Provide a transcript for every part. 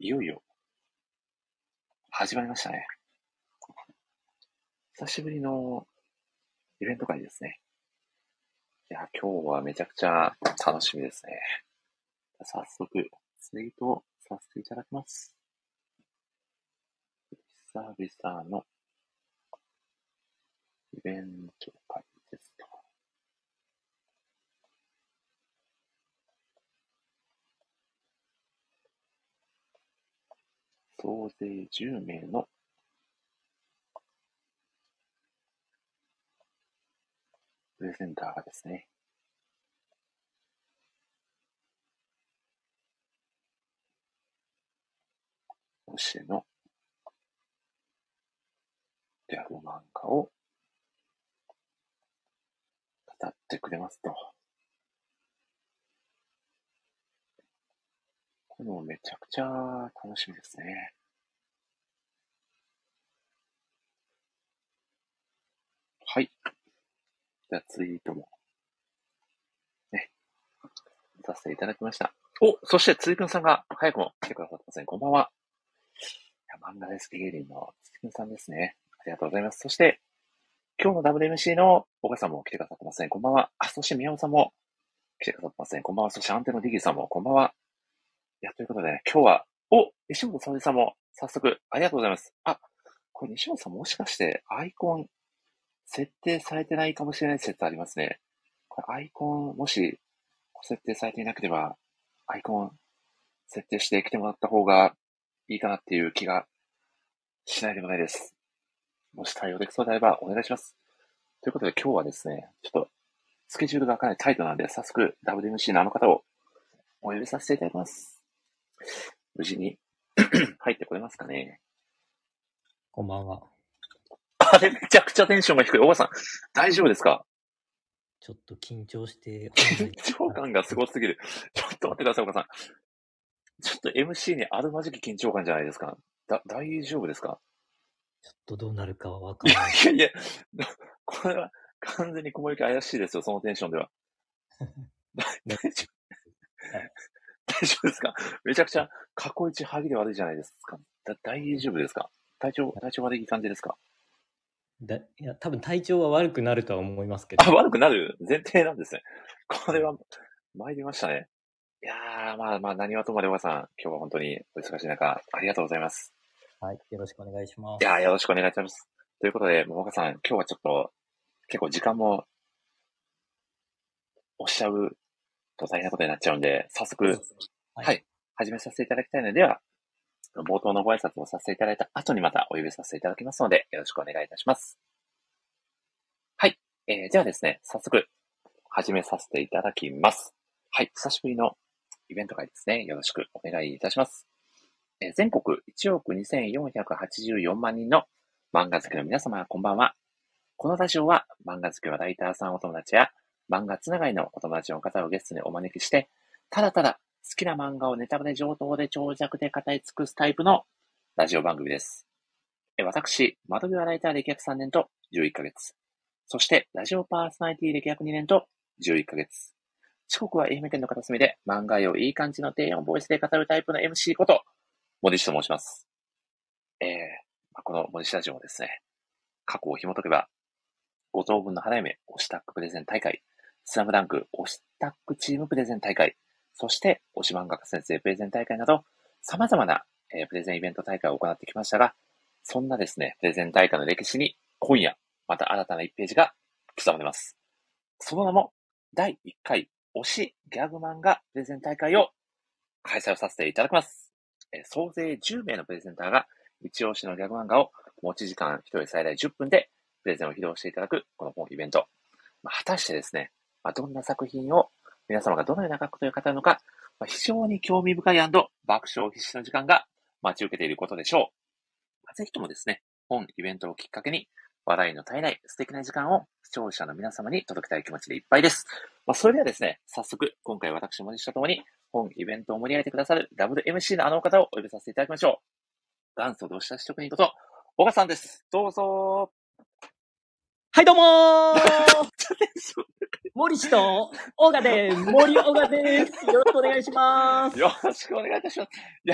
いよいよ始まりましたね。久しぶりのイベント会ですね。いや、今日はめちゃくちゃ楽しみですね。早速、ツイートをさせていただきます。久々のイベント会ですと。総勢10名のプレゼンターがですね、推しのギャグ漫画を語ってくれますと。これもめちゃくちゃ楽しみですね。はい。じゃあツイートもね、させていただきました。そしてついくんさんが早くも来てくださってますね。こんばんは。漫画大好き芸人のついくんさんですね。ありがとうございます。そして、今日の WMC のお母さんも来てくださってますね。こんばんは。そして宮尾さんも来てくださってますね。こんばんは。そしてアンテのディギーさんもこんばんは。ということでね、今日は、西本沙織さんも早速ありがとうございます。これ西本さんもしかしてアイコン設定されてないかもしれない説ありますね。これアイコンもし設定されていなければ、アイコン設定して来てもらった方がいいかなっていう気がしないでもないです。もし対応できそうであればお願いします。ということで今日はですね、ちょっとスケジュールがかなりタイトなんで、早速 WMC のあの方をお呼びさせていただきます。無事に入ってこれますかね。 こんばんは。 あれめちゃくちゃテンションが低い。おばさん、大丈夫ですか？ ちょっと緊張して。 緊張感がすごすぎる。ちょっと待ってください、おばさん。ちょっと MC にあるまじき緊張感じゃないですか。大丈夫ですか？ ちょっとどうなるかはわからない。 いや、これは完全に雲行き怪しいですよ、そのテンションでは。大丈夫ですか？めちゃくちゃ過去一歯切れ悪いじゃないですか。大丈夫ですか？体調悪い感じですか？ いや、多分体調は悪くなるとは思いますけど。 悪くなる前提なんですね。これは参りましたね。いやー、まあ、何はともあれおばさん、今日は本当にお忙しい中、ありがとうございます。 はい、よろしくお願いします。 いやー、よろしくお願いします。ということで、ももかさん、今日はちょっと、結構時間も押しちゃうと大変なことになっちゃうんで、早速、はい、始めさせていただきたいので、では、冒頭のご挨拶をさせていただいた後にまたお呼びさせていただきますので、よろしくお願いいたします。はい。ではですね、早速、始めさせていただきます。はい。久しぶりのイベント会ですね。よろしくお願いいたします。全国1億2484万人の漫画好きの皆様、こんばんは。このラジオは漫画好きのライターさんお友達や漫画つながりのお友達の方をゲストにお招きして、ただただ好きな漫画をネタバレ上等で長尺で語り尽くすタイプのラジオ番組です。私、窓際ライター歴約3年と11ヶ月。そしてラジオパーソナリティ歴約2年と11ヶ月。四国は愛媛県の片隅で漫画をいい感じの低音ボイスで語るタイプの MC こと、森氏と申します。この森氏ラジオもですね、過去を紐解けば、5等分の花嫁推しタックプレゼン大会、スラムダンク推しタックチームプレゼン大会、そして推し漫画家先生プレゼン大会など、様々な、プレゼンイベント大会を行ってきましたが、そんなですね、プレゼン大会の歴史に今夜、また新たな1ページが刻まれます。その名も、第1回推しギャグ漫画プレゼン大会を開催をさせていただきます。総勢10名のプレゼンターが一押しのギャグ漫画を持ち時間1人最大10分でプレゼンを披露していただくこの本イベント。果たしてですね、どんな作品を皆様がどのような書くという方なのか、非常に興味深い爆笑必至の時間が待ち受けていることでしょう。ぜひともですね、本イベントをきっかけに笑いの絶えない素敵な時間を視聴者の皆様に届けたい気持ちでいっぱいです。それではですね、早速今回私もとともに本イベントを盛り上げてくださる WMC のあの方をお呼びさせていただきましょう。元祖同志社職人こと小賀さんです。どうぞ。 はいどうもー森氏とオガで森オガです。よろしくお願いします。 よろしくお願いいたします。いや、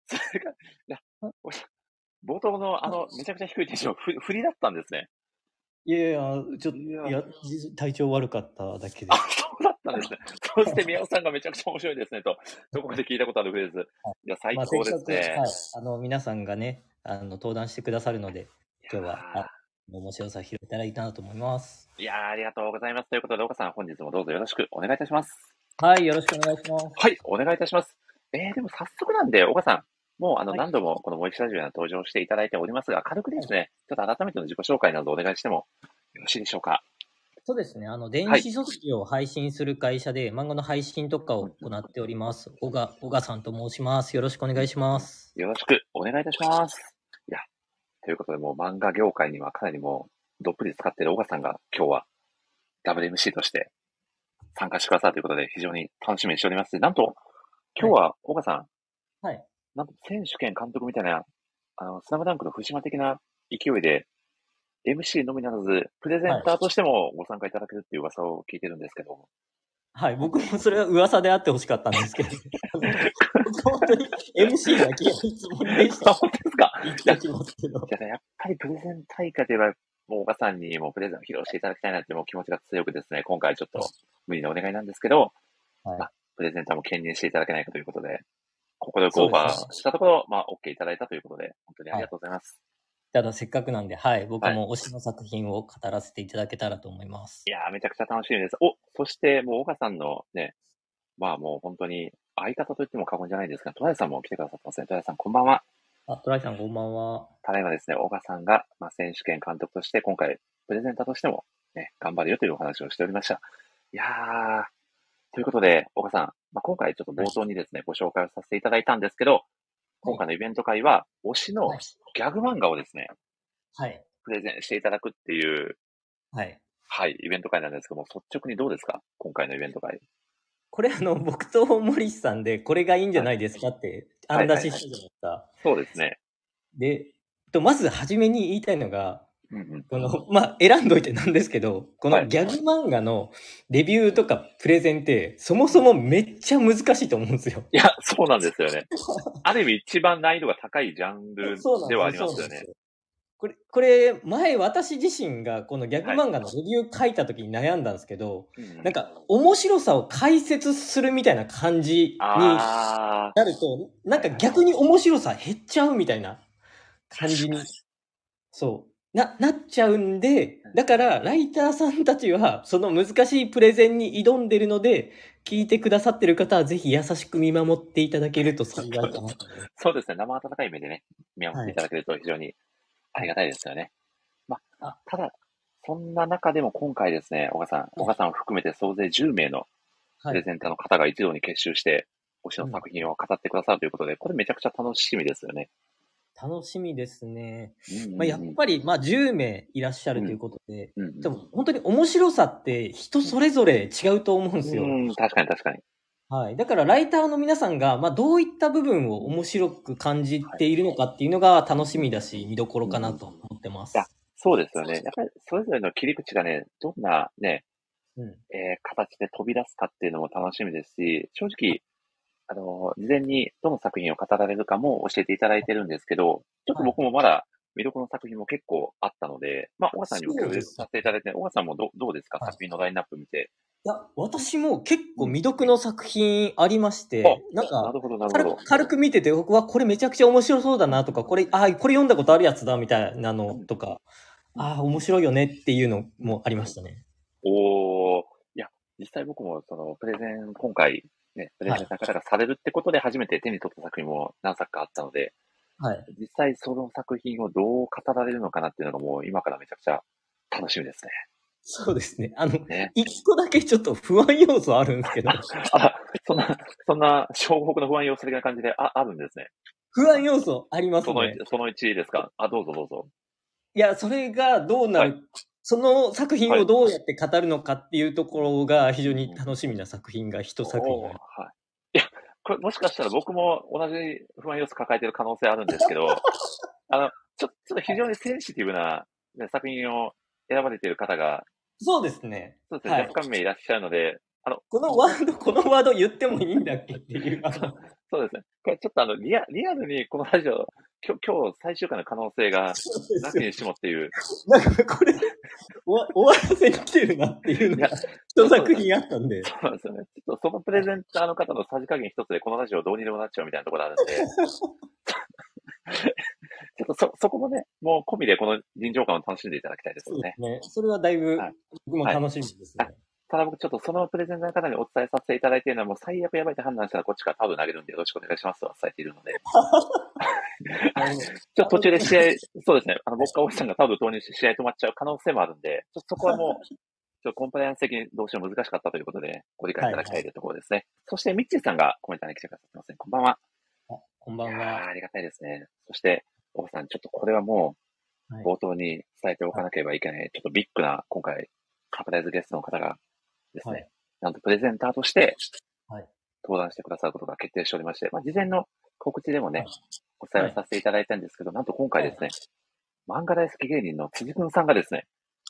それが、いや、冒頭のめちゃくちゃ低いテンション、振りだったんですね。 いやいや、ちょっと、体調悪かっただけであ、 す。 そうだったんですね。そして宮尾さんがめちゃくちゃ面白いですねと、どこかで聞いたことあるフレーズ。いや、最高ですね。 皆さんがね、登壇してくださるので、今日は、面白さを拾えたらいいかなと思います。 いやー、ありがとうございます。ということで、岡さん、本日もどうぞよろしくお願いいたします。 はい、よろしくお願いします。 はい、お願いいたします。でも早速なんで、岡さん、もう何度もこのモイキラジオには登場していただいておりますが、軽くですね、ちょっと改めての自己紹介などお願いしてもよろしいでしょうか。 そうですね。電子書籍を配信する会社で、漫画の配信とかを行っております。小賀さんと申します。よろしくお願いします。 よろしくお願いいたします。いや、ということで、もう漫画業界にはかなりもう、どっぷり使っている小賀さんが今日は WMC として参加してくださるということで、非常に楽しみにしております。なんと、今日は小賀さん、 はい。 なんと選手兼監督みたいな、スラムダンクの藤島的な勢いで、MC のみならず、プレゼンターとしてもご参加いただけるっていう噂を聞いてるんですけど。 はい、僕もそれは噂であってほしかったんですけど、本当に MC だけやるつもりでした。 本当ですか？ やっぱりプレゼン大会といえば、もう小賀さんにもプレゼンを披露していただきたいなってもう気持ちが強くですね、今回ちょっと無理なお願いなんですけど、プレゼンターも兼任していただけないかということで、ここでオファーしたところ、OK いただいたということで、本当にありがとうございます。 ただせっかくなんで、はい、僕も推しの作品を語らせていただけたらと思います。 いやー、めちゃくちゃ楽しみです。そしてもう小賀さんのね、もう本当に相方と言っても過言じゃないんですが、トライさんも来てくださってますね。トライさんこんばんは。 トライさんこんばんは。 ただいまですね、小賀さんが、選手権監督として今回、プレゼンターとしてもね、頑張るよというお話をしておりました。いやー、ということで、小賀さん、今回ちょっと冒頭にですね、ご紹介をさせていただいたんですけど、今回のイベント会は、推しのギャグ漫画をですね、プレゼンしていただくっていう、イベント会なんですけども、率直にどうですか？今回のイベント会。 これ僕と森さんでこれがいいんじゃないですかって案出ししたじゃないですか。 そうですね。 で、まず初めに言いたいのが、選んどいてなんですけど、このギャグ漫画のレビューとかプレゼンって、そもそもめっちゃ難しいと思うんですよ。 いや、そうなんですよね。ある意味一番難易度が高いジャンルではありますよね。 これ、前私自身がこのギャグ漫画のレビュー書いた時に悩んだんですけど、なんか面白さを解説するみたいな感じになると、なんか逆に面白さ減っちゃうみたいな感じに、なっちゃうんで、だからライターさんたちはその難しいプレゼンに挑んでるので、聞いてくださってる方はぜひ優しく見守っていただけると幸いかな。 そうですね。生温かい目でね、見守っていただけると非常にありがたいですよね。ただ、そんな中でも今回ですね、小賀さんを含めて総勢10名のプレゼンターの方が一堂に結集して、推しの作品を語ってくださるということで、これめちゃくちゃ楽しみですよね。 楽しみですね。やっぱり、10名いらっしゃるということで、でも本当に面白さって人それぞれ違うと思うんですよ。 確かに確かに。 はい。だからライターの皆さんが、どういった部分を面白く感じているのかっていうのが楽しみだし、見どころかなと思ってます。 そうですよね。やっぱりそれぞれの切り口がね、どんなね、形で飛び出すかっていうのも楽しみですし、正直、事前にどの作品を語られるかも教えていただいてるんですけど、ちょっと僕もまだ見どころの作品も結構あったので、小賀さんにも共有させていただいて、小賀さんもどうですか、作品のラインナップ見て。 いや、私も結構未読の作品ありまして、なんか、軽く見てて、僕はこれめちゃくちゃ面白そうだなとか、これ読んだことあるやつだみたいなのとか、面白いよねっていうのもありましたね。 いや、実際僕もそのプレゼン、今回ね、プレゼンの方がされるってことで初めて手に取った作品も何作かあったので、実際その作品をどう語られるのかなっていうのがもう今からめちゃくちゃ楽しみですね。 そうですね。一個だけちょっと不安要素あるんですけど。 そんな、湘北の不安要素的な感じであるんですね。 不安要素ありますね。 その1ですか？どうぞどうぞ。 いや、それがどうなる、その作品をどうやって語るのかっていうところが非常に楽しみな作品が一作品ある。 いや、これもしかしたら僕も同じ不安要素抱えてる可能性あるんですけど、ちょっと非常にセンシティブな、作品を選ばれている方が、 そうですね。 若干名いらっしゃるので、 このワード言ってもいいんだっけっていう。 そうですね。これちょっとリアルにこのラジオ、今日最終回の可能性がなきにしもっていう。 なんかこれ、終わらせに来てるなっていうのが、一作品あったんで。 そうなんですよね。ちょっとそのプレゼンターの方のさじ加減一つでこのラジオどうにでもなっちゃうみたいなところあるんで。ちょっとそこもね、もう込みでこの臨場感を楽しんでいただきたいですよね。 そうですね。それはだいぶ、僕も楽しみですね。 ただ僕ちょっとそのプレゼンターの方にお伝えさせていただいているのはもう最悪やばいと判断したらこっちからタオル投げるんでよろしくお願いしますと伝えているので。ちょっと途中で試合、そうですね。僕か大石さんがタオル投入して試合止まっちゃう可能性もあるんで、そこはもう、ちょっとコンプライアンス的にどうしても難しかったということで、ご理解いただきたいというところですね。そして、ミッチーさんがコメントに来てくださってますね。こんばんは。 こんばんは。 ありがたいですね。そして、大石さん、ちょっとこれはもう、冒頭に伝えておかなければいけない、ちょっとビッグな、今回、サプライズゲストの方がですね、なんとプレゼンターとして、登壇してくださることが決定しておりまして、事前の告知でもね、お伝えをさせていただいたんですけど、なんと今回ですね、漫画大好き芸人の辻くんさんがですね、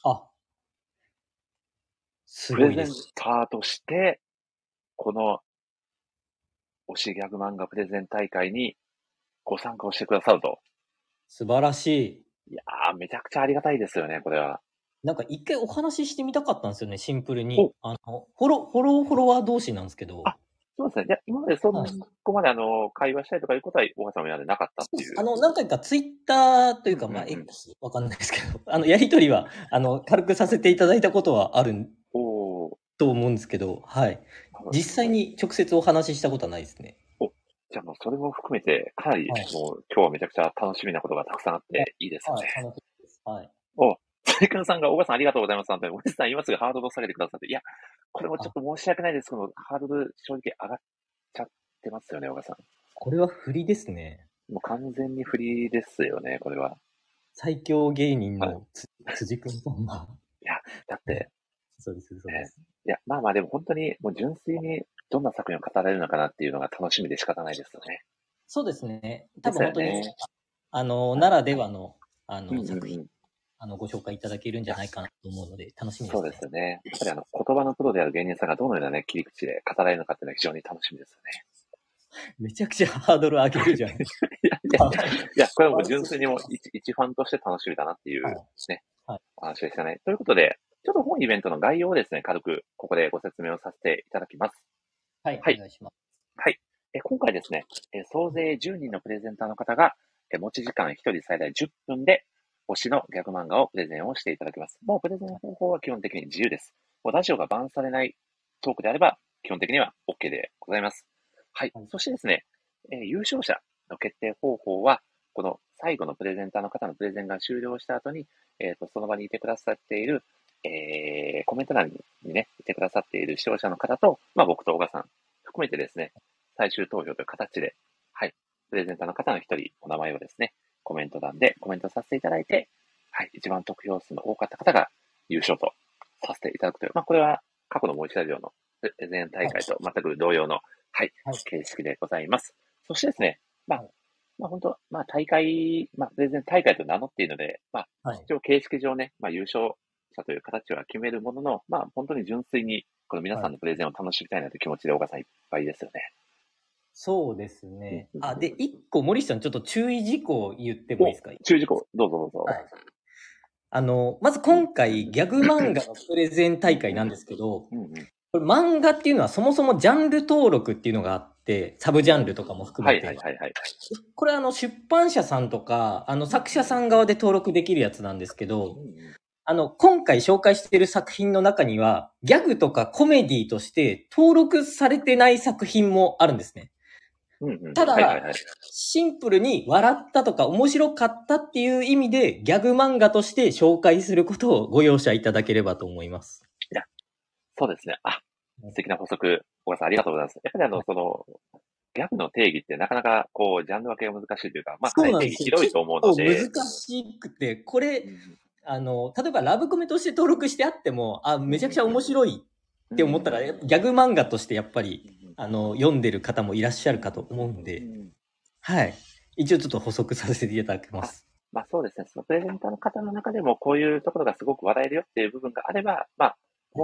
プレゼンターとして、この推しギャグ漫画プレゼン大会にご参加をしてくださると。 素晴らしい。 いやー、めちゃくちゃありがたいですよね、これは。なんか一回お話ししてみたかったんですよね、シンプルに。フォロワー同士なんですけど。 そうですね。いや、今までそこまで会話したりとかいうことは、大橋さんも今までなかったっていう。 何回かツイッターというか、X わかんないですけど、やりとりは、軽くさせていただいたことはあると思うんですけど、はい。実際に直接お話ししたことはないですね。 じゃあもうそれも含めて、かなりもう今日はめちゃくちゃ楽しみなことがたくさんあっていいですよね。 楽しみです。はい。 つくんさんが、大川さんありがとうございます。おじさん今すぐハードルを下げてくださって。いや、これもちょっと申し訳ないですけど、ハードル正直上がっちゃってますよね、大川さん。 これは振りですね。 もう完全に振りですよね、これは。 最強芸人の辻くんさんが。 いや、だって、 そうです。 いや、まあでも本当に、もう純粋にどんな作品を語られるのかなっていうのが楽しみで仕方ないですよね。 そうですね。多分本当に、ならではの、作品、ご紹介いただけるんじゃないかなと思うので、楽しみですね。 そうですよね。やっぱり言葉のプロである芸人さんがどのようなね、切り口で語られるのかっていうのは非常に楽しみですよね。 めちゃくちゃハードル上げるじゃん。いや、これはもう純粋にもう一ファンとして楽しみだなっていうね、話でしたね。ということで、ちょっと本イベントの概要をですね、軽くここでご説明をさせていただきます。 はい、お願いします。 はい。今回ですね、総勢10人のプレゼンターの方が、持ち時間1人最大10分で、推しのギャグ漫画をプレゼンをしていただきます。もうプレゼン方法は基本的に自由です。もうラジオがバンされないトークであれば、基本的には OK でございます。はい。そしてですね、優勝者の決定方法は、この最後のプレゼンターの方のプレゼンが終了した後に、その場にいてくださっている、コメント欄にね、いてくださっている視聴者の方と、僕と小川さん含めてですね、最終投票という形で、はい、プレゼンターの方の一人、お名前をですね、コメント欄でコメントさせていただいて、はい、一番得票数の多かった方が優勝とさせていただくという、これは過去のもう一ラジオのプレゼン大会と全く同様の、はい、形式でございます。そしてですね、本当、大会、プレゼン大会と名乗っているので、一応形式上ね、優勝者という形は決めるものの、本当に純粋に、この皆さんのプレゼンを楽しみたいなという気持ちで、小川さんいっぱいですよね。 そうですね。で、一個、森下さん、ちょっと注意事項言ってもいいですか？ 注意事項、どうぞどうぞ。 まず今回、ギャグ漫画のプレゼン大会なんですけど、これ漫画っていうのはそもそもジャンル登録っていうのがあって、サブジャンルとかも含めて。これ出版社さんとか、作者さん側で登録できるやつなんですけど、今回紹介している作品の中には、ギャグとかコメディとして登録されてない作品もあるんですね。ただ、シンプルに笑ったとか面白かったっていう意味でギャグ漫画として紹介することをご容赦いただければと思います。 いや、そうですね。素敵な補足、小川さんありがとうございます。やっぱりギャグの定義ってなかなかジャンル分けが難しいというか、かなり定義広いと思うので。 難しくて、これ、例えばラブコメとして登録してあっても、めちゃくちゃ面白いって思ったら、ギャグ漫画としてやっぱり、読んでる方もいらっしゃるかと思うんで、はい。一応ちょっと補足させていただきます。 そうですね。そのプレゼンターの方の中でも、こういうところがすごく笑えるよっていう部分があれば、も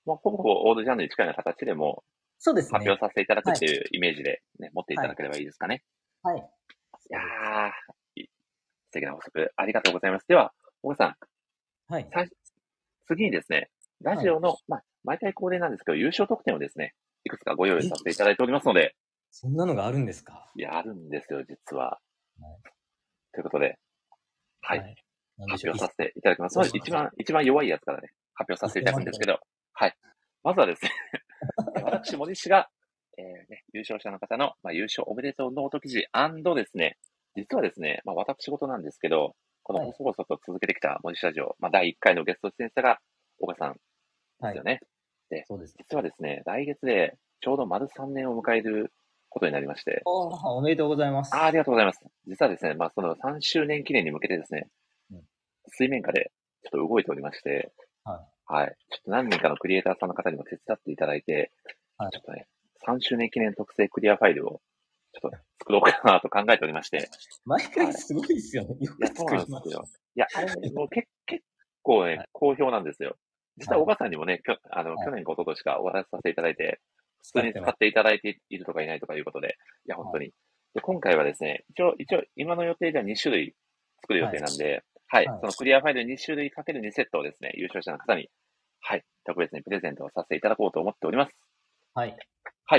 まあ、ほぼほぼオールジャンルに近いような形でも、 そうですね。 発表させていただくっていうイメージでね、持っていただければいいですかね。 はい。 いやー、素敵な補足ありがとうございます。では、小川さん。 はい。 次にですね、ラジオの、まあ、毎回恒例なんですけど、優勝特典をですね、いくつかご用意させていただいておりますので。 そんなのがあるんですか？ いや、あるんですよ、実は。ということで、はい。発表させていただきます。まず一番弱いやつからね、発表させていただくんですけど、はい。まずはですね、私、森氏が、優勝者の方の、優勝おめでとうノート記事&ですね、実はですね、私事なんですけど、この細々と続けてきた森氏ラジオ、第1回のゲスト出演者が、小川さんですよね。で、実はですね、来月でちょうど丸3年を迎えることになりまして。 おめでとうございます。 ありがとうございます。実はですね、その3周年記念に向けてですね、水面下でちょっと動いておりまして、はい。ちょっと何人かのクリエイターさんの方にも手伝っていただいて、ちょっとね、3周年記念特製クリアファイルをちょっと作ろうかなと考えておりまして。 毎回すごいですよね。 いや、そうなんですよ。いや、あれ、もう結構ね、好評なんですよ。実は小川さんにもね、去年か一昨年かお話しさせていただいて、普通に使っていただいているとかいないとかいうことで、いや、本当に。で、今回はですね、一応、今の予定では2種類作る予定なんで、はい。そのクリアファイル2種類かける2セットをですね、優勝者の方に、はい。特別にプレゼントをさせていただこうと思っております。 はい。 はい。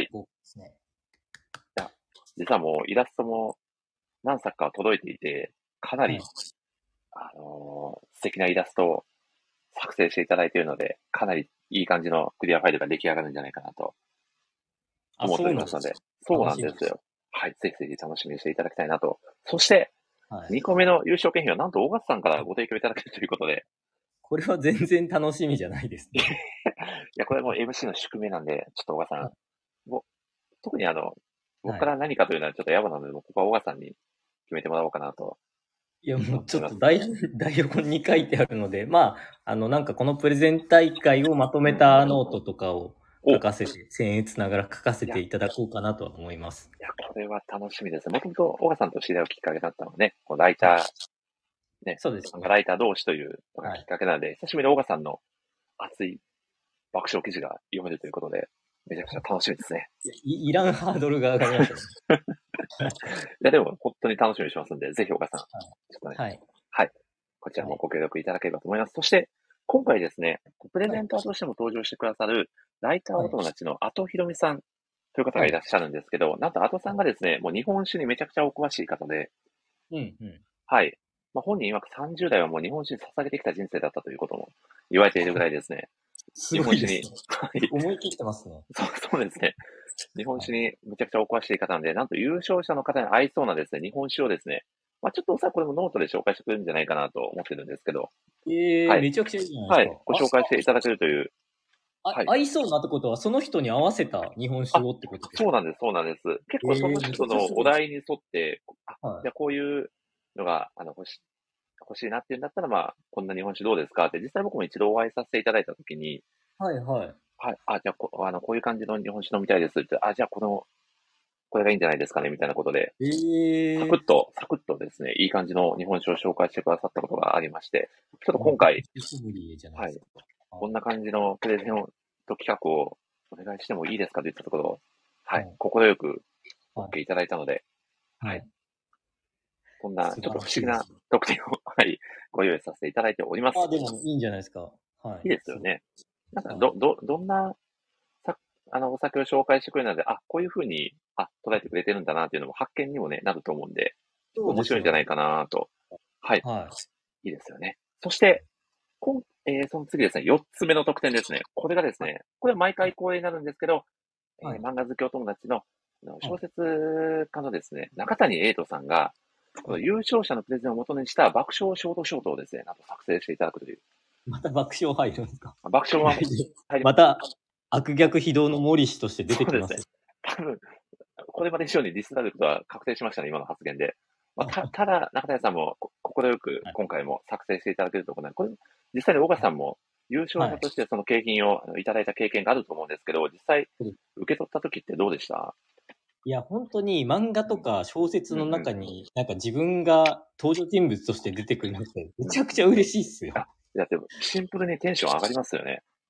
実はもうイラストも何作か届いていて、かなり、素敵なイラストを作成していただいているので、かなりいい感じのクリアファイルが出来上がるんじゃないかなと思っておりますので、そうなんですよ。はい。ぜひぜひ楽しみにしていただきたいなと。そして、2個目の優勝景品はなんと大勝さんからご提供いただけるということで。 これは全然楽しみじゃないですね。 いや、これも MC の宿命なんで、ちょっと小川さん、特に僕から何かというのはちょっとやばなので、ここは小川さんに決めてもらおうかなと。 いや、もうちょっと台本に書いてあるので、なんかこのプレゼン大会をまとめたノートとかを書かせて、僭越ながら書かせていただこうかなとは思います。 いや、これは楽しみです。もともと小川さんと知り合うきっかけだったのはね、ライター、ね、 そうです、 ライター同士というのがきっかけなので、久しぶりに小川さんの熱い爆笑記事が読めるということで、めちゃくちゃ楽しみですね。 いらんハードルが上がりましたね。 いや、でも本当に楽しみにしますんで、ぜひ小川さん、ちょっとね、はい。こちらもご協力いただければと思います。そして、今回ですね、プレゼンターとしても登場してくださる、ライターお友達のアトヒロミさんという方がいらっしゃるんですけど、なんとアトさんがですね、もう日本酒にめちゃくちゃお詳しい方で、はい。本人曰く30代はもう日本酒に捧げてきた人生だったということも言われているぐらいですね。 日本酒に、思い切ってますね。 そうですね。日本酒にめちゃくちゃお詳しい方なんで、なんと優勝者の方に合いそうなですね、日本酒をですね、ちょっとおそらくこれもノートで紹介してくれるんじゃないかなと思ってるんですけど。 めちゃくちゃいいじゃないですか。 ご紹介していただけるという。 合いそうなってことは、その人に合わせた日本酒をってことですか？ そうなんです。結構その人のお題に沿って、じゃあこういうのが欲しいなっていうんだったら、こんな日本酒どうですかって、実際僕も一度お会いさせていただいたときに、 はい。 じゃあこういう感じの日本酒飲みたいですって、じゃあこれがいいんじゃないですかねみたいなことで、サクッとですね、いい感じの日本酒を紹介してくださったことがありまして、ちょっと今回、こんな感じのプレゼンと企画をお願いしてもいいですかと言ったところ、快く OK いただいたので、こんなちょっと不思議な特典を、ご用意させていただいております。 でもいいんじゃないですか。 いいですよね。なんか、どんな、お酒を紹介してくれるので、こういうふうに、捉えてくれてるんだなっていうのも発見にもね、なると思うんで、面白いんじゃないかなと。いいですよね。そして、その次ですね、4つ目の特典ですね。これがですね、これは毎回恒例になるんですけど、漫画好きお友達の小説家のですね、中谷瑛人さんが、この優勝者のプレゼンを元にした爆笑ショートをですね、なんと作成していただくという。 また爆笑入るんですか？ 爆笑は入ります。 また、悪逆非道の森氏として出てきます。そうですね。 多分、これまで以上にディスられることは確定しましたね、今の発言で。ただ、中谷さんも快く今回も作成していただけるところこれ、実際に小川さんも優勝者としてその景品をいただいた経験があると思うんですけど、実際、受け取った時ってどうでした？ いや、本当に漫画とか小説の中に、なんか自分が登場人物として出てくるのって、めちゃくちゃ嬉しいっすよ。 いや、でも、シンプルにテンション上がりますよね。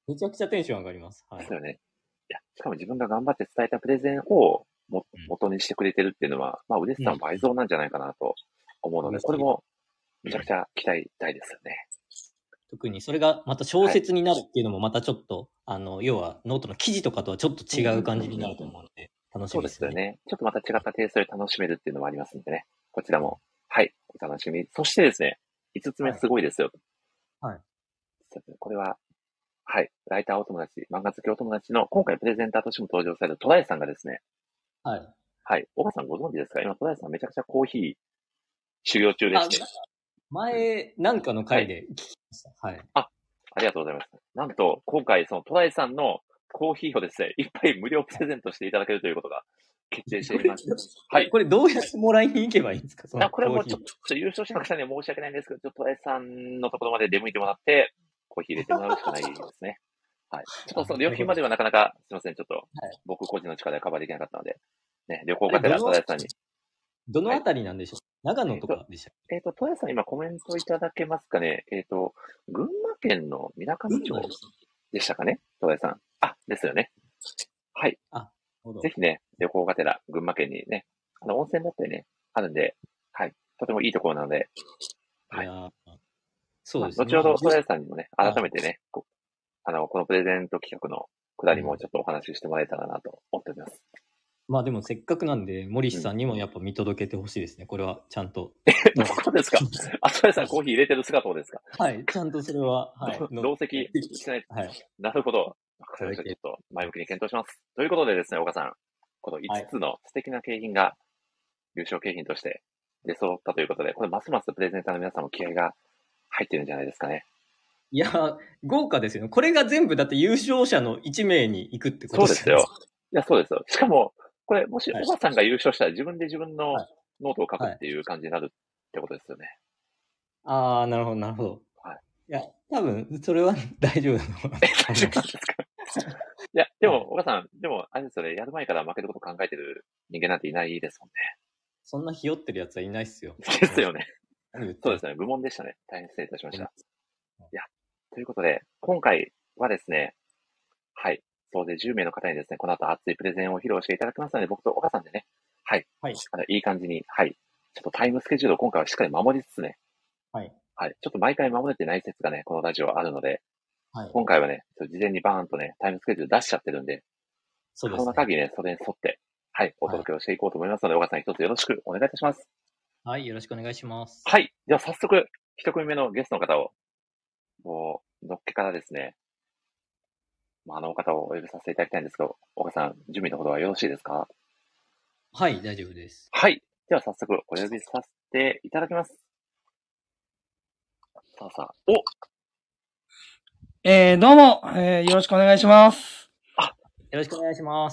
めちゃくちゃテンション上がります。 はい。ですよね。いや、しかも自分が頑張って伝えたプレゼンを元にしてくれてるっていうのは、まあ、嬉しさの倍増なんじゃないかなと思うので、これもめちゃくちゃ期待大ですよね。 特にそれがまた小説になるっていうのもまたちょっと、要はノートの記事とかとはちょっと違う感じになると思うので、楽しみですね。そうですよね。 ちょっとまた違ったテイストで楽しめるっていうのもありますんでね。こちらも、はい、お楽しみ。そしてですね、5つ目すごいですよ。 はい。 これは、はい、ライターお友達、漫画好きお友達の今回プレゼンターとしても登場される戸田井さんがですね、 はい。 はい。岡さんご存知ですか？今、戸田井さんめちゃくちゃコーヒー修行中でして。 前、なんかの回で聞きました。はい。 ありがとうございます。なんと、今回、その戸田井さんのコーヒーをですね、一杯無料プレゼントしていただけるということが決定しています。 はい。これどうやってもらいに行けばいいんですか？ これもちょっと優勝者の方には申し訳ないんですけど、ちょっと戸田井さんのところまで出向いてもらって、コーヒー入れてもらうしかないですね。はい。ちょっとその料金まではなかなか、すいません、ちょっと、僕個人の力でカバーできなかったので、ね、旅行がてら戸田井さんに。 どのあたりなんでしょう？長野とかでしたっけ？戸田さん今コメントいただけますかね？群馬県の水上町でしたかね？戸田さん。ですよね。はい。ぜひね、旅行がてら群馬県にね、温泉だったりね、あるんで、はい。とてもいいところなので、はい。そうですね。後ほど戸田さんにもね、改めてね、このプレゼント企画のくだりもちょっとお話ししてもらえたらなと思っております。 まあでもせっかくなんで、森さんにもやっぱ見届けてほしいですね。これはちゃんと。 どこですか？戸田さんコーヒー入れてる姿をですか？ はい。ちゃんとそれは、はい。 同席しない。はい。なるほど。わかりました。ちょっと前向きに検討します。ということでですね、岡さん。この5つの素敵な景品が優勝景品として出揃ったということで、これますますプレゼンターの皆さんも気合が入ってるんじゃないですかね。 いや、豪華ですよね。これが全部だって優勝者の1名に行くってことですよ。そうですよ。いや、そうですよ。しかも、これ、もし、岡さんが優勝したら自分で自分のノートを書くっていう感じになるってことですよね。 ああ、なるほど、なるほど。はい。いや、多分、それは大丈夫だと思います。 大丈夫ですか？いや、でも、岡さん、でも、あれですよね、やる前から負けること考えてる人間なんていないですもんね。 そんなひよってる奴はいないっすよ。 ですよね。そうですね、愚問でしたね。大変失礼いたしました。いや、ということで、今回はですね、はい、総勢10名の方にですね、この後熱いプレゼンを披露していただきますので、僕と岡さんでね、はい、いい感じに、はい、ちょっとタイムスケジュールを今回はしっかり守りつつね、はい、ちょっと毎回守れてない説がね、このラジオあるので、今回はね、事前にバーンとね、タイムスケジュール出しちゃってるんで、可能な限りね、それに沿って、はい、お届けをしていこうと思いますので、岡さん一つよろしくお願いいたします。 はい、よろしくお願いします。 はい、では早速、一組目のゲストの方を、もう、のっけからですね、あの方をお呼びさせていただきたいんですが、岡さん、準備のほどはよろしいですか？ はい、大丈夫です。 はい。では早速お呼びさせていただきます。さあ、 どうも、よろしくお願いします。 よろしくお願いします。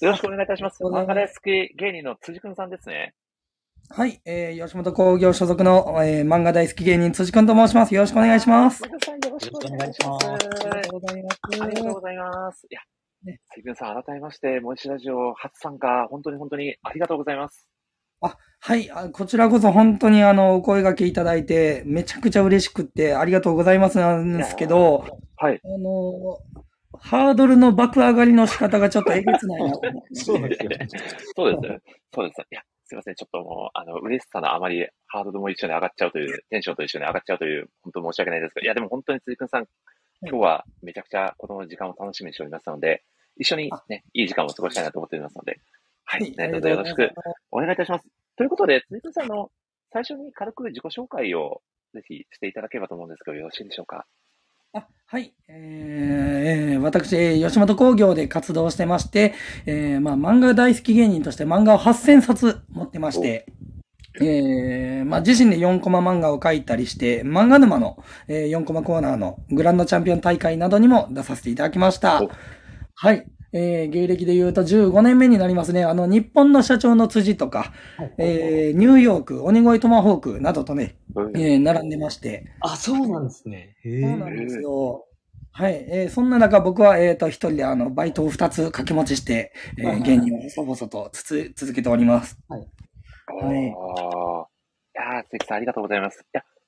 よろしくお願いいたします。漫画大好き芸人の辻くんさんですね。 はい、吉本興業所属の、漫画大好き芸人辻くんと申します。よろしくお願いします。 よろしくお願いします。ありがとうございます。ありがとうございます。いや、辻くんさん、改めまして、もしラジオ初参加、本当にありがとうございます。 はい、こちらこそ本当にお声掛けいただいて、めちゃくちゃ嬉しくってありがとうございますなんですけど、 はい。 ハードルの爆上がりの仕方がちょっとえげつないなと思って。 そうですね。そうです。いや、すいません。ちょっともう、嬉しさのあまりハードルも一緒に上がっちゃうという、テンションと一緒に上がっちゃうという、本当申し訳ないですが、いや、でも本当に辻くんさん、今日はめちゃくちゃこの時間を楽しみにしておりますので、一緒にね、いい時間を過ごしたいなと思っておりますので、はい。何卒よろしくお願いいたします。ということで、辻くんさん最初に軽く自己紹介をぜひしていただければと思うんですけど、よろしいでしょうか。 はい。私、吉本興業で活動してまして、漫画大好き芸人として漫画を8000冊持ってまして、自身で4コマ漫画を描いたりして、漫画沼の、4コマコーナーのグランドチャンピオン大会などにも出させていただきました。はい。芸歴で言うと15年目になりますね。日本の社長の辻とか、ニューヨーク、鬼越トマホークなどとね、並んでまして。 そうなんですね。 そうなんですよ。はい。そんな中、僕は、一人でバイトを2つ掛け持ちして、芸人を細々と続けております。はい。 いやー、関さんありがとうございます。いや、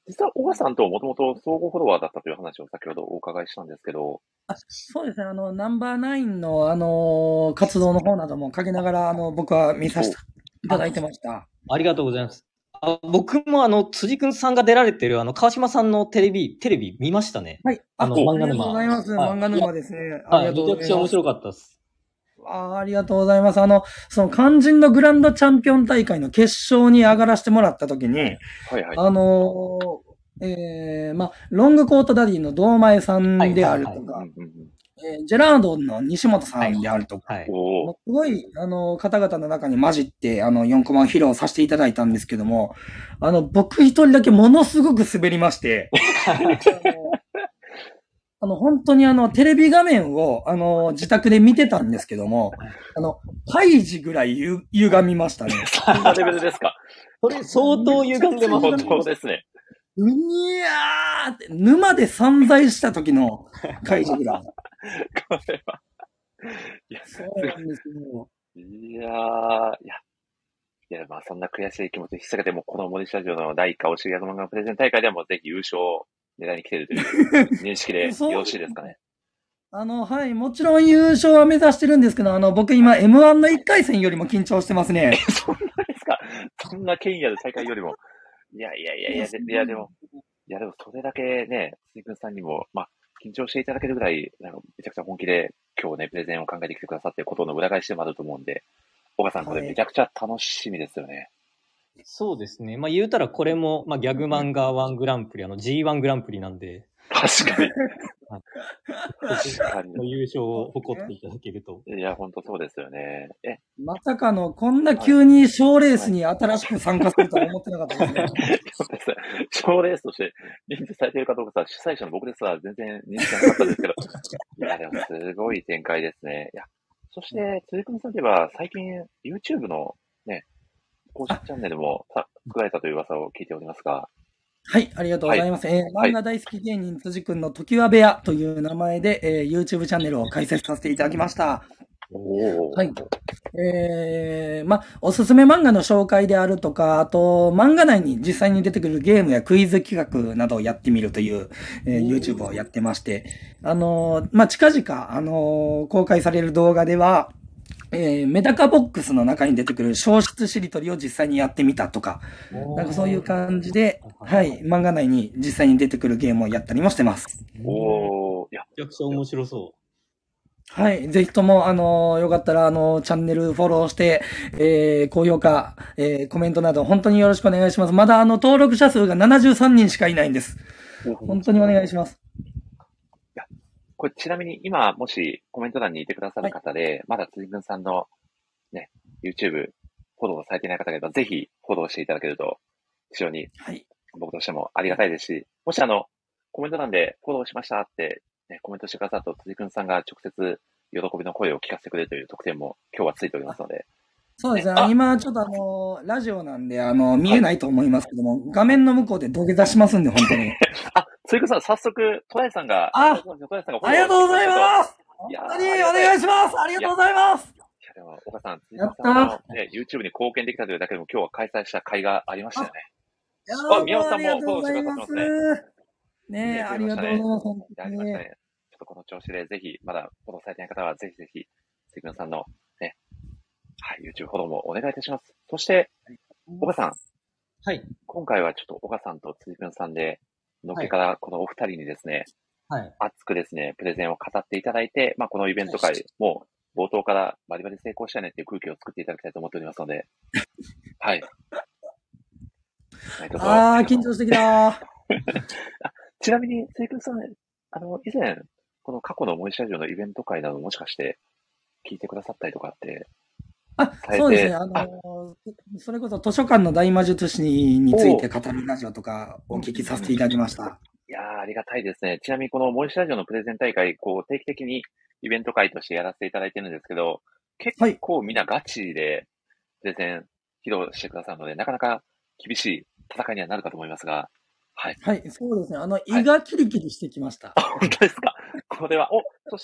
実は、小川さんともともと相互フォロワーだったという話を先ほどお伺いしたんですけど。 そうですね。ナンバーナインの、活動の方などもかけながら、僕は見させていただいてました。 ありがとうございます。僕も辻くんさんが出られてる川島さんのテレビ見ましたね。 はい。 漫画沼。 ありがとうございます。漫画沼ですね。 ありがとうございます。めちゃくちゃ面白かったです。 ありがとうございます。その肝心のグランドチャンピオン大会の決勝に上がらせてもらったときに、はいはい。ロングコートダディの堂前さんであるとか、ジェラードンの西本さんであるとか、すごい、方々の中に混じって、4コマを披露させていただいたんですけども、僕一人だけものすごく滑りまして、本当にテレビ画面を、自宅で見てたんですけども、カイジぐらい歪みましたね。 そんなレベルですか？ それ相当歪んでます。 相当ですね。 いやーって、沼で散財した時のカイジぐらい。これは。いや、そうなんですよ。 いや、まあそんな悔しい気持ち引き下げても、この森スタジオの第1回推しギャグ漫画プレゼン大会でもぜひ優勝を狙いに来ているという認識でよろしいですかね。 はい、もちろん優勝は目指してるんですけど、僕今 M1 の1回戦よりも緊張してますね。 そんなですか？そんな権威ある大会よりも。でもそれだけね、杉君さんにも、まあ、緊張していただけるぐらい、めちゃくちゃ本気で今日ね、プレゼンを考えてきてくださっていることの裏返しでもあると思うんで、岡さん、これめちゃくちゃ楽しみですよね。 そうですね。まあ言うたらこれも、ギャグ漫画1グランプリ、G1 グランプリなんで。 確かに。 確かに。優勝を誇っていただけると。 いや、本当そうですよね。 まさかの、こんな急に賞レースに新しく参加するとは思ってなかったですね。 そうです。賞レースとして認知されているかどうかさ、主催者の僕ですら全然認知しなかったんですけど。いや、でもすごい展開ですね。いや、そして、辻君さんでは最近 YouTube のね、公式チャンネルも作られたという噂を聞いておりますが。 はい、ありがとうございます。漫画大好き芸人辻くんの時は部屋という名前で、YouTube チャンネルを開設させていただきました。はい。おすすめ漫画の紹介であるとか、あと、漫画内に実際に出てくるゲームやクイズ企画などをやってみるという、YouTube をやってまして、近々、公開される動画では、メダカボックスの中に出てくる消失しりとりを実際にやってみたとか、なんかそういう感じで、はい、漫画内に実際に出てくるゲームをやったりもしてます。 めちゃくちゃ面白そう。 はい。ぜひとも、よかったら、チャンネルフォローして、高評価、コメントなど、本当によろしくお願いします。まだ、登録者数が73人しかいないんです。本当にお願いします。 これ、ちなみに、今、もし、コメント欄にいてくださる方で、まだ辻君さんの、ね、YouTube、フォローされていない方がいれば、ぜひ、フォローしていただけると、非常に、僕としてもありがたいですし、もし、コメント欄でフォローしましたって、ね、コメントしてくださると、辻君さんが直接、喜びの声を聞かせてくれるという特典も今日はついておりますので。 そうですね。今ちょっとラジオなんで、見えないと思いますけども、画面の向こうで土下座しますんで、本当に。 辻君さん、早速、トライさんが、 ありがとうございます本当にお願いしますありがとうございますいや、でも、岡さん、辻君さんの、ね、YouTube に貢献できたというだけでも今日は開催した会がありましたよね。宮本さんもフォローしてくださってますね。 ねえ、ありがとうございます。 ありましたね。ちょっとこの調子で、ぜひ、まだフォローされてない方は、ぜひぜひ、関野さんのね、はい、YouTube フォローもお願いいたします。そして、岡さん。 はい。 今回はちょっと岡さんと辻君さんで、のっけからこのお二人にですね、 はい。 熱くですね、プレゼンを語っていただいて、このイベント会も冒頭からバリバリ成功したねっていう空気を作っていただきたいと思っておりますので、はい。 緊張してきたちなみに、関君さん、以前、この過去の森スタジオのイベント会などもしかして聞いてくださったりとかって、 そうですね。それこそ図書館の大魔術師について語るラジオとかお聞きさせていただきました。 いやー、ありがたいですね。ちなみにこの森スタジオのプレゼン大会、定期的にイベント会としてやらせていただいてるんですけど、結構みんなガチでプレゼン披露してくださるので、なかなか厳しい戦いにはなるかと思いますが、はい。 はい、そうですね。胃がキリキリしてきました。 本当ですか。これは、そして、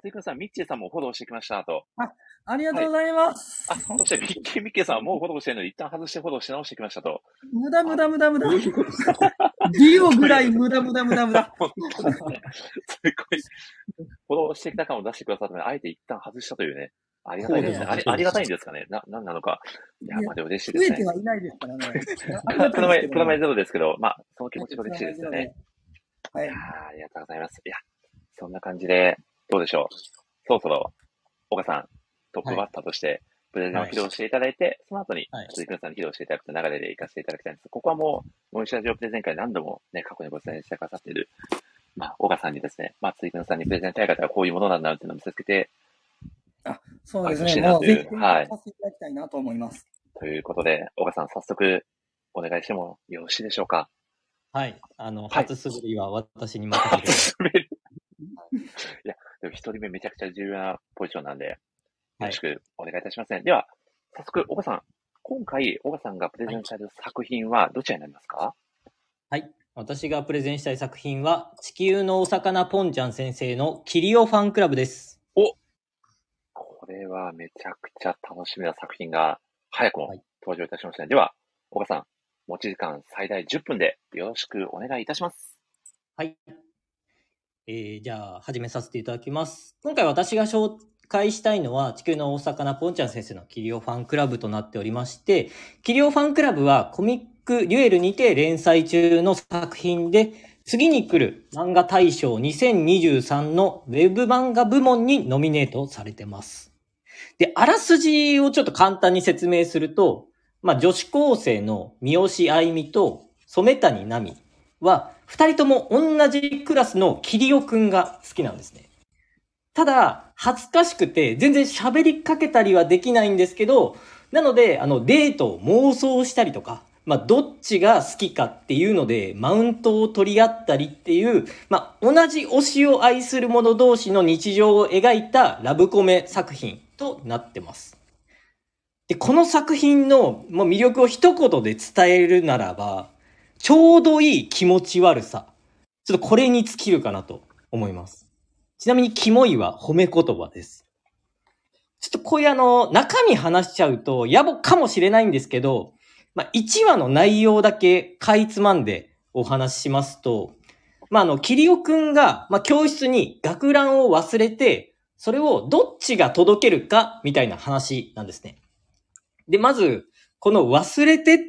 ついくんさん、ミッチーさんもフォローしてきましたと。 ありがとうございます。 そしてミッケーさんはもうフォローしてるので、一旦外してフォローし直してきましたと。 無駄。 どういうことですか？ リオぐらい無駄。 本当ですね。すごい。フォローしてきた感を出してくださったので、あえて一旦外したというね。ありがたいですね。ありがたいんですかね。なんなのか。いや、まあでも嬉しいですね。 増えてはいないですからね。 プラマイゼロですけど、まあ、その気持ちが嬉しいですよね。 はい。 ありがとうございます。いや、そんな感じで、どうでしょう。そろそろ、岡さん、トップバッターとして、プレゼンを披露していただいて、その後に、ついくんさんに披露していただくという流れで行かせていただきたいんです。ここはもう、モニシラジオプレゼン会何度もね、過去にご出演してくださっている、岡さんにですね、ついくんさんにプレゼン大会はこういうものなんだなっていうのを見せつけて、 そうですね。もうぜひ、させていただきたいなと思います。 ということで、岡さん、早速、お願いしてもよろしいでしょうか。 はい。初滑りは私に任せてください。 いや、でも一人目めちゃくちゃ重要なポジションなんで、よろしくお願いいたしますね。では、早速、岡さん、今回、岡さんがプレゼンされる作品はどちらになりますか？ はい。私がプレゼンしたい作品は、地球のお魚ポンちゃん先生のキリオファンクラブです。 これはめちゃくちゃ楽しみな作品が早くも登場いたしましたね。では、岡さん、持ち時間最大10分でよろしくお願いいたします。 はい。じゃあ、始めさせていただきます。今回私が紹介したいのは、地球のお魚ポンちゃん先生のキリオファンクラブとなっておりまして、キリオファンクラブはコミックデュエルにて連載中の作品で、次に来る漫画大賞2023のウェブ漫画部門にノミネートされてます。で、あらすじをちょっと簡単に説明すると、女子高生の三好愛美と染谷奈美は、二人とも同じクラスのキリオくんが好きなんですね。ただ、恥ずかしくて全然喋りかけたりはできないんですけど、なので、デートを妄想したりとか、どっちが好きかっていうので、マウントを取り合ったりっていう、同じ推しを愛する者同士の日常を描いたラブコメ作品となってます。で、この作品の魅力を一言で伝えるならば、ちょうどいい気持ち悪さ。ちょっとこれに尽きるかなと思います。ちなみにキモいは褒め言葉です。ちょっとこういう中身話しちゃうと野暮かもしれないんですけど、1話の内容だけかいつまんでお話ししますと、キリオくんが、教室に学ランを忘れて、それをどっちが届けるかみたいな話なんですね。で、まず、この忘れてった、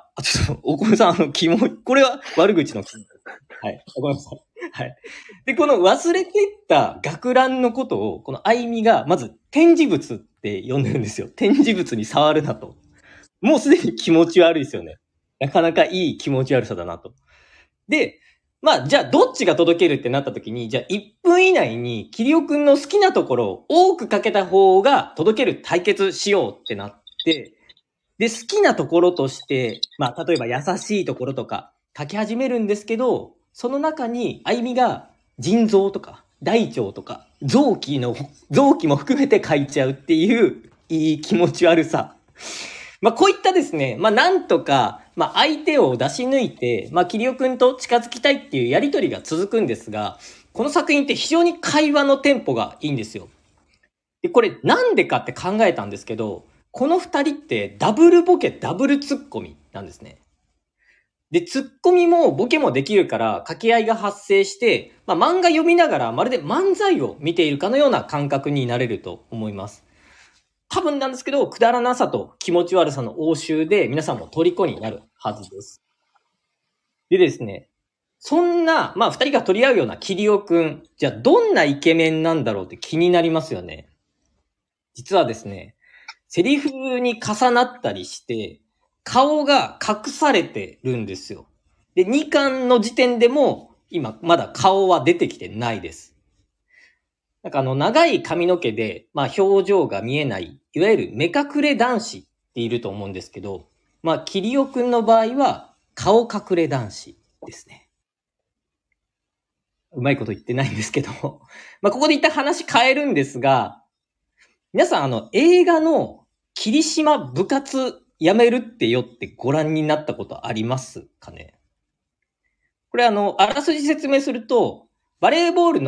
ちょっと、お米さん、キモい。これは悪口の。はい。ごめんなさい。はい。で、この忘れてった学ランのことを、この愛美が、まず、展示物って呼んでるんですよ。展示物に触るなと。もうすでに気持ち悪いですよね。なかなかいい気持ち悪さだなと。で、じゃあ、どっちが届けるってなった時に、じゃあ、1分以内に、キリオくんの好きなところを多くかけた方が届ける対決しようってなって、で、好きなところとして、例えば優しいところとか書き始めるんですけど、その中に、あいみが腎臓とか大腸とか臓器も含めて書いちゃうっていう、いい気持ち悪さ。こういったですね、なんとか、相手を出し抜いて、キリオくんと近づきたいっていうやりとりが続くんですが、この作品って非常に会話のテンポがいいんですよ。で、これなんでかって考えたんですけど、この二人ってダブルボケ、ダブルツッコミなんですね。で、ツッコミもボケもできるから掛け合いが発生して、漫画読みながらまるで漫才を見ているかのような感覚になれると思います。多分なんですけど、くだらなさと気持ち悪さの応酬で皆さんも虜になるはずです。でですね、そんな、二人が取り合うようなキリオくん、じゃあどんなイケメンなんだろうって気になりますよね。実はですね、セリフに重なったりして、顔が隠されてるんですよ。で、2巻の時点でも、今、まだ顔は出てきてないです。長い髪の毛で、表情が見えない、いわゆる目隠れ男子っていると思うんですけど、キリオくんの場合は、顔隠れ男子ですね。うまいこと言ってないんですけど、ここで一旦話変えるんですが、皆さん映画の霧島部活やめるってよってご覧になったことありますかね？これあらすじ説明すると、バレーボールの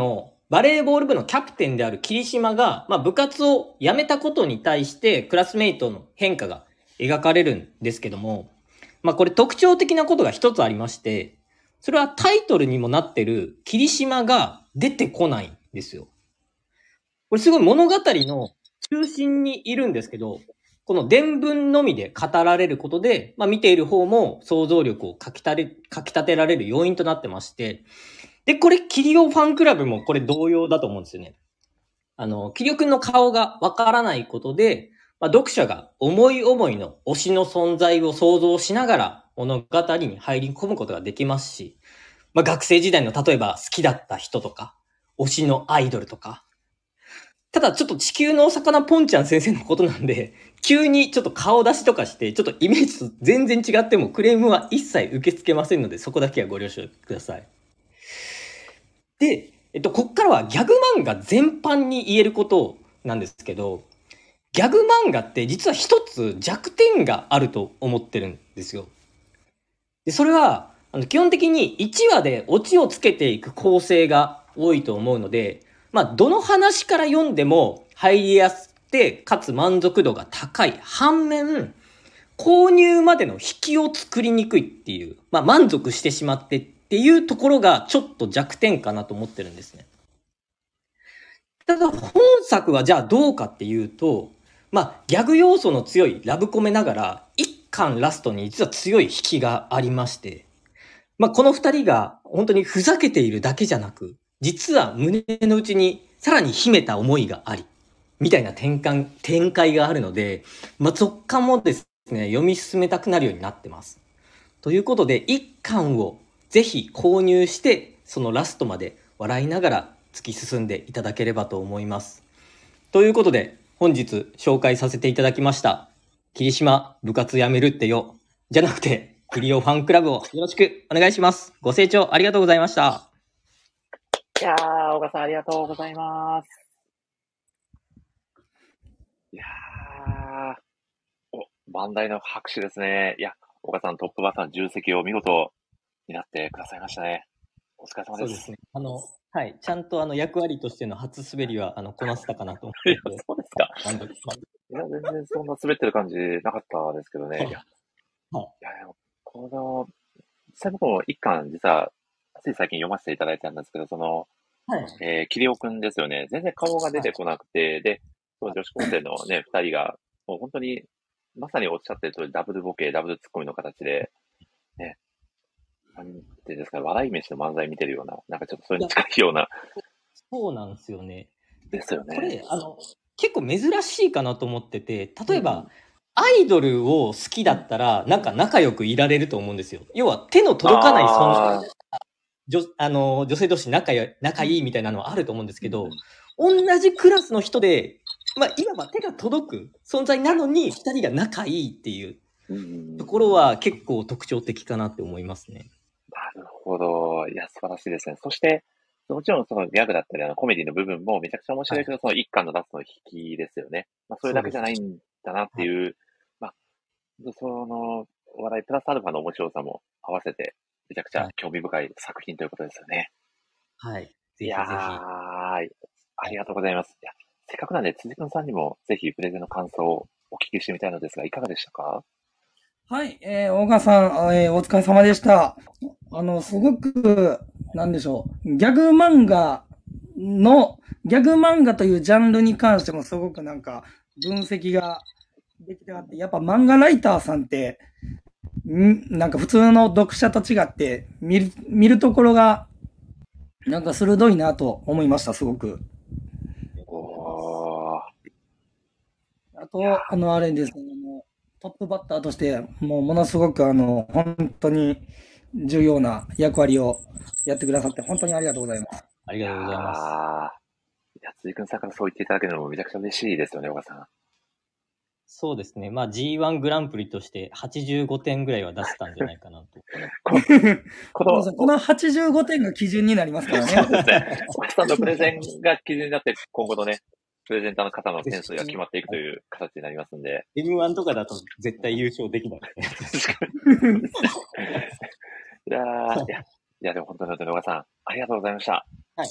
バレーボール部のキャプテンである霧島が、部活を辞めたことに対してクラスメイトの変化が描かれるんですけども、これ特徴的なことが一つありまして、それはタイトルにもなってる霧島が出てこないんですよ。これすごい物語の中心にいるんですけど、この伝聞のみで語られることで、見ている方も想像力をかき立てられる要因となってまして、で、これ、キリオファンクラブもこれ同様だと思うんですよね。キリオくんの顔がわからないことで、読者が思い思いの推しの存在を想像しながら物語に入り込むことができますし、学生時代の例えば好きだった人とか、推しのアイドルとか、ただちょっと地球のお魚ポンちゃん先生のことなんで、急にちょっと顔出しとかして、ちょっとイメージと全然違ってもクレームは一切受け付けませんので、そこだけはご了承ください。で、こっからはギャグ漫画全般に言えることなんですけど、ギャグ漫画って実は一つ弱点があると思ってるんですよ。で、それは、基本的に1話でオチをつけていく構成が多いと思うので、どの話から読んでも入りやすくて、かつ満足度が高い反面、購入までの引きを作りにくいっていう、満足してしまってっていうところがちょっと弱点かなと思ってるんですね。ただ本作はじゃあどうかっていうと、ギャグ要素の強いラブコメながら、一巻ラストに実は強い引きがありまして、この二人が本当にふざけているだけじゃなく、実は胸の内にさらに秘めた思いがあり、みたいな展開があるので、続巻もですね、読み進めたくなるようになってます。ということで、一巻をぜひ購入して、そのラストまで笑いながら突き進んでいただければと思います。ということで、本日紹介させていただきました、霧島部活やめるってよ、じゃなくて、キリオファンクラブをよろしくお願いします。ご清聴ありがとうございました。 いやー、小川さんありがとうございます。いやー、万代の拍手ですね。いや、小川さんトップバッターの重責を見事になってくださいましたね。お疲れ様です。 そうですね。はい。ちゃんと役割としての初滑りはこなせたかなと思って。いや、そうですか。いや、全然そんな滑ってる感じなかったですけどね。いや、でも、実際僕も一巻実は、つい最近読ませていただいたんですけど、キリオくんですよね。全然顔が出てこなくて、で、女子高生のね、二人が、もう本当に、まさにおっしゃってる通り、ダブルボケ、ダブルツッコミの形で、ね、なんていうんですか、笑い飯の漫才見てるような、なんかちょっとそれに近いような。 そうなんですよね。 ですよね。 これ、結構珍しいかなと思ってて、例えば、アイドルを好きだったら、なんか仲良くいられると思うんですよ。要は、手の届かない存在。女性同士仲いいみたいなのはあると思うんですけど、同じクラスの人で、いわば手が届く存在なのに、二人が仲いいっていうところは結構特徴的かなって思いますね。 なるほど。いや、素晴らしいですね。そして、もちろんそのギャグだったり、コメディの部分もめちゃくちゃ面白いけど、その一巻のラストの引きですよね。それだけじゃないんだなっていう、その、笑いプラスアルファの面白さも合わせて、めちゃくちゃ興味深い作品ということですよね。 はい。ぜひぜひ。 いやー、ありがとうございます。いや、せっかくなんで、辻君さんにもぜひプレゼンの感想をお聞きしてみたいのですが、いかがでしたか？ はい、大川さん、お疲れ様でした。すごく、なんでしょう、ギャグ漫画というジャンルに関してもすごくなんか、分析ができてあって、やっぱ漫画ライターさんって、なんか普通の読者と違って、見るところが、なんか鋭いなと思いました、すごく。あと、あれですね、トップバッターとして、ものすごく本当に重要な役割をやってくださって、本当にありがとうございます。 ありがとうございます。 いや、辻君さんからそう言っていただけるのもめちゃくちゃ嬉しいですよね、小川さん。 そうですね。G1 グランプリとして85点ぐらいは出せたんじゃないかなと。 この85点が基準になりますからね。 そうですね。小川さんのプレゼンが基準になって、今後のね、プレゼンターの方の点数が決まっていくという形になりますんで。 M1 とかだと絶対優勝できない。 いや、でも本当に小川さん、ありがとうございました。 はい。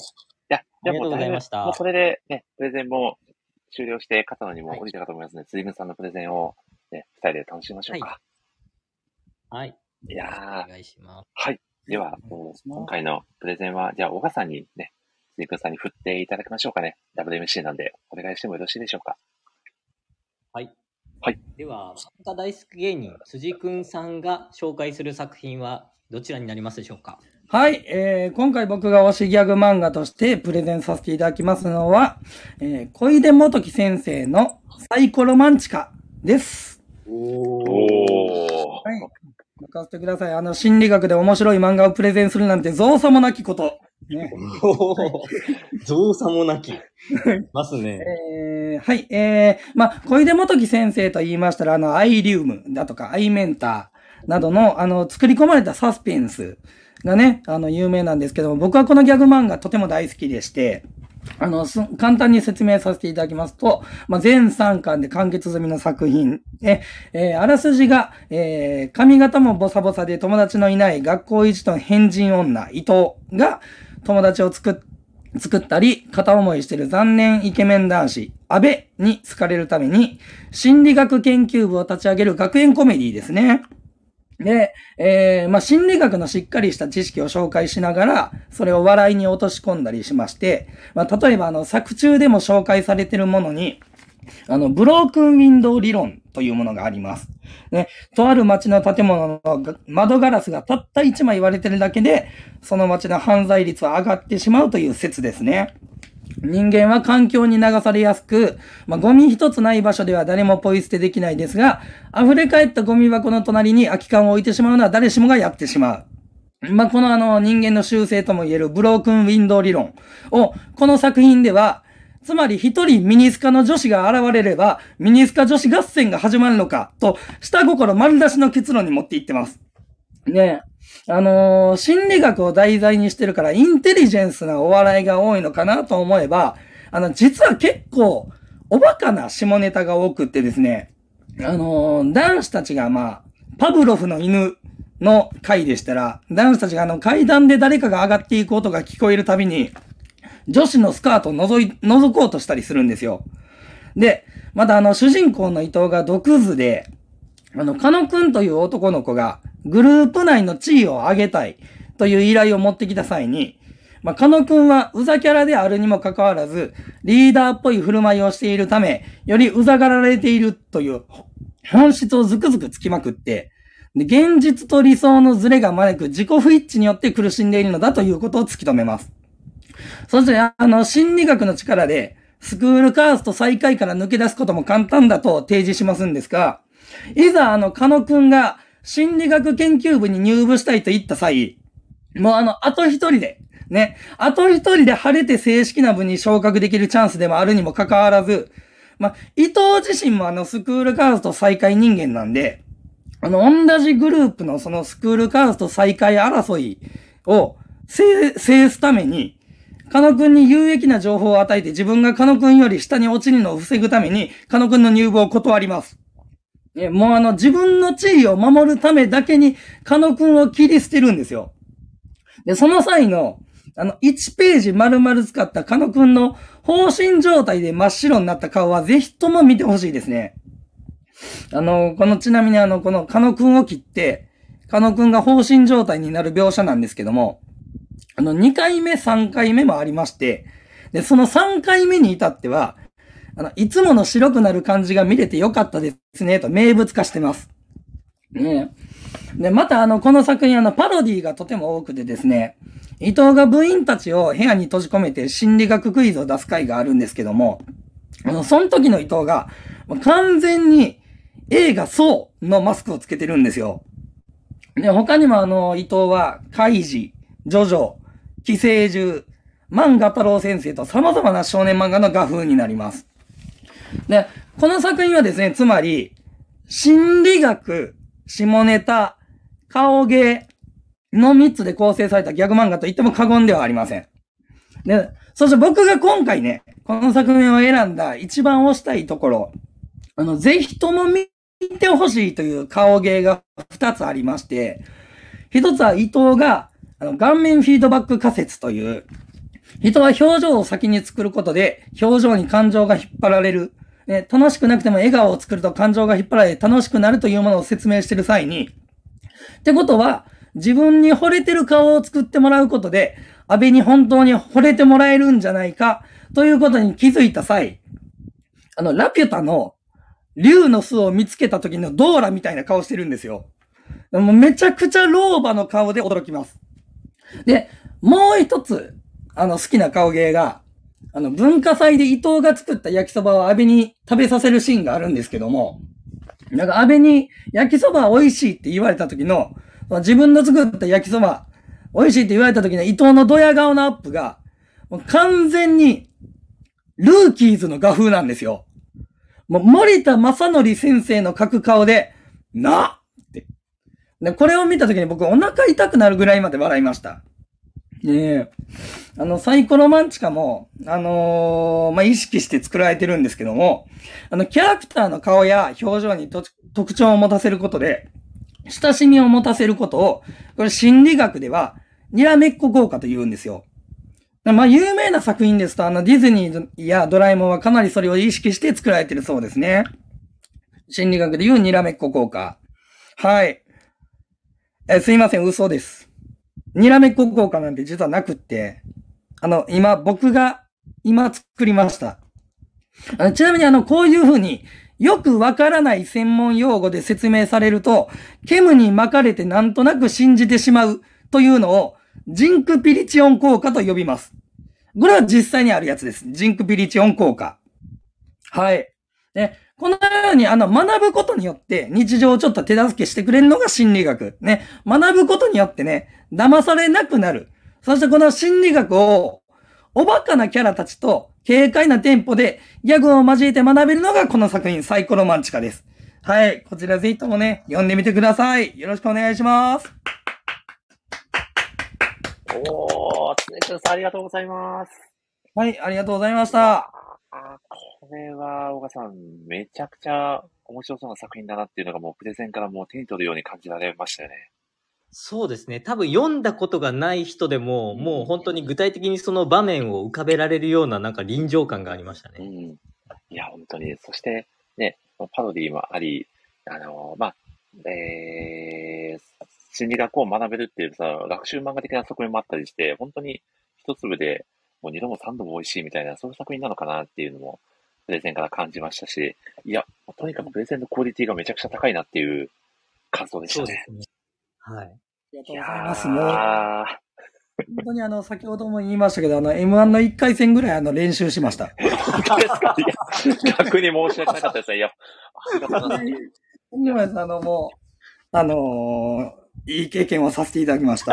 や、 ありがとうございました。 もうこれでね、プレゼンも終了して肩の荷も降りたかと思いますので、辻君さんのプレゼンをね、二人で楽しみましょうか。 はい。 いやー、 お願いします。 はい。では、今回のプレゼンは、じゃあ、小川さんにね、辻君さんに振っていただきましょうかね。WMC なんで、お願いしてもよろしいでしょうか。 はい。 はい。 では、漫画大好き芸人、辻君さんが紹介する作品はどちらになりますでしょうか。 はい、今回僕が推しギャグ漫画としてプレゼンさせていただきますのは、小出元樹先生のサイコロマンチカです。 おー。 はい。任せてください。心理学で面白い漫画をプレゼンするなんて造作もなきこと。ね。 造作もなき。ますね。 はい。小出元樹先生と言いましたら、アイリウムだとか、アイメンターなどの、作り込まれたサスペンスがね、有名なんですけども、僕はこのギャグ漫画とても大好きでして、簡単に説明させていただきますと、全3巻で完結済みの作品。あらすじが、髪型もボサボサで友達のいない学校一の変人女、伊藤が友達を作ったり、片思いしてる残念イケメン男子、安倍に好かれるために、心理学研究部を立ち上げる学園コメディですね。で、心理学のしっかりした知識を紹介しながら、それを笑いに落とし込んだりしまして、例えば作中でも紹介されているものに、ブロークンウィンドウ理論というものがあります。ね、とある町の建物の窓ガラスがたった1枚割れてるだけで、その町の犯罪率は上がってしまうという説ですね。人間は環境に流されやすく、ゴミ一つない場所では誰もポイ捨てできないですが、溢れ返ったゴミ箱の隣に空き缶を置いてしまうのは誰しもがやってしまう。この人間の習性とも言えるブロークンウィンドウ理論を、この作品では、つまり一人ミニスカの女子が現れれば、ミニスカ女子合戦が始まるのか、と、下心丸出しの結論に持っていってます。ね心理学を題材にしてるからインテリジェンスなお笑いが多いのかなと思えば、実は結構、おバカな下ネタが多くってですね、男子たちがパブロフの犬の回でしたら、男子たちが階段で誰かが上がっていく音が聞こえるたびに、女子のスカートを覗こうとしたりするんですよ。で、また主人公の伊藤が毒図で、カノくんという男の子がグループ内の地位を上げたいという依頼を持ってきた際に、カノくんはうざキャラであるにもかかわらず、リーダーっぽい振る舞いをしているため、よりうざがられているという本質をずくずくつきまくって、で現実と理想のズレが招く自己不一致によって苦しんでいるのだということを突き止めます。そして、心理学の力で、スクールカースト最下位から抜け出すことも簡単だと提示しますんですが、いざカノくんが心理学研究部に入部したいと言った際、もうあと一人で、ね、あと一人で晴れて正式な部に昇格できるチャンスでもあるにもかかわらず、伊藤自身もスクールカースト最下位人間なんで、同じグループのそのスクールカースト最下位争いを制すために、カノくんに有益な情報を与えて自分がカノくんより下に落ちるのを防ぐために、カノくんの入部を断ります。もう自分の地位を守るためだけに、カノくんを切り捨てるんですよ。で、その際の、1ページ丸々使ったカノくんの放心状態で真っ白になった顔はぜひとも見てほしいですね。ちなみにこのカノくんを切って、カノくんが放心状態になる描写なんですけども、2回目、3回目もありまして、で、その3回目に至っては、いつもの白くなる感じが見れてよかったですね、と名物化してます。ねで、またこの作品パロディがとても多くてですね、伊藤が部員たちを部屋に閉じ込めて心理学クイズを出す回があるんですけども、その時の伊藤が、完全に映画そうのマスクをつけてるんですよ。で、他にも伊藤は、カイジ、ジョジョ、寄生獣、漫画太郎先生と様々な少年漫画の画風になります。で、この作品はですね、つまり、心理学、下ネタ、顔芸の3つで構成されたギャグ漫画と言っても過言ではありません。で、そして僕が今回ね、この作品を選んだ一番推したいところ、ぜひとも見てほしいという顔芸が2つありまして、1つは伊藤が、顔面フィードバック仮説という、 人は表情を先に作ることで、表情に感情が引っ張られる。楽しくなくても笑顔を作ると感情が引っ張られ楽しくなるというものを説明している際に、ってことは、自分に惚れてる顔を作ってもらうことで、安倍に本当に惚れてもらえるんじゃないか、ということに気づいた際、ラピュタの竜の巣を見つけた時のドーラみたいな顔してるんですよ。もうめちゃくちゃ老婆の顔で驚きます。で、もう一つ、好きな顔芸が、文化祭で伊藤が作った焼きそばを安倍に食べさせるシーンがあるんですけども、なんか安倍に焼きそば美味しいって言われた時の、自分の作った焼きそば美味しいって言われた時の伊藤のドヤ顔のアップが、もう完全にルーキーズの画風なんですよ。もう森田正則先生の描く顔で、なって。で、これを見た時に僕お腹痛くなるぐらいまで笑いました。サイコロマンチカも、意識して作られてるんですけども、キャラクターの顔や表情に特徴を持たせることで、親しみを持たせることを、これ心理学では、にらめっこ効果と言うんですよ。有名な作品ですと、ディズニーやドラえもんはかなりそれを意識して作られてるそうですね。心理学で言うにらめっこ効果。はい。すいません、嘘です。にらめっこ効果なんて実はなくって、僕が作りました。ちなみにこういう風によくわからない専門用語で説明されると、煙に巻かれてなんとなく信じてしまうというのをジンクピリチオン効果と呼びます。これは実際にあるやつです。ジンクピリチオン効果。はい。ね、このように学ぶことによって日常をちょっと手助けしてくれるのが心理学。ね。学ぶことによってね、騙されなくなる。そしてこの心理学をおバカなキャラたちと軽快なテンポでギャグを交えて学べるのがこの作品サイコロマンチカです。はい。こちらぜひともね、読んでみてください。よろしくお願いします。 つねくんさんありがとうございます。 はい、ありがとうございました。 これは、岡さん、めちゃくちゃ面白そうな作品だなっていうのがもうプレゼンからもう手に取るように感じられましたよね。 そうですね。多分読んだことがない人でも、もう本当に具体的にその場面を浮かべられるようななんか臨場感がありましたね。 いや、本当に。そしてね、パロディもあり、心理学を学べるっていうさ、学習漫画的な側面もあったりして、本当に一粒でもう二度も三度も美味しいみたいな、そういう作品なのかなっていうのも、プレゼンから感じましたし、いや、とにかくプレゼンのクオリティがめちゃくちゃ高いなっていう感想でしたね。そうですね。 はい。 ありがとうございますね。本当に先ほども言いましたけど、M1 の1回戦ぐらい練習しました。 本当ですか？いや、逆に申し訳なかったですね。いや、ありがとうございます。いい経験をさせていただきました。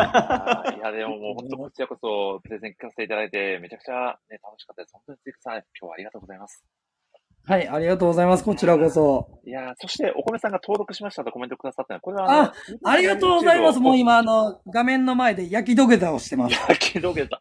いや、でももう本当こちらこそプレゼン聞かせていただいて、めちゃくちゃね、楽しかったです。本当につゆくさん、今日はありがとうございます。 はい、ありがとうございます。こちらこそ。 いや、そしてお米さんが登録しましたとコメントくださったのは、これはありがとうございます。もう今画面の前で焼き土下座をしてます。 焼き土下座。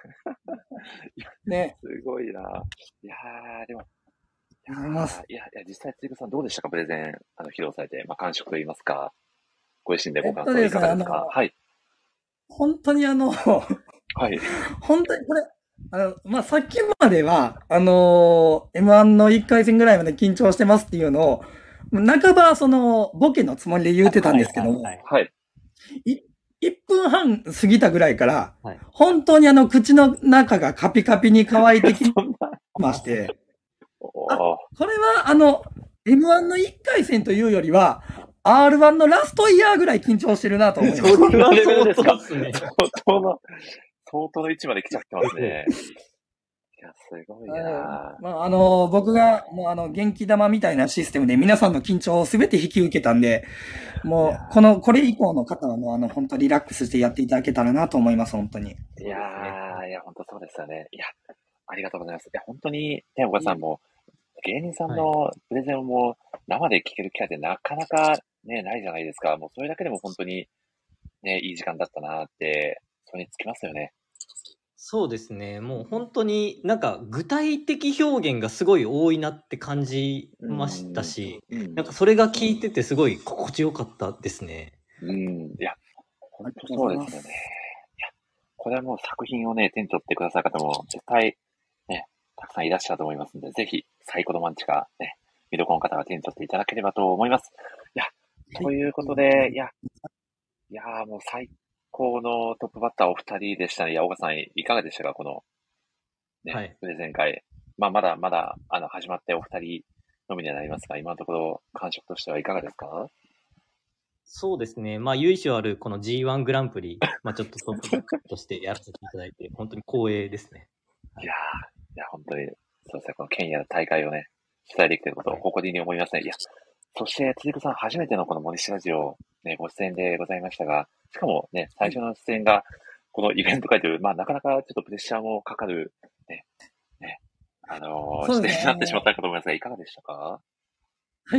ね。 すごいな。いやー、でも、いや、実際つゆくさんどうでしたか、プレゼン、披露されて、感触といいますか、ご自身でご感想いかがですか？はい。 本当にはい。 本当にこれ、さっきまでは、M1 の1回戦ぐらいまで緊張してますっていうのを、半ばボケのつもりで言ってたんですけども、 はい。 1分半過ぎたぐらいから、本当に口の中がカピカピに乾いてきまして、これはM1 の1回戦というよりは、R1 のラストイヤーぐらい緊張してるなと思います。 そんなレベルですか？相当の位置まで来ちゃってますね。いや、すごいな。 僕が、もう元気玉みたいなシステムで皆さんの緊張をすべて引き受けたんで、もう、これ以降の方はもう本当リラックスしてやっていただけたらなと思います、本当に。 いや、本当そうですよね。いや、ありがとうございます。いや、本当に、ね、岡さんも、芸人さんのプレゼンをもう生で聞ける機会ってなかなかね、ないじゃないですか。もうそれだけでも本当にね、いい時間だったなって、それにつきますよね。 そうですね。もう本当になんか具体的表現がすごい多いなって感じましたし、なんかそれが聞いててすごい心地よかったですね。 いや、本当そうですよね。いや、 これはもう作品をね、手に取ってくださる方も絶対、ね、たくさんいらっしゃると思いますので、ぜひ、サイコロマンチカ、ね、見どころの方は手に取っていただければと思います。いや、ということで、いや、もう最高のトップバッターお二人でしたね。いや、岡さん、いかがでしたかこの、ね、プレゼン会。まだまだ、始まってお二人のみにはなりますが、今のところ、感触としてはいかがですか？ そうですね。由緒あるこの G1 グランプリ、ちょっとトップバッターとしてやらせていただいて、本当に光栄ですね。 いや本当に、そうですね、このケニアの大会をね、主催できていることを誇りに思いますね。いや、そして、辻子さん、初めてのこの森氏ラジオ、ね、ご出演でございましたが、しかもね、最初の出演が、このイベント会という、なかなかちょっとプレッシャーもかかる、視点になってしまったかと思いますが、いかがでしたか？ はい、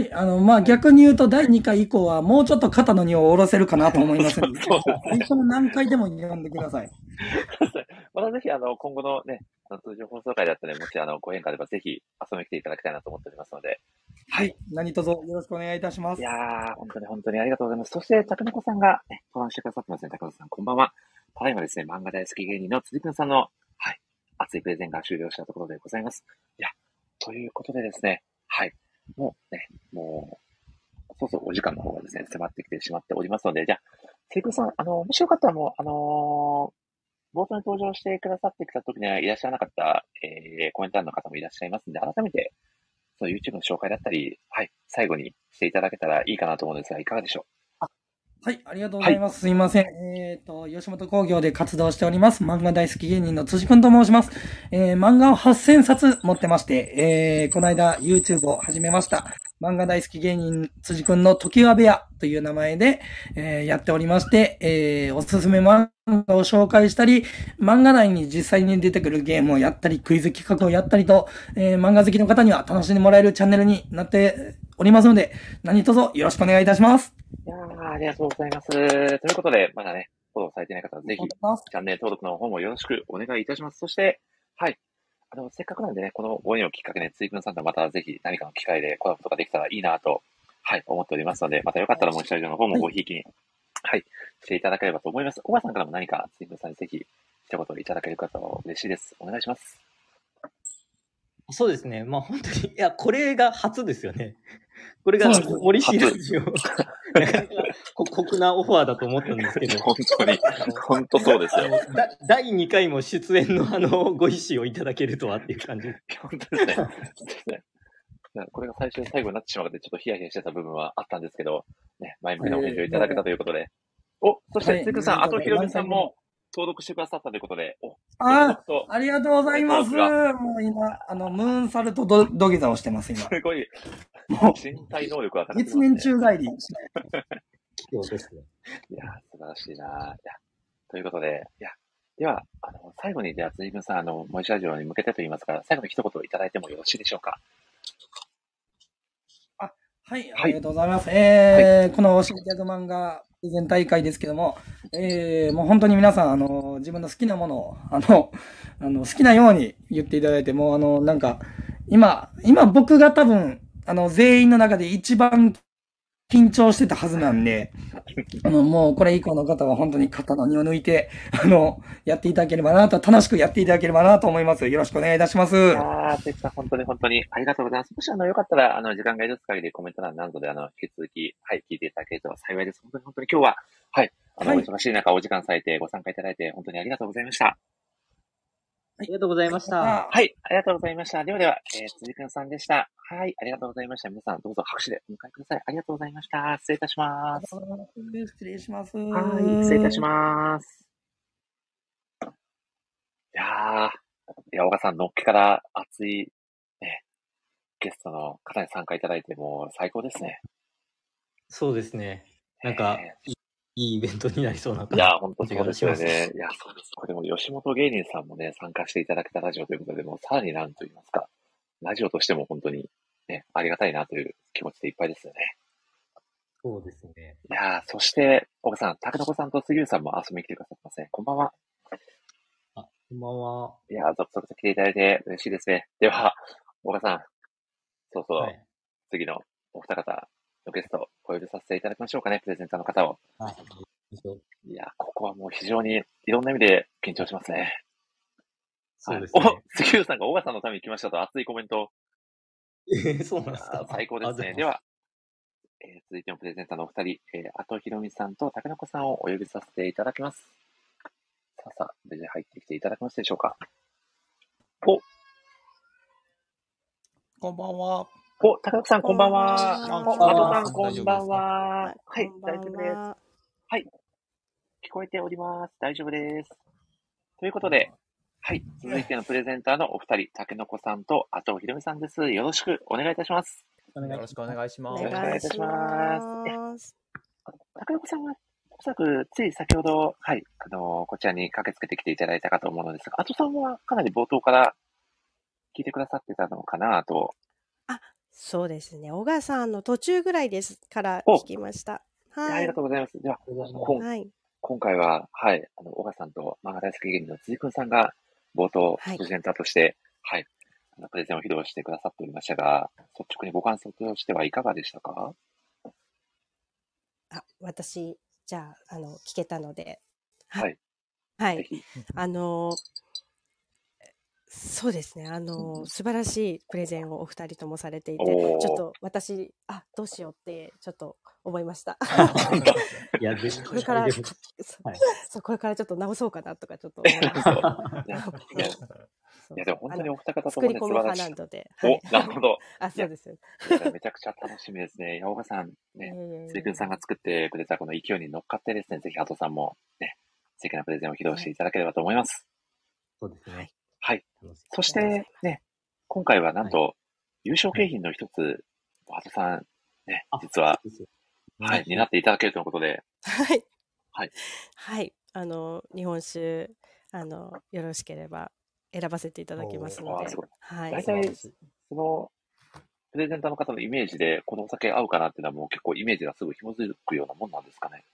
逆に言うと、第2回以降は、もうちょっと肩の荷を下ろせるかなと思いますので、最初の何回でも読んでください。 またぜひ、今後のね、通常放送会だったり、もし、ご縁があれば、ぜひ、遊びに来ていただきたいなと思っておりますので。 はい。何卒よろしくお願いいたします。 いやー、本当にありがとうございます。そして、竹の子さんが、ね、登壇してくださってますね。竹の子さん、こんばんは。ただいまですね、漫画大好き芸人の辻くんさんの、はい、熱いプレゼンが終了したところでございます。いや、ということでですね、はい、もうね、そうそうお時間の方がですね、迫ってきてしまっておりますので、じゃあ、辻くんさん、もしよかったらもう、冒頭に登場してくださってきた時にはいらっしゃらなかった、コメント欄の方もいらっしゃいますので、改めて、その YouTube の紹介だったり、はい、最後にしていただけたらいいかなと思うんですが、いかがでしょう？ はい、ありがとうございます。すいません。吉本興業で活動しております。漫画大好き芸人の辻くんと申します。漫画を8000冊持ってまして、この間 YouTube を始めました。漫画大好き芸人辻くんの時は部屋という名前で、やっておりまして、おすすめ漫画を紹介したり、漫画内に実際に出てくるゲームをやったり、クイズ企画をやったりと、漫画好きの方には楽しんでもらえるチャンネルになっておりますので、何卒よろしくお願いいたします。 いやありがとうございます。ということで、まだね、フォローされていない方はぜひ、チャンネル登録の方もよろしくお願いいたします。そして、はい。せっかくなんでね、このご縁をきっかけに、ついくんさんとまたぜひ何かの機会でコラボとかできたらいいなと、はい、思っておりますので、またよかったらもう一度の方もごひいきに、はい、していただければと思います。小川さんからも何か、ついくんさんにぜひ、一言いただける方は嬉しいです。お願いします。 そうですね。本当に、いや、これが初ですよね。これが森氏ラジオ。なかなか酷なオファーだと思ったんですけど。 本当そうですよ。 第2回も出演のご意思をいただけるとはっていう感じ。 本当ですね。これが最初で最後になってしまうので、ちょっとヒヤヒヤしてた部分はあったんですけど、ね、前向きなお返事をいただけたということで。そして、ついくんさん、あとひろみさんも登録してくださったということで。 ありがとうございます。もう今、ムーンサルト土下座をしてます、今。 すごい。身体能力は高い、 ね。月面宙返り。 そうですね。 いや、素晴らしいな。ということで、では、最後に、じゃあ、辻君さん、森市ラジオに向けてといいますか、最後に一言いただいてもよろしいでしょうか。 はい、ありがとうございます。この新ギャグ漫画プレゼン大会ですけども、もう本当に皆さん、自分の好きなものを、好きなように言っていただいて、もう、なんか、今僕が多分、全員の中で一番緊張してたはずなんで、もうこれ以降の方は本当に肩の荷を抜いて、やっていただければなと、楽しくやっていただければなと思います。よろしくお願いいたします。いやー、てっさん、本当にありがとうございます。もしよかったら、時間が許す限りコメント欄などで、引き続き、はい、聞いていただけると幸いです。本当に今日は、はい、お忙しい中お時間割いてご参加いただいて、本当にありがとうございました。 ありがとうございました。 はい、ありがとうございました。では、辻くんさんでした。はい、ありがとうございました。皆さん、どうぞ拍手でお迎えください。ありがとうございました。失礼いたします。 失礼します。 はい、失礼いたします。いや、小川さん、のっけから熱い、ね、ゲストの方に参加いただいて、もう最高ですね。 そうですね。なんか、いいイベントになりそうな感じ。 いや、本当そうですよね。いや、そうです。これも吉本芸人さんもね、参加していただけたラジオということで、もうさらになんと言いますか、ラジオとしても本当にね、ありがたいなという気持ちでいっぱいですよね。 そうですね。 いや、そして、岡さん、竹の子さんと杉浦さんも遊びに来てくださってますね。こんばんは。 こんばんは。 いや、続々と来ていただいて嬉しいですね。では、岡さん、そうそう、次のお二方のゲスト、お呼びさせていただきましょうかね、プレゼンターの方を。 いや、ここはもう非常にいろんな意味で緊張しますね。 そうですね。 お、杉浦さんが小川さんのために来ましたと熱いコメント。 そうなんですか。 最高ですね。では、続いてのプレゼンターのお二人、あとひろみさんとたけのこさんをお呼びさせていただきます。さあ、無事入ってきていただけますでしょうか。 こんばんは。 たけのこさん、こんばんは。あとさん、こんばんは。はい、大丈夫です。はい、聞こえております。大丈夫です。ということで、はい、続いてのプレゼンターのお二人、たけのこさんとあとひろみさんです。よろしくお願いいたします。 よろしくお願いします。 よろしくお願いいたします。たけのこさんは、おそらくつい先ほど、はい、こちらに駆けつけてきていただいたかと思うのですが、あとさんはかなり冒頭から聞いてくださってたのかなと。 そうですね。小川さんの途中ぐらいですから聞きました。 はい。ありがとうございます。では、今回は、はい、小川さんと漫画大好き芸人の辻くんさんが冒頭、プレゼンターとして、はい、プレゼンを披露してくださっておりましたが、率直にご感想としてはいかがでしたか？ 私、じゃあ、聞けたので。 はい。 はい。そうですね。素晴らしいプレゼンをお二人ともされていて、ちょっと私、どうしようって、ちょっと思いました。 いや、 これから、これからちょっと直そうかなとか、ちょっと思いました。 いや、でも本当にお二方ともね、素晴らしい。作り込む派なので。 なるほど。 そうですよ。 めちゃくちゃ楽しみですね。小川さん、ね、辻くんさんが作ってくれたこの勢いに乗っかってですね、ぜひ、あとさんも、ね、素敵なプレゼンを披露していただければと思います。 そうですね。 はい。そして、ね、今回はなんと、優勝景品の一つ、あとさん、ね、実は、はい、担っていただけるということで。 はい。 はい。 はい。日本酒、よろしければ選ばせていただきますので。 はい。大体、その、プレゼンターの方のイメージで、このお酒合うかなっていうのはもう結構イメージがすぐ紐づくようなもんなんですかね。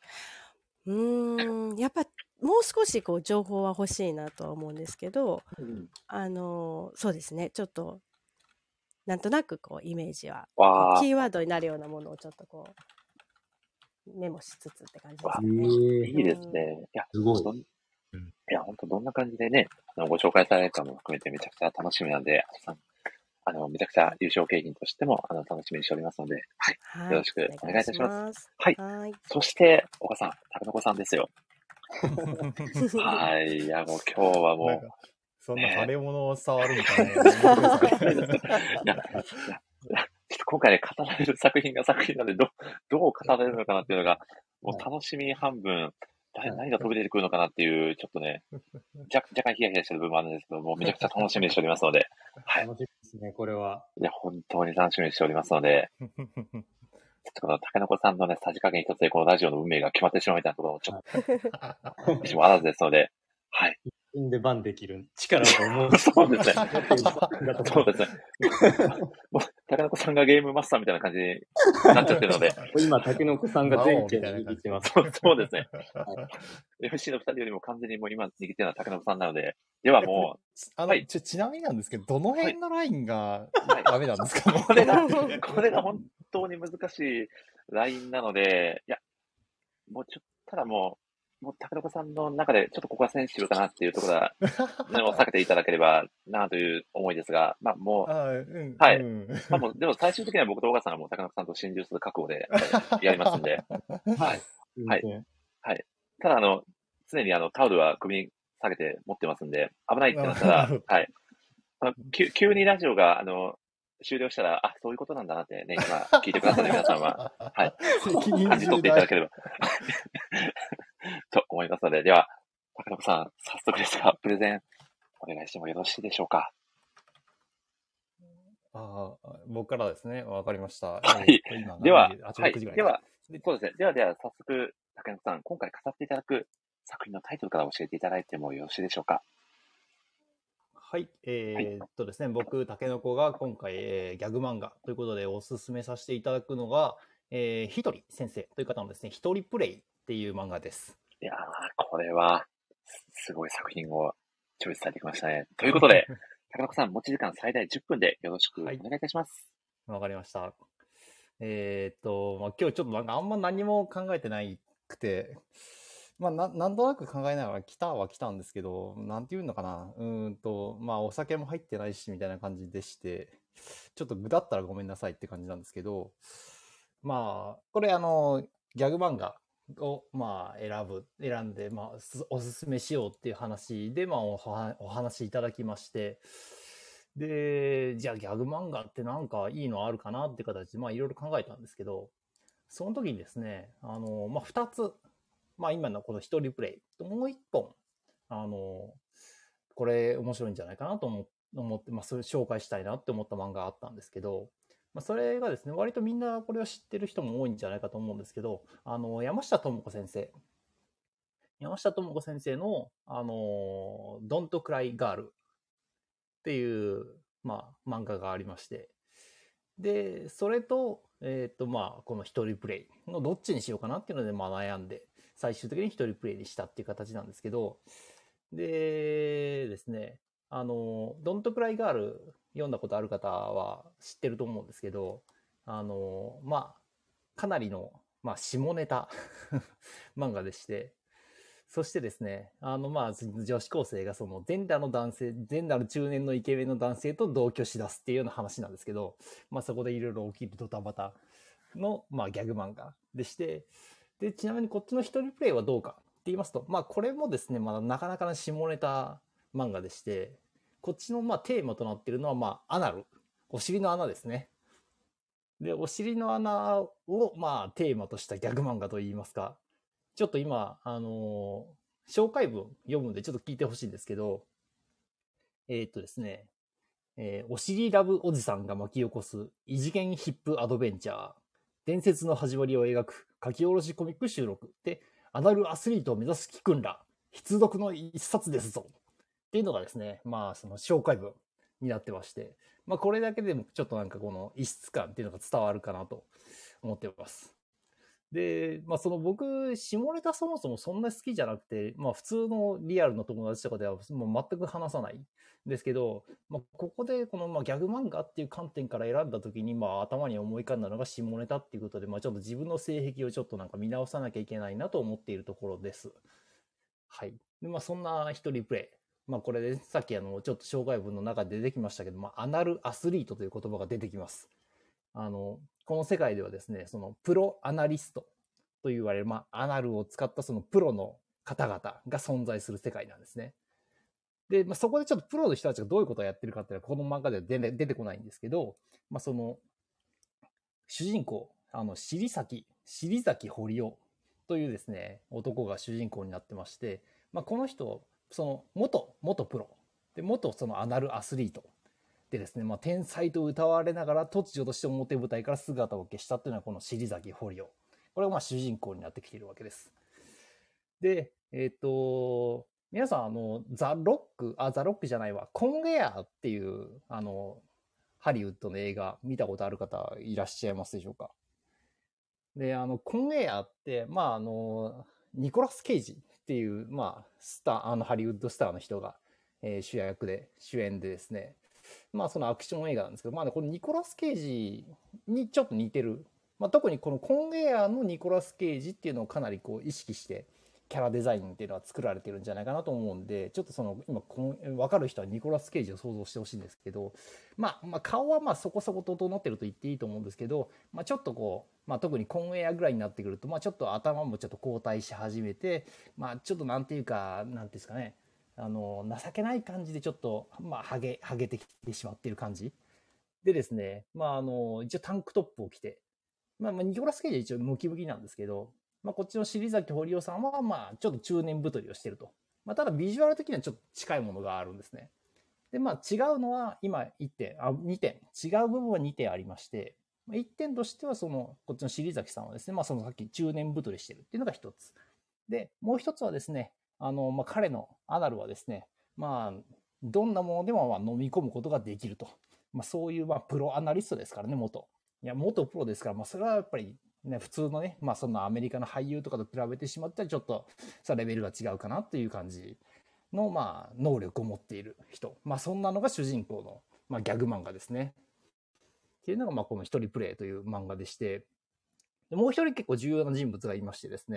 やっぱ、もう少しこう情報は欲しいなとは思うんですけど、そうですね、ちょっと、なんとなくこうイメージは、キーワードになるようなものをちょっとこう、メモしつつって感じですね。 いいですね。いや、すごい。いや、本当どんな感じでね、ご紹介されたのも含めてめちゃくちゃ楽しみなんで、あとさん、めちゃくちゃ優勝景品としても、楽しみにしておりますので、はい。よろしくお願いいたします。はい。そして、小川さん、たけのこさんですよ。はい。いや、もう今日はもう。 そんな腫れ物を触るみたいな。いや、ちょっと今回ね、語られる作品なんで、どう語られるのかなっていうのが、もう楽しみ半分、何が飛び出てくるのかなっていう、ちょっとね、若干ヒヤヒヤしてる部分もあるんですけども、めちゃくちゃ楽しみにしておりますので。はい。 楽しみですね、これは。 いや、本当に楽しみにしておりますので、ちょっとこの竹の子さんのね、さじ加減一つでこのラジオの運命が決まってしまうみたいなところもちょっと、一もあらずですので、はい。 一瞬でバンできる力と思う。 そうですね。そうですね。もう、竹の子さんがゲームマスターみたいな感じになっちゃってるので。 今、竹の子さんが全権握ってます。 そうですね。FC の二人よりも完全にもう今握ってるのは竹の子さんなので、ではもう、ちなみになんですけど、どの辺のラインがダメなんですかね。 これが本当に難しいラインなので、いや、もうただもう竹の子さんの中でちょっとここはセンシティブかなっていうところは、避けていただければなという思いですが、まあもう、はい。まあもう、でも最終的には僕と小川さんはもう竹の子さんと心中する覚悟でやりますんで、はい。はい。はい。ただ常にタオルは首に下げて持ってますんで、危ないってなったら、はい。急にラジオが、終了したら、そういうことなんだなってね、今、聞いてくださる皆さんは、はい。感じ取っていただければ。と思いますので、では、竹野さん、早速ですが、プレゼン、お願いしてもよろしいでしょうか。 僕からですね。わかりました。 はい。では、そうですね。では、早速、竹野さん、今回語っていただく作品のタイトルから教えていただいてもよろしいでしょうか。 はい。ですね、僕、竹の子が今回、ギャグ漫画ということでおすすめさせていただくのが、ひとり先生という方のですね、ひとりプレイっていう漫画です。 いやー、これは、すごい作品をチョイスされてきましたね。ということで、高中さん、持ち時間最大10分でよろしくお願いいたします。 わかりました。今日ちょっとなんかあんま何も考えてないくて、まあ、なんとなく考えながら来たんですけど、なんていうのかな。まあ、お酒も入ってないし、みたいな感じでして、ちょっと具だったらごめんなさいって感じなんですけど、まあ、これギャグ漫画を、まあ、選んで、まあ、おすすめしようっていう話で、まあ、お話いただきまして、で、じゃあギャグ漫画ってなんかいいのあるかなって形で、まあ、いろいろ考えたんですけど、その時にですね、まあ、二つ、まあ、今のこの一人プレイと、もう一本、これ面白いんじゃないかなと思って、まあ、それ紹介したいなって思った漫画があったんですけど、まあ、それがですね、割とみんなこれを知ってる人も多いんじゃないかと思うんですけど、山下智子先生。山下智子先生の、Don't Cry Girl っていう、まあ、漫画がありまして、で、それと、まあ、この一人プレイのどっちにしようかなっていうので、まあ悩んで、最終的に一人プレイにしたっていう形なんですけど、でですね、Don't Cry Girl 読んだことある方は知ってると思うんですけど、まあ、かなりの、まあ、下ネタ漫画でして、そしてですね、まあ、女子高生がその全裸の中年のイケメンの男性と同居しだすっていうような話なんですけど、まあそこでいろいろ起きるドタバタの、まあギャグ漫画でして、で、ちなみにこっちの一人プレイはどうかって言いますと、まあこれもですね、まだなかなかの下ネタ漫画でして、こっちのまあテーマとなっているのはまあアナル、お尻の穴ですね。で、お尻の穴をまあテーマとしたギャグ漫画といいますか、ちょっと今、紹介文読むんでちょっと聞いてほしいんですけど、ですね、お尻ラブおじさんが巻き起こす異次元ヒップアドベンチャー、伝説の始まりを描く書き下ろしコミック収録で、アナルアスリートを目指すキくんら、必読の一冊ですぞ。っていうのがですね、まあその紹介文になってまして、まあこれだけでもちょっとなんかこの異質感っていうのが伝わるかなと思ってます。で、まあその僕、下ネタそもそもそんな好きじゃなくて、まあ普通のリアルの友達とかではもう全く話さないんですけど、まあここでこのまあギャグ漫画っていう観点から選んだ時にまあ頭に思い浮かんだのが下ネタっていうことで、まあちょっと自分の性癖をちょっとなんか見直さなきゃいけないなと思っているところです。はい。で、まあそんな一人プレイ。まあこれでさっきちょっと紹介文の中で出てきましたけど、まあアナルアスリートという言葉が出てきます。この世界ではですね、そのプロアナリストと言われる、まあ、アナルを使ったそのプロの方々が存在する世界なんですね。で、まあ、そこでちょっとプロの人たちがどういうことをやってるかっていうのは、この漫画では出てこないんですけど、まあ、その、主人公、尻崎堀尾というですね、男が主人公になってまして、まあ、この人、その、元プロ、で、元そのアナルアスリート、でですね、まあ、天才と謳われながら突如として表舞台から姿を消したっていうのはこの尻崎堀尾。これがまあ主人公になってきているわけです。で、皆さんザ・ロックじゃないわ、コンエアっていう、ハリウッドの映画見たことある方いらっしゃいますでしょうか。で、コンエアって、まあ、ニコラス・ケイジっていう、まあ、ハリウッドスターの人が、主演でですね、まあそのアクション映画なんですけど、まあこのニコラス・ケイジにちょっと似てる。まあ特にこのコンエアのニコラス・ケイジっていうのをかなりこう意識してキャラデザインっていうのは作られてるんじゃないかなと思うんで、ちょっとその今分かる人はニコラス・ケイジを想像してほしいんですけど、まあ顔はまあそこそこ整ってると言っていいと思うんですけど、まあちょっとこう、まあ特にコンエアぐらいになってくると、まあちょっと頭もちょっと後退し始めて、まあちょっとなんていうか、なんていうんですかね、情けない感じでちょっと、まあ、ハゲてきてしまっている感じ。でですね、まあ、一応タンクトップを着て、まあ、ニコラス・ケイジは一応ムキムキなんですけど、まあ、こっちの尻崎堀尾さんは、まあ、ちょっと中年太りをしてると。まあ、ただビジュアル的にはちょっと近いものがあるんですね。で、まあ、違うのは、今2点。違う部分は2点ありまして、1点としては、こっちの尻崎さんはですね、まあ、そのさっき中年太りしてるっていうのが1つ。で、もう1つはですね、まあ、彼のアナルはですね、まあ、どんなものでもまあ飲み込むことができると。まあ、そういうまあプロアナリストですからね、元プロですから、まあ、それはやっぱりね、普通のね、まあ、そんなアメリカの俳優とかと比べてしまったら、ちょっとさ、レベルが違うかなっていう感じの、まあ、能力を持っている人。まあ、そんなのが主人公の、まあ、ギャグ漫画ですね。っていうのが、まあ、この一人プレイという漫画でして、もう一人結構重要な人物がいましてですね、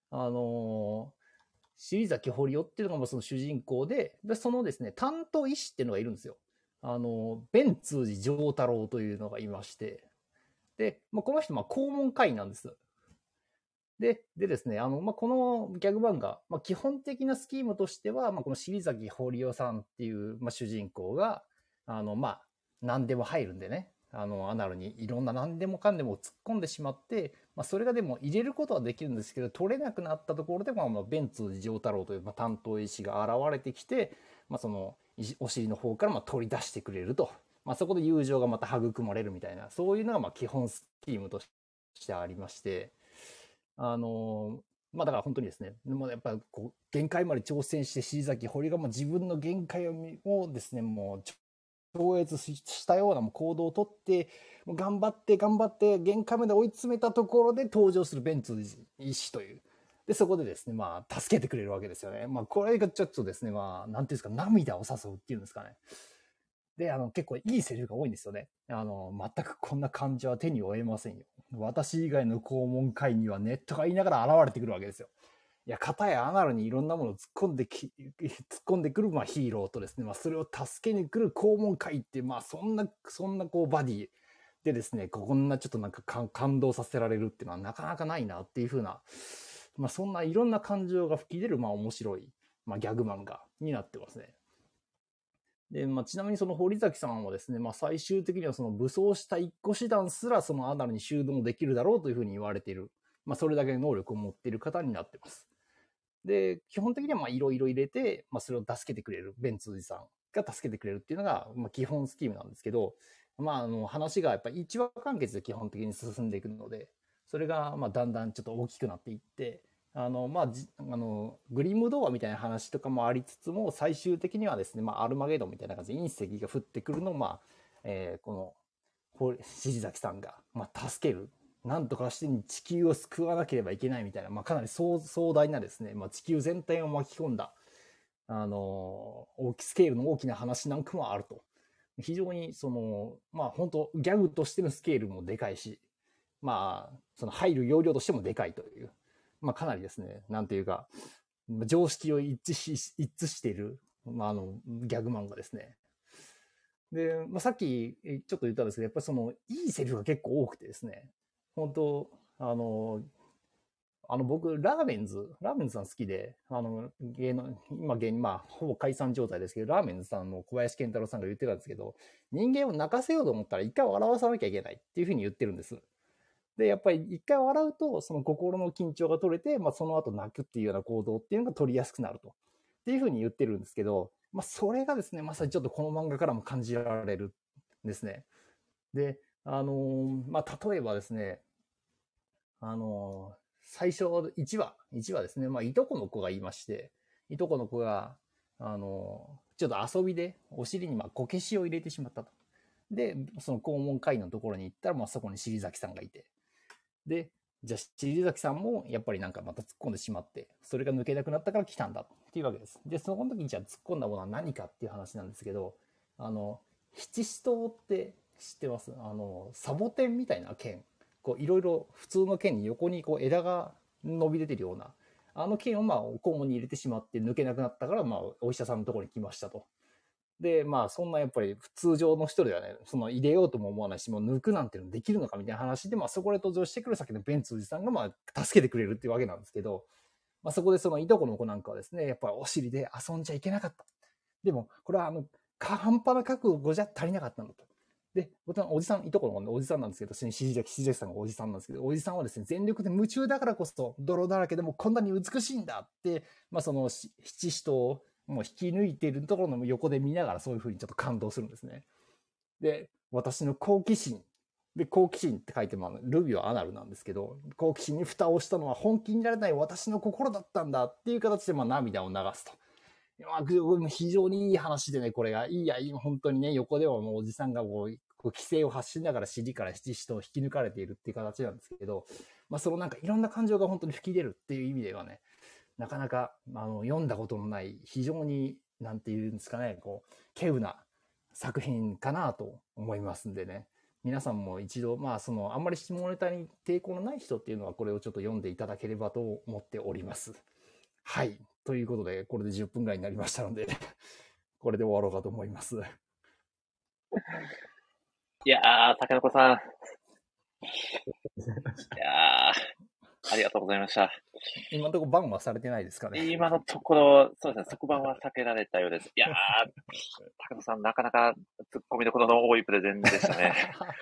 尻崎堀尾っていうのがその主人公で、そのですね、担当医師っていうのがいるんですよ。弁通寺丈太郎というのがいまして、で、この人、肛門科医なんです。でですね、このギャグ漫画、基本的なスキームとしては、この尻崎堀尾さんっていう、主人公が、何でも入るんでね、アナルにいろんな何でもかんでも突っ込んでしまって、それがでも入れることはできるんですけど、取れなくなったところで、弁通寺丈太郎という担当医師が現れてきて、そのお尻の方から取り出してくれると。そこで友情がまた育まれるみたいな、そういうのが基本スキームとしてありまして、だから本当にですね、もうやっぱこう限界まで挑戦して尻崎堀がもう自分の限界をですね、もう超越したような行動をとって、もう頑張って限界まで追い詰めたところで登場するベンツ医師という。で、そこでですね、助けてくれるわけですよね。これがちょっとですね、なんていうんですか、涙を誘うっていうんですかね。で、結構いいセリフが多いんですよね。全くこんな感じは手に負えませんよ。私以外の肛門科医にはネットが言いながら現れてくるわけですよ。いや、片やアナルにいろんなものを突っ込んでくるヒーローとですね、それを助けに来る肛門科医って、そんなこうバディでですね、こんなちょっとなんか感動させられるっていうのはなかなかないなっていう風な、そんないろんな感情が吹き出る、面白い、ギャグ漫画になってますね。で、ちなみにその堀崎さんはですね、最終的にはその武装した一個師団すらそのアナルに収納できるだろうというふうに言われている。それだけの能力を持っている方になっています。で、基本的にはいろいろ入れて、それを助けてくれる、ベンツージさんが助けてくれるっていうのが、基本スキームなんですけど、話がやっぱり1話完結で基本的に進んでいくので、それがだんだんちょっと大きくなっていって、グリム童話みたいな話とかもありつつも、最終的にはですね、アルマゲドンみたいな感じで隕石が降ってくるのを、この、獅崎さんが、助ける。なんとかして地球を救わなければいけないみたいな、かなり壮大なですね、地球全体を巻き込んだ、スケールの大きな話なんかもあると。非常に、本当ギャグとしてのスケールもでかいし、その入る容量としてもでかいという。かなりですね、なんていうか、常識を一致している、ギャグ漫画ですね。で、さっきちょっと言ったんですけど、やっぱりその、いいセリフが結構多くてですね、本当僕、ラーメンズさん好きで、今、ほぼ解散状態ですけど、ラーメンズさんの小林健太郎さんが言ってたんですけど、人間を泣かせようと思ったら一回笑わさなきゃいけないっていうふうに言ってるんです。で、やっぱり一回笑うと、その心の緊張が取れて、その後泣くっていうような行動っていうのが取りやすくなると。っていうふうに言ってるんですけど、それがですね、まさにちょっとこの漫画からも感じられるんですね。で、例えばですね、最初1話ですね、いとこの子がいまして、いとこの子が、ちょっと遊びでお尻にこけしを入れてしまったと。で、その肛門科医のところに行ったら、そこに尻崎さんがいて、で、じゃあ、尻崎さんもやっぱりなんかまた突っ込んでしまって、それが抜けなくなったから来たんだっていうわけです。で、その時にじゃあ突っ込んだものは何かっていう話なんですけど、七支刀って知ってます？サボテンみたいな剣。こう、いろいろ普通の剣に横にこう枝が伸び出てるような、あの剣を肛門に入れてしまって抜けなくなったから、お医者さんのところに来ましたと。で、そんなやっぱり通常の人ではね、その入れようとも思わないし、もう抜くなんていうのできるのかみたいな話で、そこで登場してくる先のベンツおじさんが助けてくれるっていうわけなんですけど、そこでそのいとこの子なんかはですね、やっぱりお尻で遊んじゃいけなかった。でも、これは半端な覚悟じゃ足りなかったんだと。で、おじさん、いとこのおじさんなんですけど、指崎さんがおじさんなんですけど、おじさんはですね、全力で夢中だからこそ、泥だらけでもこんなに美しいんだって、その七支刀をもう引き抜いているところの横で見ながらそういう風にちょっと感動するんですね。で、私の好奇心。で、好奇心って書いても、ルビはアナルなんですけど、好奇心に蓋をしたのは本気になれない私の心だったんだっていう形で涙を流すと。非常にいい話でね、これが。本当にね、横ではもうおじさんが規制を発しながら尻から七支刀を引き抜かれているっていう形なんですけど、そのなんかいろんな感情が本当に吹き出るっていう意味ではね、なかなか、読んだことのない、非常に、なんていうんですかね、稀有な作品かなと思いますんでね。 皆さんも一度、あんまり下ネタに抵抗のない人っていうのは、これをちょっと読んでいただければと思っております。はい。ということで、これで10分ぐらいになりましたので、これで終わろうかと思います。 いやー、竹の子さん。いやー、ありがとうございました。 今のところバンはされてないですかね。 今のところ、そうですね、即番は避けられたようです。いやー、竹野さん、なかなか突っ込みどころの多いプレゼンでしたね。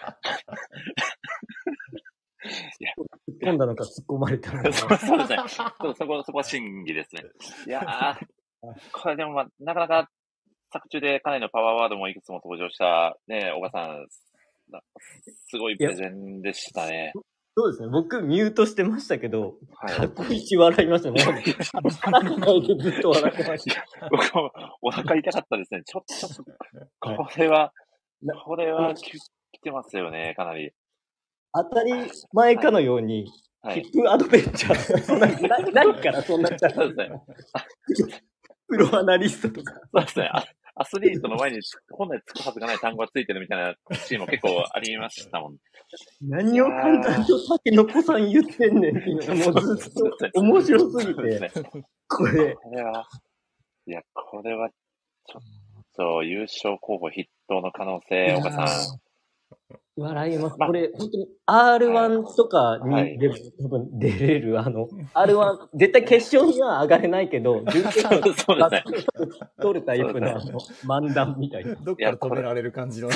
いや突っ込んだのか突っ込まれたのか。 そうですね。そこは審議ですね。いやー、これでもなかなか作中でかなりのパワーワードもいくつも登場したね、小川さん、すごいプレゼンでしたね。 そうですね。僕、ミュートしてましたけど、過去一笑いましたね。腹抱えてずっと笑ってました。 僕もお腹痛かったですね。ちょっと、これは来てますよね、かなり。 当たり前かのように、ヒップアドベンチャー、そんなないからそんなちゃう。 そうですね。 プロアナリストとか。 そうですね。アスリートの前に本来つくはずがない単語がついてるみたいなシーンも結構ありましたもん。 何を簡単と竹の子さん言ってんねんっていうのがもうずっと面白すぎて。これは、これはちょっと優勝候補筆頭の可能性、岡さん。 笑います。これ、本当に R1 とかに多分出れる、R1、絶対決勝には上がれないけど、準決勝で取るタイプの漫談みたいな。 どっから止められる感じの。 い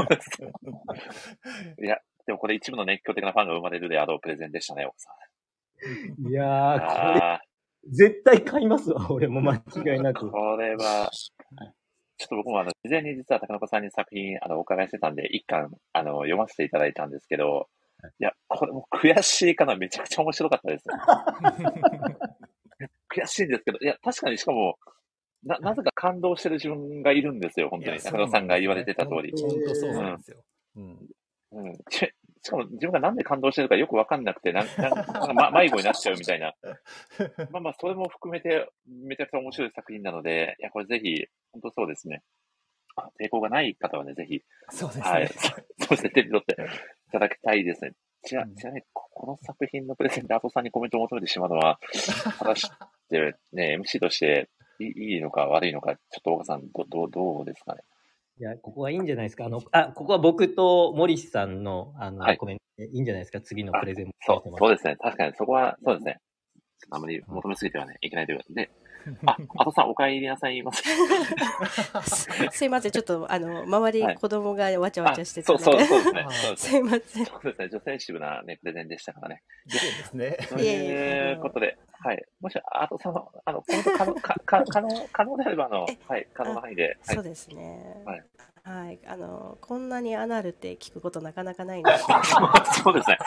や、でもこれ一部の熱狂的なファンが生まれるであろうプレゼンでしたね、岡さん。いやー、これ、絶対買いますわ、俺も間違いなく。 これは、ちょっと僕も事前に実は高中さんに作品お伺いしてたんで、一巻読ませていただいたんですけど、いや、これも悔しいかな、めちゃくちゃ面白かったです。悔しいんですけど、いや、確かにしかも、なぜか感動してる自分がいるんですよ、本当に。高中さんが言われてた通り。 本当そうなんですよ。 しかも自分がなんで感動してるかよくわかんなくて、迷子になっちゃうみたいな。それも含めて、めちゃくちゃ面白い作品なので、いや、これぜひ、本当そうですね。抵抗がない方はね、ぜひ。 そうですね。 はい。そうですね、手に取っていただきたいですね。ちなみに、この作品のプレゼンでアトさんにコメントを求めてしまうのは、果たしてね、MC としていいのか悪いのか、ちょっと岡さん、どうですかね。 いや、ここはいいんじゃないですか。ここは僕と森さんの、コメントでいいんじゃないですか。次のプレゼンも。 そうですね。確かに、そこは、そうですね。あまり求めすぎてはね、いけないということで。あとさん、お帰りなさいませ。 すいません、ちょっと、周り、子供がわちゃわちゃしてたので。 そうですね。 すいません。 そうですね、女性シブなね、プレゼンでしたからね。 そうですね。 ということで、はい。もし、あとさんの、コメント可能であれば、はい、可能な範囲で。 そうですね。 はい。 はい、こんなにアナルって聞くことなかなかないんですけど。そうですね。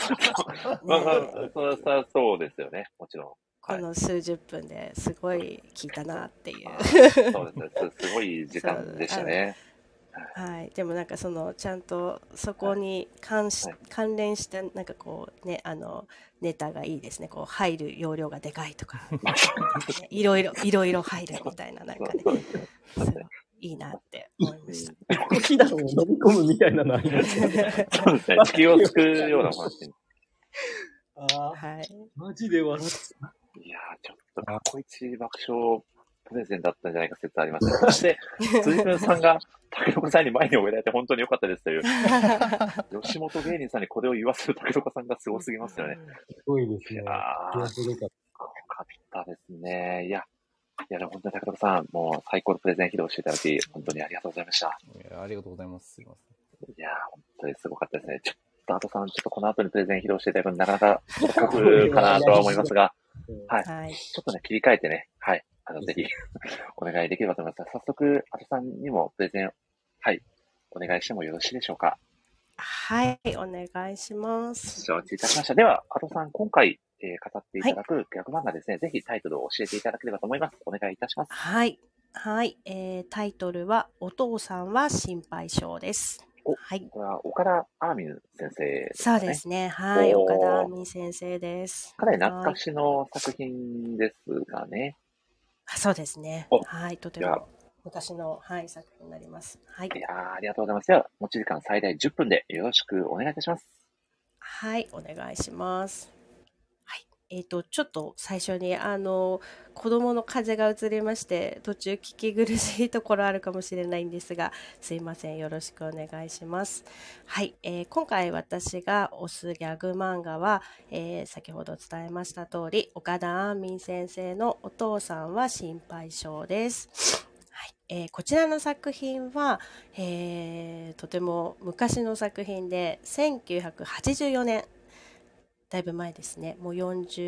そうですよね、もちろん。 この数十分ですごい聞いたなっていう。 そうですね。すごい時間でしたね。 はい、でもなんかちゃんとそこに関連したなんかこうねネタがいいですね。こう入る容量がでかいとか、いろいろ入るみたいななんかね。いいなって思いました。 腰だを飲み込むみたいなのありますね。そうですね。地球を救うような話。 はい。 マジで笑った。 いやー、ちょっと過去一爆笑プレゼンだったんじゃないか説ありますね。そして、辻君さんが竹岡さんに前に終えられて本当に良かったですという。吉本芸人さんにこれを言わせる竹岡さんがすごすぎますよね。 すごいですね。 よかったですね。いや、でも本当に竹岡さん、もう最高のプレゼン披露していただき、本当にありがとうございました。 ありがとうございます。すいません。 いや、本当にすごかったですね。ちょっと、アトさん、ちょっとこの後にプレゼン披露していただくのなかなか過酷かなとは思いますが、はい。ちょっとね、切り替えてね、はい。ぜひ、お願いできればと思います。早速、アトさんにもプレゼン、はい、お願いしてもよろしいでしょうか。 はい、お願いします。 承知いたしました。では、アトさん、今回、語っていただくギャグ漫画ですね、ぜひタイトルを教えていただければと思います。お願いいたします。 はい。はい。タイトルは、お父さんは心配性です。はい。 これは岡田アーミン先生ですかね。そうですね。はい。岡田アーミン先生です。 かなり懐かしの作品ですがね。 そうですね。はい。とても。 昔の、はい、作品になります。はい。 いやありがとうございます。では、持ち時間最大10分でよろしくお願いいたします。 はい、お願いします。はい。ちょっと最初に、子供の風邪が移りまして、途中聞き苦しいところあるかもしれないんですが、すいません。よろしくお願いします。はい。今回私が推すギャグ漫画は、先ほど伝えました通り、岡田杏民先生のお父さんは心配性です。はい。こちらの作品は、とても昔の作品で、1984年、だいぶ前ですね。もう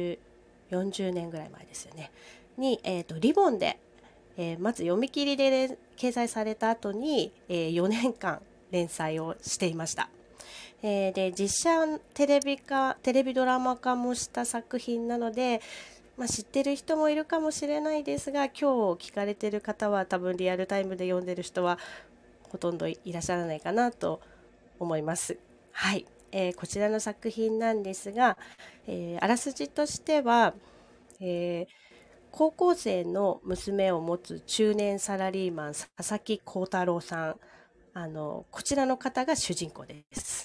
40年ぐらい前ですよね。に、リボンで、まず読み切りで掲載された後に、4年間連載をしていました。で、実写テレビドラマ化もした作品なので、まあ、知ってる人もいるかもしれないですが、今日聞かれてる方は多分リアルタイムで読んでる人はほとんどいらっしゃらないかなと思います。はい。こちらの作品なんですが、あらすじとしては、えー高校生の娘を持つ中年サラリーマン佐々木幸太郎さん、こちらの方が主人公です。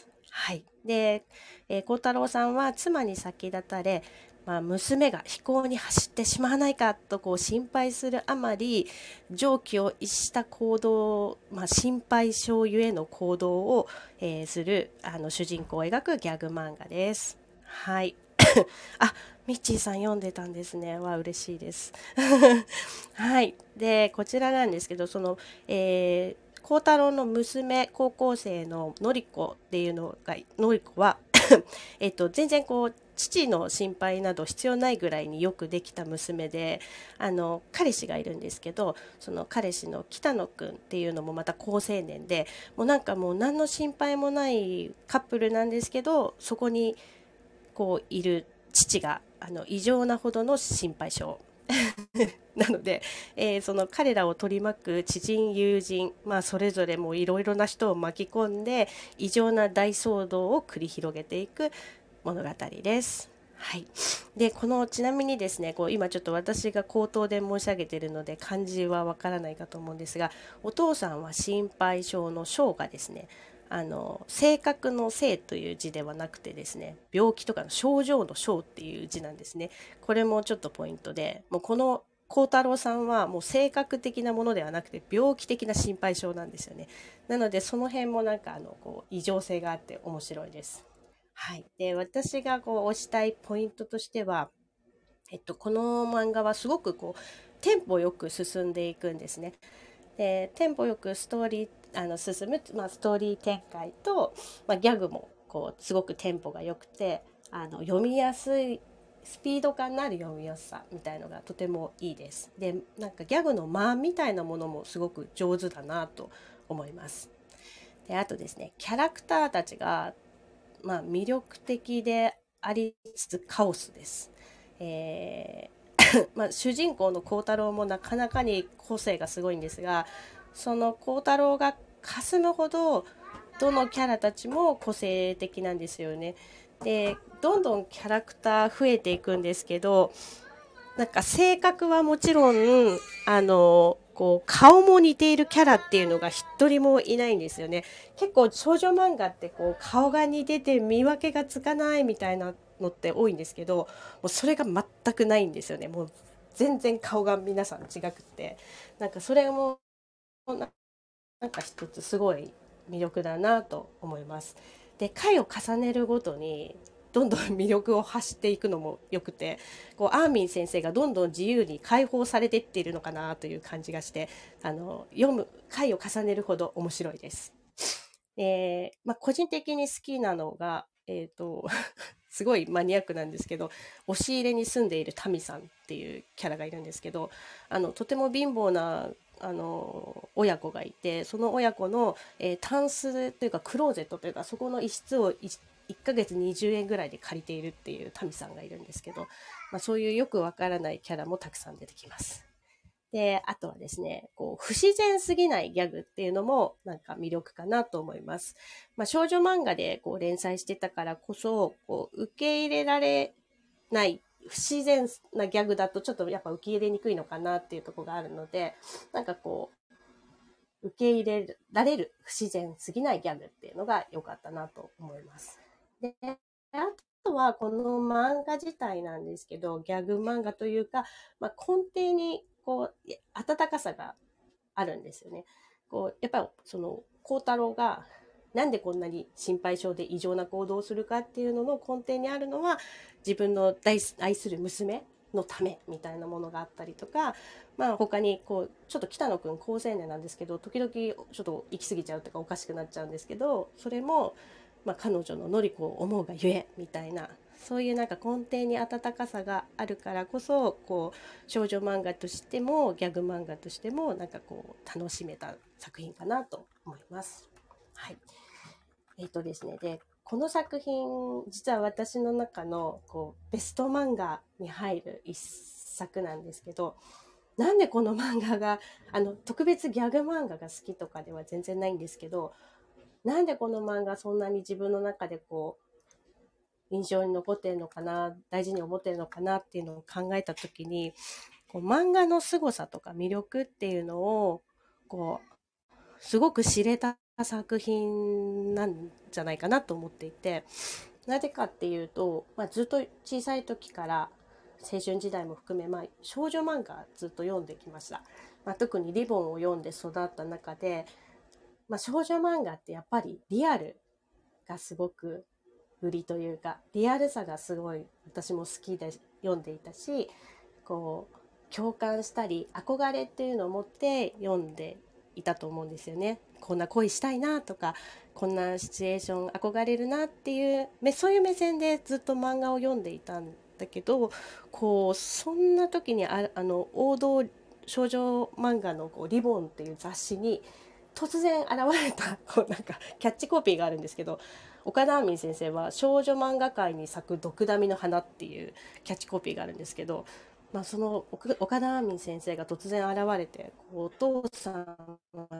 はい。で、幸太郎さんは妻に先立たれ、まあ、娘が飛行に走ってしまわないかとこう心配するあまり、常軌を逸した行動、まあ、心配性ゆえの行動を、する主人公を描くギャグ漫画です。はい。あ、ミッチーさん読んでたんですね。わ、嬉しいです。はい。で、こちらなんですけど、孝太郎の娘、高校生ののりこっていうのが、のりこは全然こう、父の心配など必要ないぐらいによくできた娘で、彼氏がいるんですけど、その彼氏の北野くんっていうのもまた好青年で、もうなんかもう何の心配もないカップルなんですけど、そこにこういる父が異常なほどの心配性なので、その彼らを取り巻く知人友人、まあ、それぞれもいろいろな人を巻き込んで異常な大騒動を繰り広げていく物語です。はい、でこのちなみにですねこう今ちょっと私が口頭で申し上げているので漢字はわからないかと思うんですが、お父さんは心配性の性がですね、性格の性という字ではなくてですね、病気とかの症状の症っていう字なんですね。これもちょっとポイントで、もうこの幸太郎さんはもう性格的なものではなくて病気的な心配性なんですよね。なのでその辺もなんかこう異常性があって面白いです。はい。で、私がこう推したいポイントとしては、この漫画はすごくこうテンポよく進んでいくんですね。でテンポよくストーリー進む、まあ、ストーリー展開と、まあ、ギャグもこうすごくテンポが良くて読みやすいスピード感のある読みやすさみたいのがとてもいいです。でなんかギャグの間みたいなものもすごく上手だなと思います。であとですねキャラクターたちが、まあ、魅力的でありつつカオスです。まあ、主人公の孝太郎もなかなかに個性がすごいんですが、その孝太郎が霞むほどどのキャラたちも個性的なんですよね。でどんどんキャラクター増えていくんですけど、なんか性格はもちろんこう顔も似ているキャラっていうのが一人もいないんですよね。結構少女漫画ってこう顔が似てて見分けがつかないみたいなのって多いんですけど、もうそれが全くないんですよね。もう全然顔が皆さん違くて、なんかそれもなんか一つすごい魅力だなと思います。で回を重ねるごとにどんどん魅力を発していくのもよくて、こうアーミン先生がどんどん自由に解放されていっているのかなという感じがして、読む回を重ねるほど面白いです。まあ、個人的に好きなのが、すごいマニアックなんですけど、押し入れに住んでいるタミさんっていうキャラがいるんですけど、とても貧乏な親子がいて、その親子の、タンスというかクローゼットというかそこの一室を1ヶ月20円ぐらいで借りているっていうタミさんがいるんですけど、まあ、そういうよくわからないキャラもたくさん出てきます。で、あとはですね、こう不自然すぎないギャグっていうのもなんか魅力かなと思います。まあ、少女漫画でこう連載してたからこそ、こう受け入れられない不自然なギャグだとちょっとやっぱ受け入れにくいのかなっていうところがあるので、なんかこう受け入れられる不自然すぎないギャグっていうのが良かったなと思います。で、あとはこの漫画自体なんですけど、ギャグ漫画というか、根底にこう、温かさがあるんですよね。こう、やっぱりその、孝太郎がなんでこんなに心配性で異常な行動をするかっていうのの根底にあるのは、自分の愛する娘のためみたいなものがあったりとか、他にこうちょっと北野くん高青年なんですけど、時々ちょっと行き過ぎちゃうとかおかしくなっちゃうんですけど、それも彼女の典子を思うがゆえみたいな、そういうなんか根底に温かさがあるからこそ、こう少女漫画としてもギャグ漫画としてもなんかこう楽しめた作品かなと思います。はい。ですね。で、この作品、実は私の中のこうベスト漫画に入る一作なんですけど、なんでこの漫画が、特別ギャグ漫画が好きとかでは全然ないんですけど、なんでこの漫画そんなに自分の中でこう、印象に残ってるのかな、大事に思ってるのかなっていうのを考えたときに、こう漫画の凄さとか魅力っていうのを、こう、すごく知れた作品なんじゃないかなと思っていて、なぜかっていうと、ずっと小さい時から青春時代も含め、少女漫画ずっと読んできました。特にリボンを読んで育った中で、少女漫画ってやっぱりリアルがすごく売りというか、リアルさがすごい私も好きで読んでいたし、こう共感したり憧れっていうのを持って読んでいたと思うんですよね。こんな恋したいなとか、こんなシチュエーション憧れるなっていうそういう目線でずっと漫画を読んでいたんだけど、こうそんな時に王道少女漫画のこうリボンっていう雑誌に突然現れたこうなんかキャッチコピーがあるんですけど、岡田亜美先生は少女漫画界に咲くドクダミの花っていうキャッチコピーがあるんですけど、その岡田亜美先生が突然現れて、お父さんは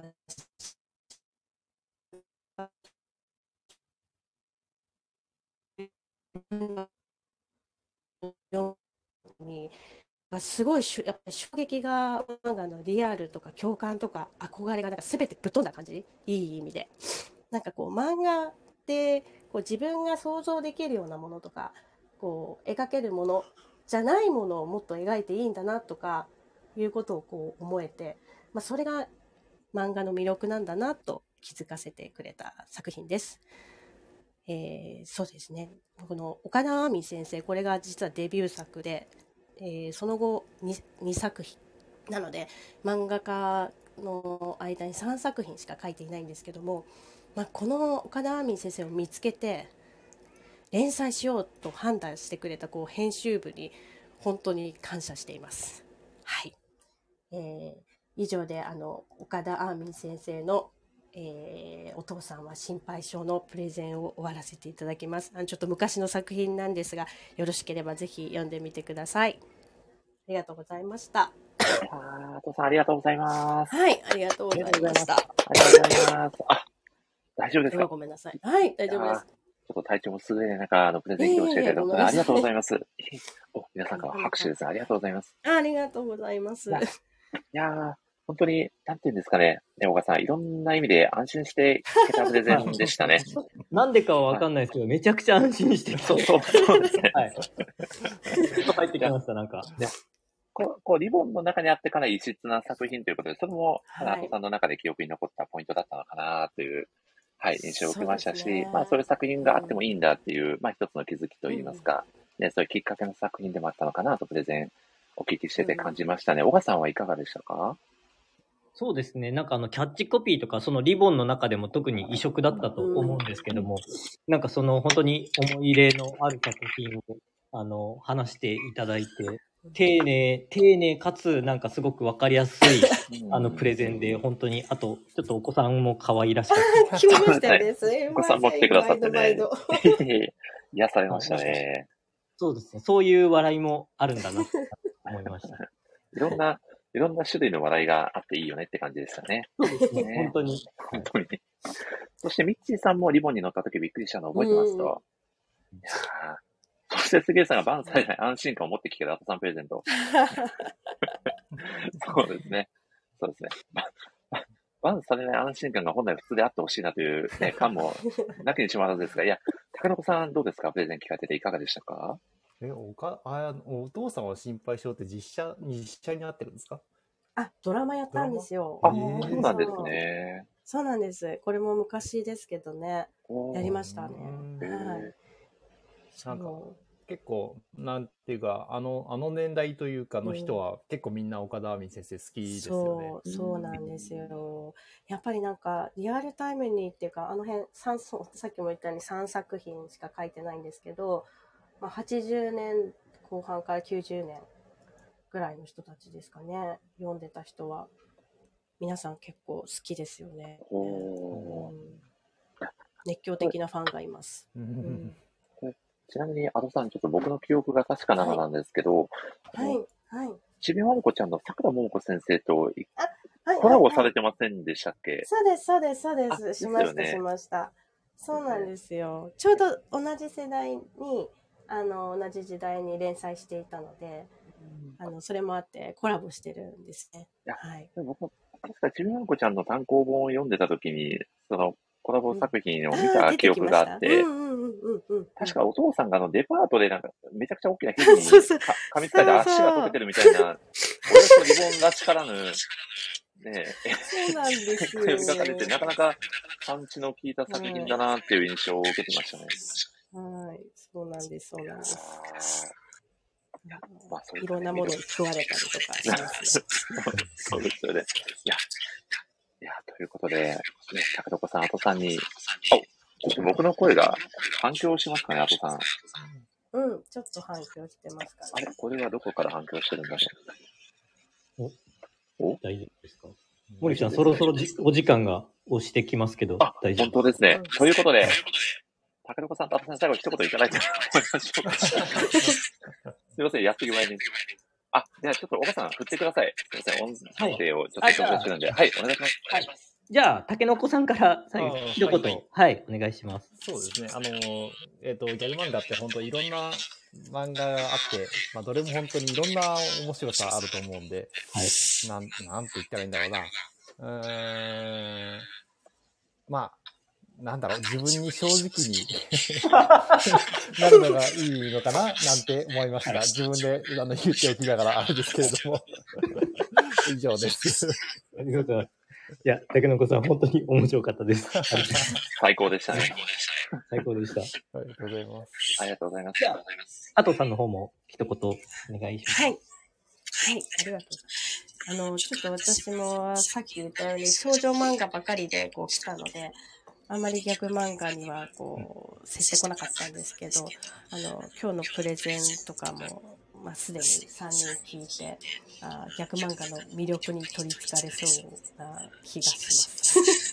にすごいやっぱり衝撃が漫画のリアルとか共感とか憧れがなんか全てぶっ飛んだ感じ、いい意味で。なんかこう漫画ってこう自分が想像できるようなものとか、こう描けるものじゃないものをもっと描いていいんだなとかいうことをこう思えて、それが漫画の魅力なんだなと気づかせてくれた作品です。そうですね。この岡田亜美先生、これが実はデビュー作で、その後 2作品なので、漫画家の間に3作品しか書いていないんですけども、この岡田亜美先生を見つけて連載しようと判断してくれたこう編集部に本当に感謝しています。はい。以上で岡田亜美先生の、お父さんは心配性のプレゼンを終わらせていただきます。ちょっと昔の作品なんですが、よろしければぜひ読んでみてください。ありがとうございました。 お父さんありがとうございます。 はい、ありがとうございました。 ありがとうございます。大丈夫ですか？ ごめんなさい。はい、大丈夫です。 ちょっと体調も優れない中、プレゼンをしていただいて、ありがとうございます。皆さんから拍手です。ありがとうございます。 ありがとうございます。 いや本当に、なんていうんですかね。ね、岡さん、いろんな意味で安心して聞けたプレゼンでしたね。 なんでかはわかんないですけど、めちゃくちゃ安心してそうですね。 はい。入ってきました、なんか。 こう、リボンの中にあってから異質な作品ということで、それも、アトさんの中で記憶に残ったポイントだったのかなという、印象を受けましたし、そういう作品があってもいいんだっていう、一つの気づきといいますか、そういうきっかけの作品でもあったのかなとプレゼンお聞きしてて感じましたね。小川さんはいかがでしたか？ そうですね。なんかキャッチコピーとか、そのリボンの中でも特に異色だったと思うんですけども、なんかその本当に思い入れのある作品を、話していただいて、丁寧かつ、なんかすごくわかりやすい、プレゼンで、本当に、あと、ちょっとお子さんも可愛らしかった。 来ましたね。すいません。 お子さんも来てくださってね。癒されましたね。 そうですね。そういう笑いもあるんだなと思いました。 いろんな種類の笑いがあっていいよねって感じでしたね。 そうですね。本当に。 本当に。そして、ミッチーさんもリボンに乗った時びっくりしたのを覚えてますと。いやそして、杉江さんがバンされない安心感を持って聞けるアトさんプレゼント。そうですね。そうですね。 ワンされない安心感が本来普通であってほしいなという、ね、感もなきにしもあらずですが、いや、高野さんどうですか？プレゼン聞かれてていかがでしたか？ お父さんを心配しようって実写になってるんですか？ ドラマやったんですよ。 そうなんですね。 そうなんです。これも昔ですけどね、やりましたね。はい。 なんか結構なんていうかあの年代というかの人は結構みんな岡田亜美先生好きですよね。 そうなんですよ。やっぱりなんかリアルタイムにっていうかあの辺さっきも言ったように3作品しか書いてないんですけど、80年後半から90年ぐらいの人たちですかね。読んでた人は皆さん結構好きですよね。熱狂的なファンがいます。 ちなみに、アドさん、ちょっと僕の記憶が確かなのなんですけど、ちびまる子ちゃんの桜桃子先生とコラボされてませんでしたっけ？ そうです。しました。そうなんですよ。ちょうど同じ世代に、同じ時代に連載していたので、それもあってコラボしてるんですね。 僕も、確かちびまる子ちゃんの単行本を読んでた時に、そのコラボ作品を見た記憶があって、確かお父さんがデパートでなんかめちゃくちゃ大きなヘビに噛みつかれて足が溶けてるみたいな、およそリボンらしからぬ、ねそうなんですよ。 描かれて、なかなかパンチの効いた作品だなっていう印象を受けてましたね。 そうなんです。いろんなものに食われたりとかしますね。 そうですよね。いや、ということで、高床さん、アトさんに、ちょっと僕の声が反響しますかね、アトさん。 ちょっと反響してますかね。 これはどこから反響してるんだろう。大丈夫ですか？森さん、そろそろお時間が押してきますけど、大丈夫？ 本当ですね。ということで、高床さんとアトさん、最後一言いただいてもらいましょうか。すいません、やっていく前に。ではちょっと岡さん振ってください。すいません、音声をちょっと調整してるんで。はい、お願いします。 じゃあ、たけのこさんから最後、一言、お願いします。 そうですね。ギャグ漫画って本当いろんな漫画があって、どれも本当にいろんな面白さあると思うんで、なんて言ったらいいんだろうな。なんだろう、自分に正直になるのがいいのかななんて思いました。自分で言っておきながらあれですけれども。以上です。 ありがとうございます。いや、たけのこさん、本当に面白かったです。 最高でしたね。 最高でした。 ありがとうございます。 ありがとうございます。 あとさんの方も一言お願いします。 はい、ありがとう。ちょっと私もさっき言ったように少女漫画ばかりで来たので、あんまりギャグ漫画には接してこなかったんですけど、今日のプレゼンとかも、すでに3人聞いて、ギャグ漫画の魅力に取り憑かれそうな気がします。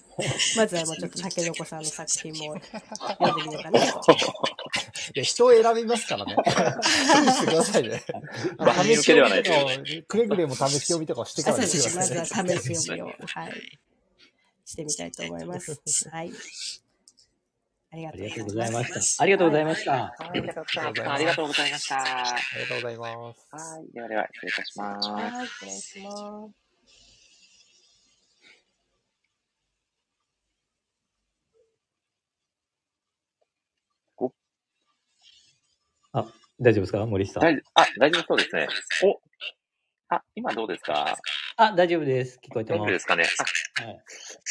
まずはもうちょっと竹の子さんの作品も読んでみようかなと。 人を選びますからね。してくださいね。試し読みとかを、くれぐれも試し読みとかをしてからですよね。まずは試し読みを、してみたいと思います。ありがとうございました。 ありがとうございました。 ありがとうございました。ありがとうございました。 ありがとうございます。 ではでは、失礼いたします。 失礼します。 大丈夫ですか？森下さん。 大丈夫そうですね。今どうですか？ 大丈夫です。聞こえてます。 大丈夫ですかね。ちょっと待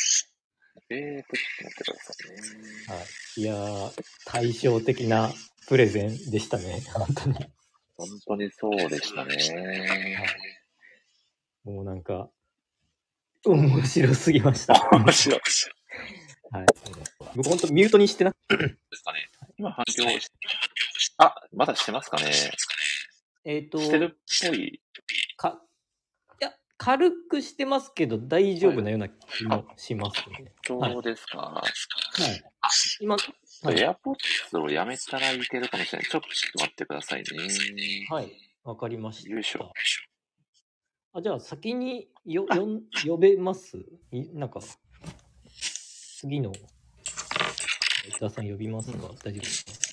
ってくださいね。 いやー、対照的なプレゼンでしたね。本当に。 本当にそうでしたね。 もうなんか、面白すぎました。 面白い。 僕本当ミュートにしてなですかね。今反響まだしてますかね。してるっぽい。 いや、軽くしてますけど大丈夫なような気もしますね。 そうですか。 今、 エアポッツをやめたらいけるかもしれない。ちょっと待ってくださいね。 わかりました。 よいしょ。 じゃあ先に呼べますなんか、次の、伊田さん呼びますか？大丈夫ですか？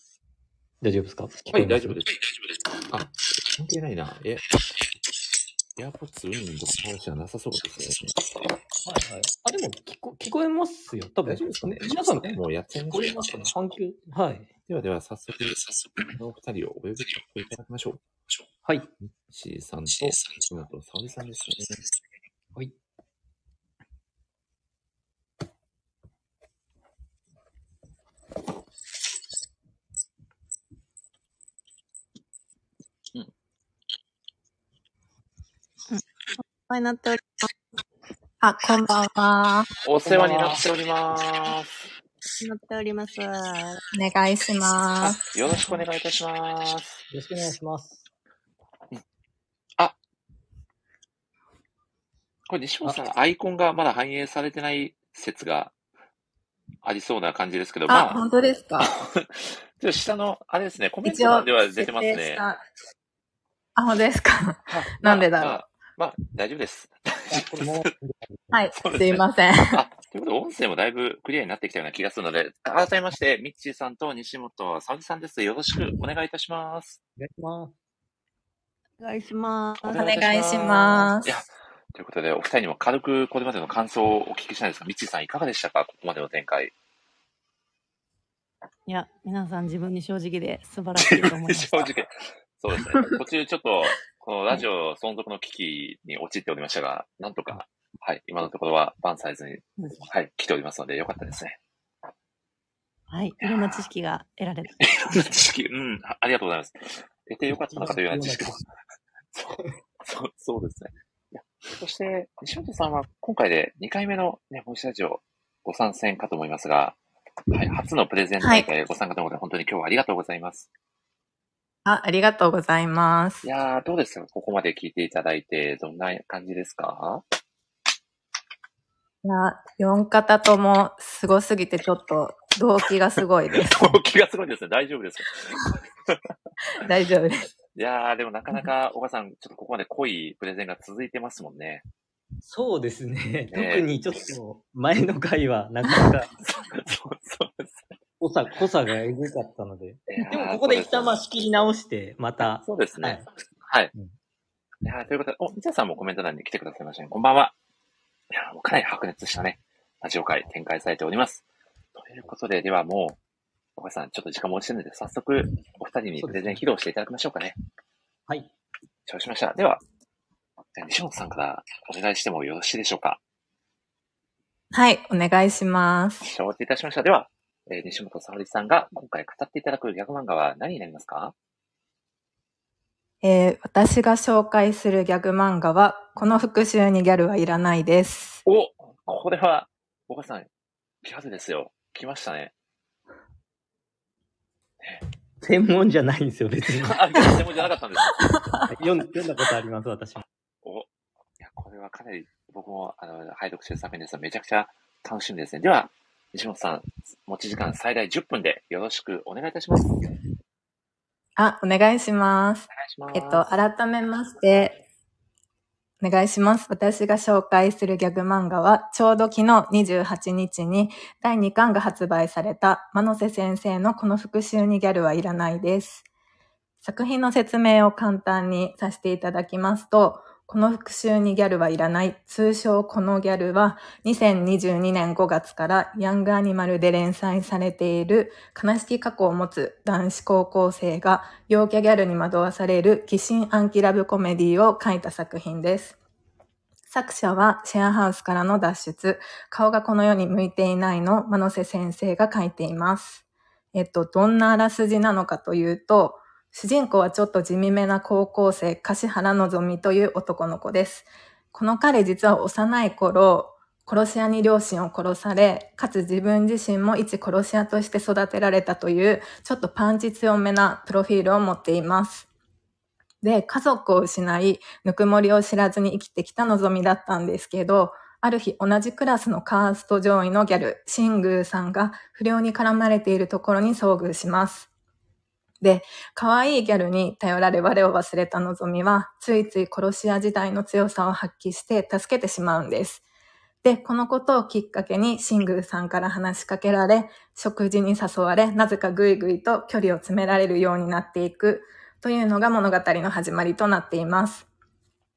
大丈夫ですか？ はい、大丈夫です。関係ないな。 エアポッツ運動の話はなさそうですね。 はいはい。あ、でも聞こえますよ。多分。 大丈夫ですかね。 皆さん、 もうやっちゃいましょう。 聞こえますかね。反響。はい。 では、早速、このお二人をお呼びしていただきましょう。 はい。 ミッチーさんと、石本沙織さんですね。 はい。 お世話になっております。あ、こんばんは。 お世話になっております。 なっております。お願いします。 よろしくお願いいたします。 よろしくお願いします。 あ、これ西本さん、アイコンがまだ反映されてない説がありそうな感じですけど、 あ、本当ですか。 下の、あれですね、コメント欄では出てますね。 あ、本当ですか。なんでだろう。 まあ、大丈夫です。 はい、すいません。 ということで、音声もだいぶクリアになってきたような気がするので、改めまして、ミッチーさんと西本沙織さんです。よろしくお願いいたします。 お願いします。 お願いします。 お願いします。いや、ということで、お二人にも軽くこれまでの感想をお聞きしたいんですが、ミッチーさんいかがでしたか、ここまでの展開。 いや、皆さん自分に正直で素晴らしいと思います。 正直。そうですね。途中ちょっと、このラジオ存続の危機に陥っておりましたが、なんとか、はい、今のところはバンサイズに、はい、来ておりますので、よかったですね。 はい、いろんな知識が得られた。 いろんな知識、ありがとうございます。得てよかったのかというような知識も。そうですね。そして、西本さんは今回で2回目のね、ボイスラジオご参戦かと思いますが、はい、初のプレゼン大会ご参加ということで、本当に今日はありがとうございます。 ありがとうございます。 いやー、どうですか、ここまで聞いていただいて、どんな感じですか？ いや、4方ともすごすぎてちょっと動機がすごいです。 動機がすごいですね。大丈夫ですか？ 大丈夫です。 いやー、でもなかなか、小川さん、ちょっとここまで濃いプレゼンが続いてますもんね。 そうですね。特にちょっと前の回はなかなかそうですね。 濃さがエグかったので。でもここで一旦仕切り直して、また。 そうですね。はい。いやということで、三谷さんもコメント欄に来てくださいましたね。こんばんは。いやもうかなり白熱したね、ラジオ会展開されております。ということで、ではもう、小川さん、ちょっと時間も落ちてるので、早速、お二人にプレゼン披露していただきましょうかね。 はい。 承知しました。では、西本さんからお願いしてもよろしいでしょうか。 はい、お願いします。 承知いたしました。では、西本沙織さんが今回語っていただくギャグ漫画は何になりますか？ 私が紹介するギャグ漫画は、この復讐にギャルはいらないです。 お、これは、小川さん、ギャグですよ。来ましたね。 専門じゃないんですよ、別に。 専門じゃなかったんです読んだことあります、私も。 いや、これはかなり、僕も、拝読してる作品ですが、めちゃくちゃ楽しみですね。では、西本さん、持ち時間最大10分でよろしくお願いいたします。 お願いします。改めまして、お願いします。私が紹介するギャグ漫画は、ちょうど昨日28日に第2巻が発売された、真野瀬先生のこの復讐にギャルはいらないです。作品の説明を簡単にさせていただきますと、この復讐にギャルはいらない、通称このギャルは、2022年5月からヤングアニマルで連載されている悲しき過去を持つ男子高校生が陽キャギャルに惑わされる疑心暗鬼ラブコメディを書いた作品です。作者はシェアハウスからの脱出、顔がこの世に向いていないの真野瀬先生が書いています。どんなあらすじなのかというと、主人公はちょっと地味めな高校生、樫原のぞみという男の子です。この彼実は幼い頃、殺し屋に両親を殺され、かつ自分自身も一殺し屋として育てられたという、ちょっとパンチ強めなプロフィールを持っています。で、家族を失い、ぬくもりを知らずに生きてきたのぞみだったんですけど、ある日同じクラスのカースト上位のギャル、シングーさんが不良に絡まれているところに遭遇します。で、可愛いギャルに頼られ我を忘れたのぞみは、ついつい殺し屋時代の強さを発揮して助けてしまうんです。で、このことをきっかけにシングーさんから話しかけられ、食事に誘われ、なぜかぐいぐいと距離を詰められるようになっていくというのが物語の始まりとなっています。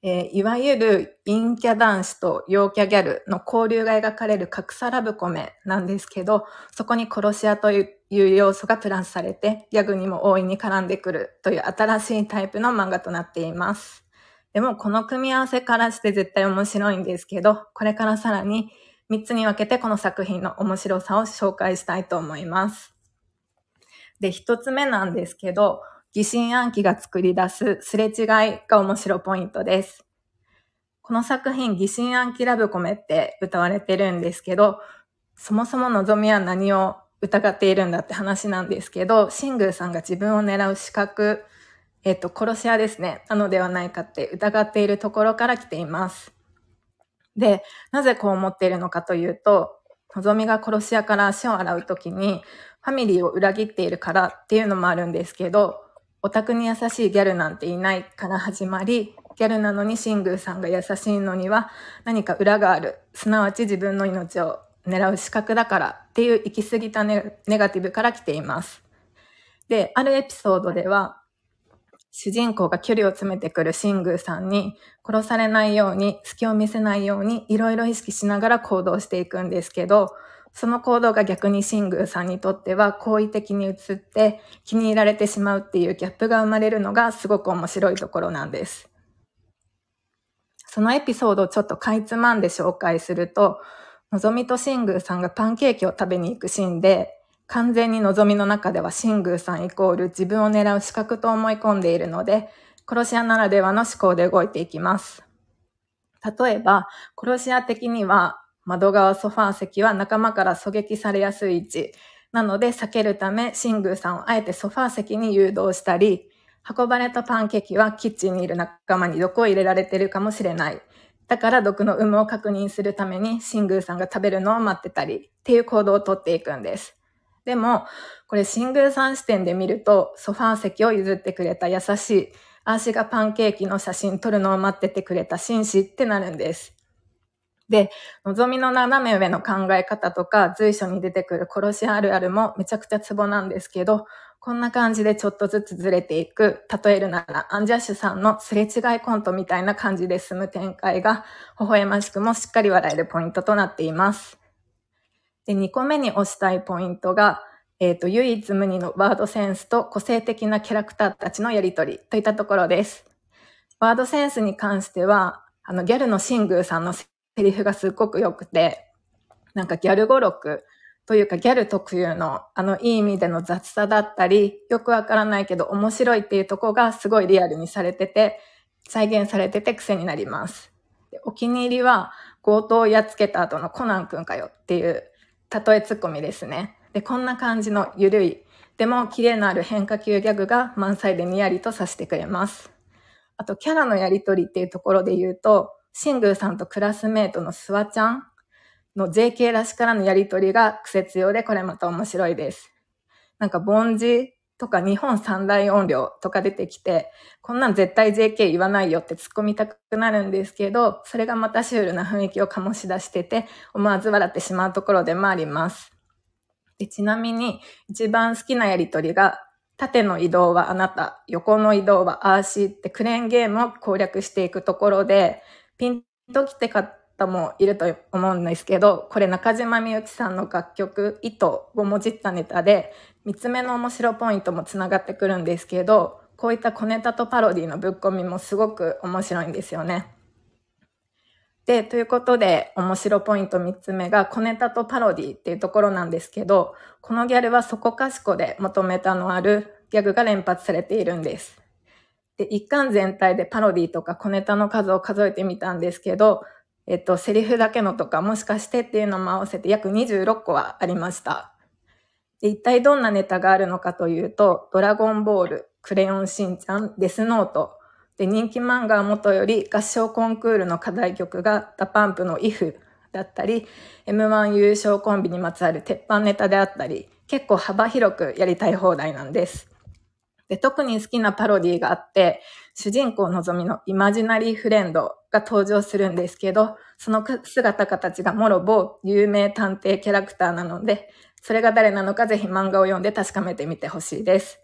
いわゆる陰キャ男子と陽キャギャルの交流が描かれる格差ラブコメなんですけど、そこに殺し屋という要素がプラスされて、ギャグにも大いに絡んでくるという新しいタイプの漫画となっています。でもこの組み合わせからして絶対面白いんですけど、これからさらに3つに分けてこの作品の面白さを紹介したいと思います。で、1つ目なんですけど、疑心暗鬼が作り出すすれ違いが面白ポイントです。この作品、疑心暗鬼ラブコメって歌われてるんですけど、そもそものぞみは何を疑っているんだって話なんですけど、新宮さんが自分を狙う資格、殺し屋ですね、なのではないかって疑っているところから来ています。で、なぜこう思っているのかというと、のぞみが殺し屋から足を洗うときに、ファミリーを裏切っているからっていうのもあるんですけど、オタクに優しいギャルなんていないから始まり、ギャルなのに新宮さんが優しいのには何か裏がある、すなわち自分の命を狙う資格だからっていう行き過ぎたネガティブから来ています。で、あるエピソードでは、主人公が距離を詰めてくる新宮さんに殺されないように、隙を見せないようにいろいろ意識しながら行動していくんですけど、その行動が逆に新宮さんにとっては好意的に映って気に入られてしまうっていうギャップが生まれるのがすごく面白いところなんです。そのエピソードをちょっとかいつまんで紹介すると、のぞみと新宮さんがパンケーキを食べに行くシーンで、完全にのぞみの中では新宮さんイコール自分を狙う資格と思い込んでいるので、殺し屋ならではの思考で動いていきます。例えば、殺し屋的には窓側ソファー席は仲間から狙撃されやすい位置なので避けるため新宮さんをあえてソファー席に誘導したり、運ばれたパンケーキはキッチンにいる仲間に毒を入れられているかもしれない。だから毒の有無を確認するために新宮さんが食べるのを待ってたりっていう行動をとっていくんです。でも、これ新宮さん視点で見るとソファー席を譲ってくれた優しい、あーしがパンケーキの写真撮るのを待っててくれた紳士ってなるんです。で、のぞみの斜め上の考え方とか随所に出てくる殺しあるあるもめちゃくちゃツボなんですけど、こんな感じでちょっとずつずれていく、例えるならアンジャッシュさんのすれ違いコントみたいな感じで進む展開が微笑ましくもしっかり笑えるポイントとなっています。で、2個目に推したいポイントが、唯一無二のワードセンスと個性的なキャラクターたちのやりとりといったところです。ワードセンスに関しては、ギャルの新宮さんのセリフがすっごく良くて、なんかギャル語録というかギャル特有のいい意味での雑さだったり、よくわからないけど面白いっていうところがすごいリアルにされてて、再現されてて癖になります。で、お気に入りは強盗をやっつけた後のコナンくんかよっていう例えツッコミですね。で、こんな感じのゆるい、でもキレのある変化球ギャグが満載でにやりとさせてくれます。あとキャラのやりとりっていうところで言うと、新宮さんとクラスメートのスワちゃんの JK らしからのやりとりが癖強で、これまた面白いです。なんか凡字とか日本三大音量とか出てきて、こんなん絶対 JK 言わないよって突っ込みたくなるんですけど、それがまたシュールな雰囲気を醸し出してて、思わず笑ってしまうところでもあります。で、ちなみに一番好きなやりとりが、縦の移動はあなた、横の移動はあーしってクレーンゲームを攻略していくところで、ピンときて方もいると思うんですけど、これ中島みゆきさんの楽曲、糸をもじったネタで、3つ目の面白ポイントもつながってくるんですけど、こういった小ネタとパロディのぶっ込みもすごく面白いんですよね。で、ということで、面白ポイント3つ目が小ネタとパロディっていうところなんですけど、このギャルはそこかしこで求めたのあるギャグが連発されているんです。で、一巻全体でパロディとか小ネタの数を数えてみたんですけど、セリフだけのとかもしかしてっていうのも合わせて約26個はありました。で、一体どんなネタがあるのかというと、ドラゴンボール、クレヨンしんちゃん、デスノート、で、人気漫画はもとより合唱コンクールの課題曲がダパンプの IF だったり、M1 優勝コンビにまつわる鉄板ネタであったり、結構幅広くやりたい放題なんです。で、特に好きなパロディがあって、主人公のぞみのイマジナリーフレンドが登場するんですけど、その姿形がもろ某有名探偵キャラクターなので、それが誰なのかぜひ漫画を読んで確かめてみてほしいです。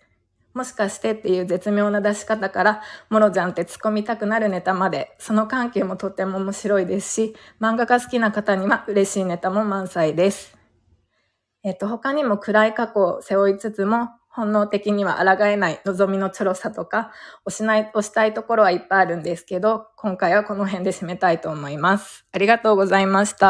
もしかしてっていう絶妙な出し方から、もろじゃんって突っ込みたくなるネタまで、その緩急もとっても面白いですし、漫画が好きな方には嬉しいネタも満載です。他にも暗い過去を背負いつつも、本能的には抗えない望みのちょろさとか、押したいところはいっぱいあるんですけど、今回はこの辺で締めたいと思います。ありがとうございました。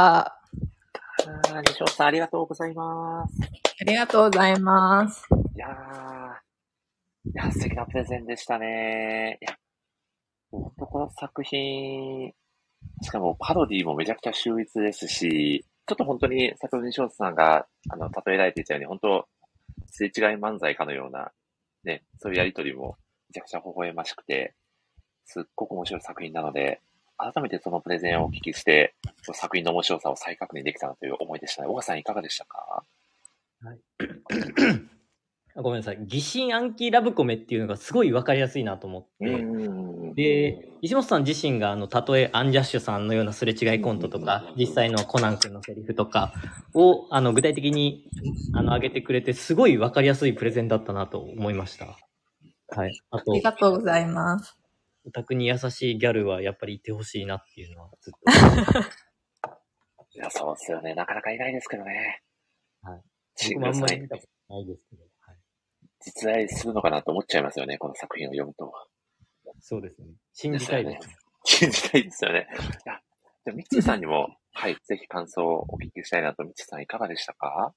西本さん、ありがとうございます。 ありがとうございます。 いや、素敵なプレゼンでしたね。いや、本当この作品、しかもパロディもめちゃくちゃ秀逸ですし、ちょっと本当に先ほど西本さんが、例えられていたように、本当、すれ違い漫才かのような、ね、そういうやりとりもめちゃくちゃ微笑ましくて、すっごく面白い作品なので、改めてそのプレゼンをお聞きして、作品の面白さを再確認できたなという思いでしたね。小川さんいかがでしたか？ はい。ごめんなさい。疑心暗鬼ラブコメっていうのがすごい分かりやすいなと思って。で、石本さん自身がたとえアンジャッシュさんのようなすれ違いコントとか、実際のコナン君のセリフとかを具体的に上げてくれて、すごい分かりやすいプレゼンだったなと思いました。はい。 ありがとうございます。 オタクに優しいギャルはやっぱりいてほしいなっていうのはずっと。いや、そうですよね。なかなかいないですけどね。 はい。僕もあんまり見たことないですけど。 実在するのかなと思っちゃいますよね、この作品を読むと。 そうですね。信じたいですね。 信じたいですよね。じゃあ、ミッチーさんにも、はい、ぜひ感想をお聞きしたいなと、ミッチーさんいかがでしたか？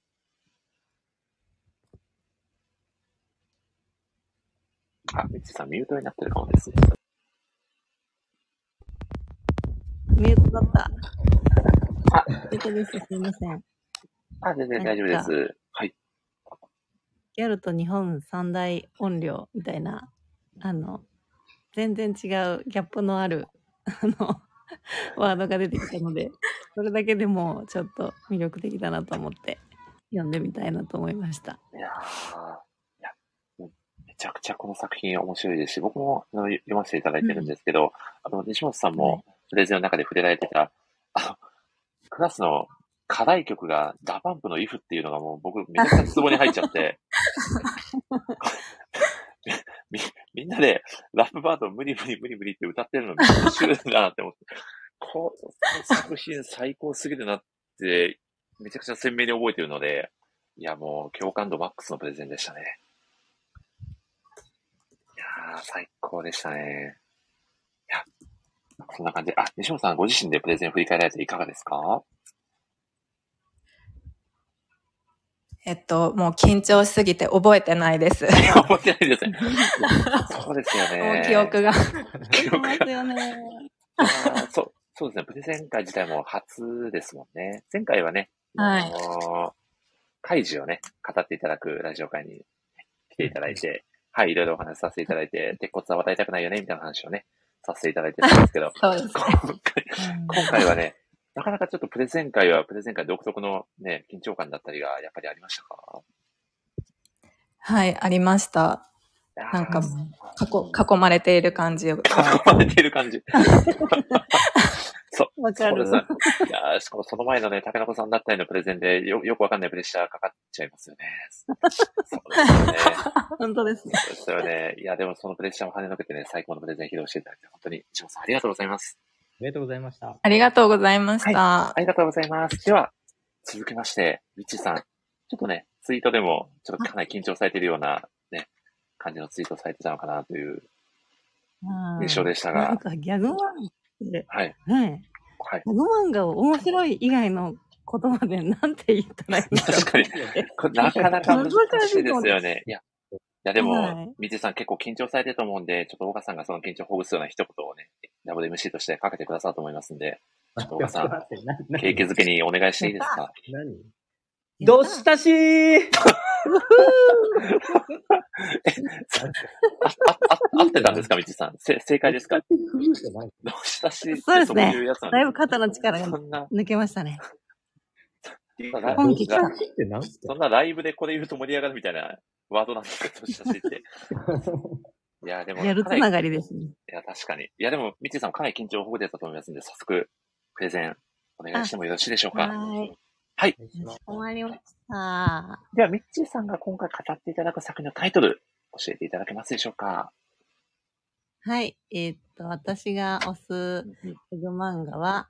ミッチーさんミュートになってるかもですね。 ミュートだった。ミュートです。すいません。 全然大丈夫です。はい。 ギャルと日本三大音量みたいな、全然違うギャップのある、ワードが出てきたので、それだけでもちょっと魅力的だなと思って読んでみたいなと思いました。 いやめちゃくちゃこの作品面白いですし、僕も読ませていただいてるんですけど、西本さんもプレゼンの中で触れられてた、クラスの課題曲がダパンプの if っていうのがもう僕めちゃくちゃツボに入っちゃって、みんなでラップバード無理って歌ってるのめっちゃ面白いなって思って、この作品最高すぎるなってめちゃくちゃ鮮明に覚えてるので、いやもう共感度マックスのプレゼンでしたね。いやー最高でしたね。いや、そんな感じで、西本さんご自身でプレゼン振り返られていかがですか？ もう緊張しすぎて覚えてないです。 覚えてないですね。そうですよね。 もう記憶が。 記憶が。よね。 そうですね。プレゼン会自体も初ですもんね。前回はね、怪獣をね、語っていただくラジオ会に来ていただいて、はい、いろいろお話しさせていただいて、鉄骨は渡りたくないよね、みたいな話をね、させていただいてたんですけど、 そうですね。 今回はね、なかなかちょっとプレゼン会独特のね、緊張感だったりがやっぱりありましたか？ はい、ありました。なんか、囲まれている感じ。囲まれている感じ。 わかる。 いやしかもその前のね、竹中さんだったりのプレゼンでよくわかんないプレッシャーかかっちゃいますよね。そうですよね。 本当ですね。 そうですよね。いや、でもそのプレッシャーを跳ねのけてね、最高のプレゼン披露していただいて、本当に、石本さんありがとうございます。 ありがとうございました。 ありがとうございました。 はい、ありがとうございます。では、続きまして、ミッチーさん。ちょっとね、ツイートでも、ちょっとかなり緊張されているような、ね、感じのツイートされてたのかなという印象でしたが。 なんかギャグ漫画って、 はい。 はい。ギャグ漫画を面白い以外の言葉でなんて言ったらいいんだろう。 確かに。これなかなか難しいですよね。いやでも、ミッチーさん結構緊張されてると思うんで、ちょっと岡さんがその緊張をほぐすような一言をね、ダブル MC としてかけてくださると思いますんで、ちょっと岡さん、景気づけにお願いしていいですか？ 何どしたしー合ってたんですか、みちさん。正解ですか？どしたしそうですね。だいぶ肩の力が抜けましたね。 本気来た。そんなライブでこれ言うと盛り上がるみたいなワードなんですか、どしたしって。いや、でも。 やるつながりですね。 いや、確かに。いや、でも、みちさんかなり緊張をほぐれたと思いますんで、早速、プレゼン、お願いしてもよろしいでしょうか。はい。 終わりました。 では、ミッチーさんが今回語っていただく作品のタイトル、 教えていただけますでしょうか？ はい。私が推すギャグ漫画は、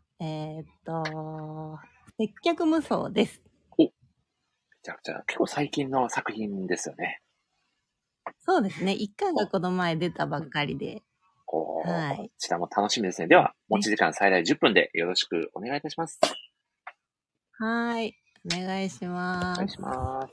接客無双です。 お、めちゃくちゃ、結構最近の作品ですよね。 そうですね。1巻がこの前出たばっかりで。 はい。こちらも楽しみですね。では、持ち時間最大10分でよろしくお願いいたします。 はい。お願いします。 お願いします。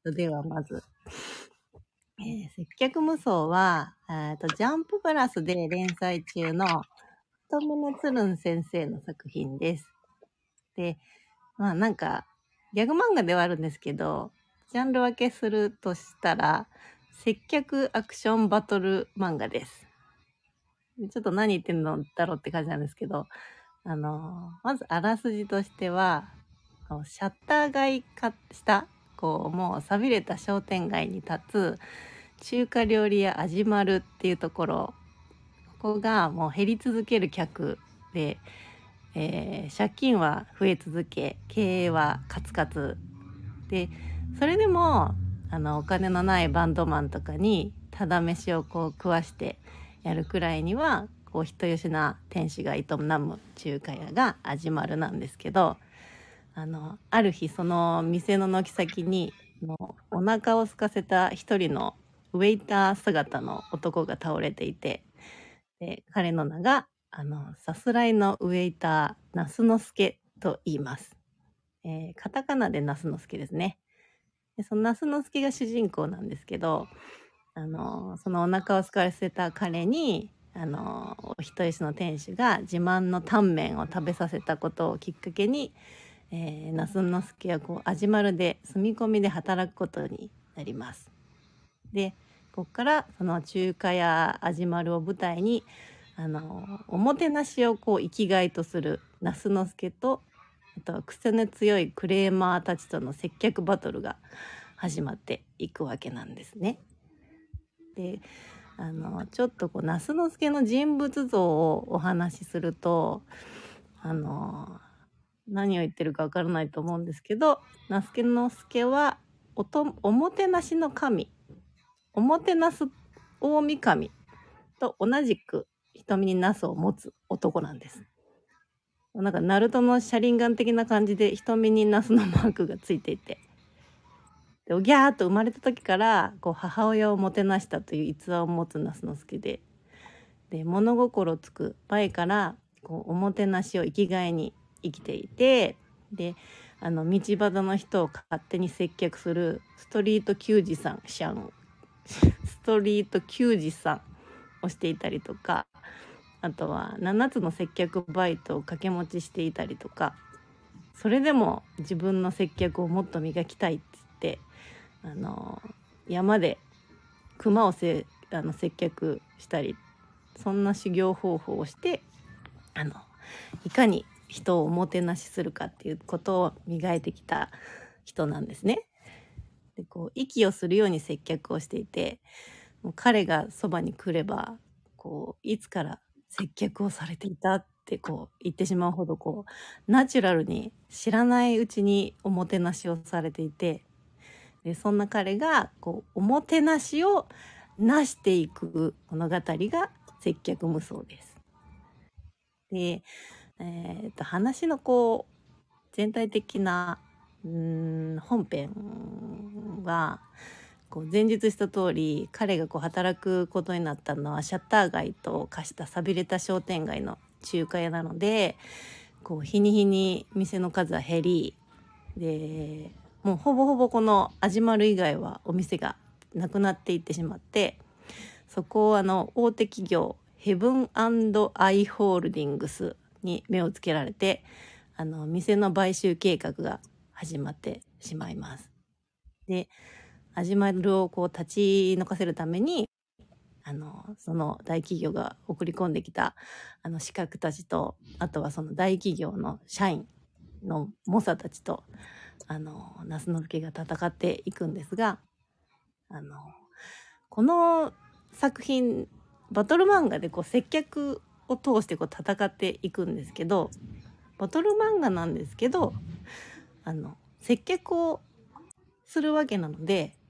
では、まず、接客無双は、ジャンププラスで連載中の太宗つるん先生の作品です。で、まあなんか、ギャグ漫画ではあるんですけど、ジャンル分けするとしたら、接客アクションバトル漫画です。でちょっと何言ってんのだろうって感じなんですけど、まずあらすじとしては、シャッター街化した、もう寂れた商店街に立つ中華料理屋味丸っていうところ、ここがもう減り続ける客で、借金は増え続け、経営はカツカツで、それでもお金のないバンドマンとかにただ飯を食わしてやるくらいには人よしな店主が営む中華屋が味丸なんですけど、ある日その店の軒先にお腹を空かせた一人のウェイター姿の男が倒れていて、で彼の名がさすらいのウェイター那須之助と言います。カタカナで那須之助ですね。でその那須之助が主人公なんですけど、そのお腹を空かせた彼にお人よしの店主が自慢のタンメンを食べさせたことをきっかけに、那須之助は味丸で住み込みで働くことになります。でここからその中華屋味丸を舞台におもてなしを生きがいとする那須之助と、あとは癖の強いクレーマーたちとの接客バトルが始まっていくわけなんですね。でちょっと那須之助の人物像をお話しすると何を言ってるかわからないと思うんですけど、那須之助はおもてなしの神、おもてなす大神と同じく瞳にナスを持つ男なんです。なんかナルトのシャリンガン的な感じで瞳にナスのマークがついていて、でおぎゃーっと生まれた時から母親をもてなしたという逸話を持つ那須之助で、物心つく前からおもてなしを生きがいに生きていて、で道端の人を勝手に接客するストリート球児さんをしていたりとか、あとは7つの接客バイトを掛け持ちしていたりとか、それでも自分の接客をもっと磨きたいって言って山で熊を接客したり、そんな修行方法をしていかに人をおもてなしするかっていうことを磨いてきた人なんですね。で息をするように接客をしていて、もう彼がそばに来ればいつから接客をされていたって言ってしまうほどナチュラルに知らないうちにおもてなしをされていて、でそんな彼がおもてなしをなしていく物語が接客無双です。で、話の全体的な本編は前述した通り、彼が働くことになったのはシャッター街と化した寂れた商店街の中華屋なので、日に日に店の数は減り、でもうほぼほぼこの味丸以外はお店がなくなっていってしまって、そこを大手企業ヘブン&アイ・ホールディングスに目をつけられて、店の買収計画が始まってしまいます。で味丸を立ち退かせるためにその大企業が送り込んできた刺客たちと、あとはその大企業の社員の猛者たちと那須之助が戦っていくんですが、この作品バトル漫画で接客を通して戦っていくんですけど、バトル漫画なんですけど接客をするわけなので、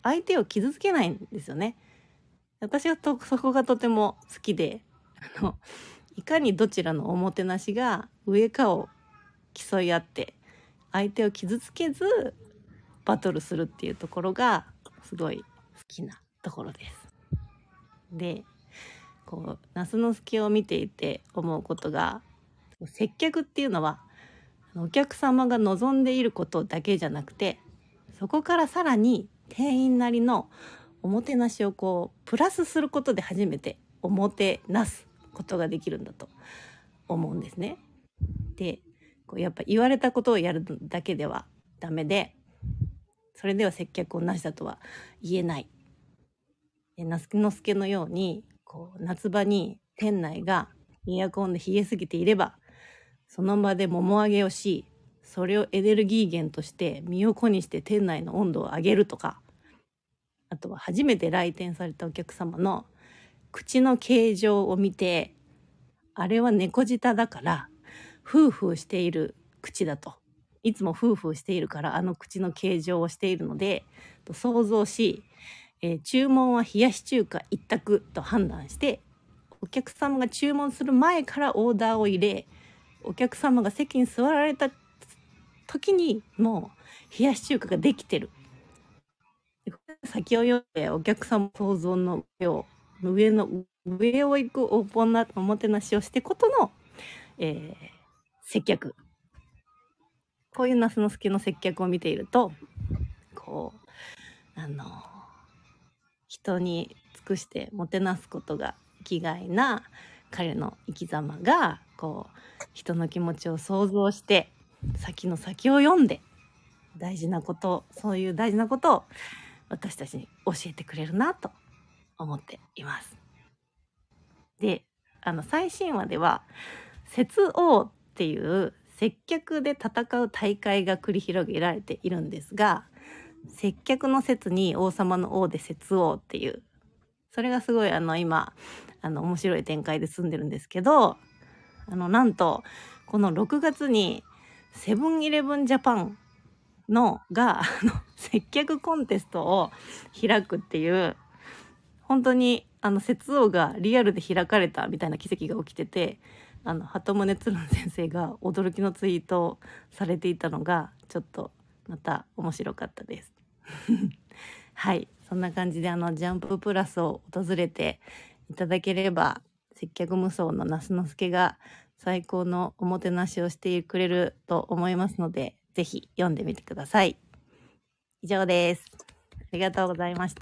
相手を傷つけないんですよね。私はそこがとても好きで、いかにどちらのおもてなしが上かを競い合って相手を傷つけずバトルするっていうところがすごい好きなところです。で、こう那須之助を見ていて思うことが、接客っていうのはお客様が望んでいることだけじゃなくて、そこからさらに店員なりのおもてなしをこうプラスすることで初めておもてなすことができるんだと思うんですね。で、こうやっぱ言われたことをやるだけではダメで、それでは接客をなしだとは言えない。那須之助のようにこう夏場に店内がエアコンで冷えすぎていれば、その場でもも上げをし、それをエネルギー源として身を粉にして店内の温度を上げるとか、あとは初めて来店されたお客様の口の形状を見て、あれは猫舌だからフーフーしている口だと、いつもフーフーしているからあの口の形状をしているのでと想像し、注文は冷やし中華一択と判断して、お客様が注文する前からオーダーを入れ、お客様が席に座られた時にもう冷やし中華ができてる。先を読んでお客様想像の上を行くおもてなしをしてことの、接客。こういう那須之助の接客を見ていると、こう人に尽くしてもてなすことが生きがいな彼の生き様が、こう人の気持ちを想像して先の先を読んでそういう大事なことを私たちに教えてくれるなと思っています。で、最新話では接王っていう接客で戦う大会が繰り広げられているんですが、接客の節に王様の王で接王っていう、それがすごい今面白い展開で進んでるんですけど、なんとこの6月にセブンイレブンジャパンが接客コンテストを開くっていう、本当に接王がリアルで開かれたみたいな奇跡が起きてて、鳩宗鶴先生が驚きのツイートをされていたのがちょっとまた面白かったですはい、そんな感じでジャンププラスを訪れていただければ、接客無双の那須之助が最高のおもてなしをしてくれると思いますので、ぜひ読んでみてください。以上です。ありがとうございました。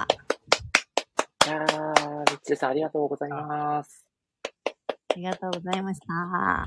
いやー、みっちーさんありがとうございます。 ありがとうございました。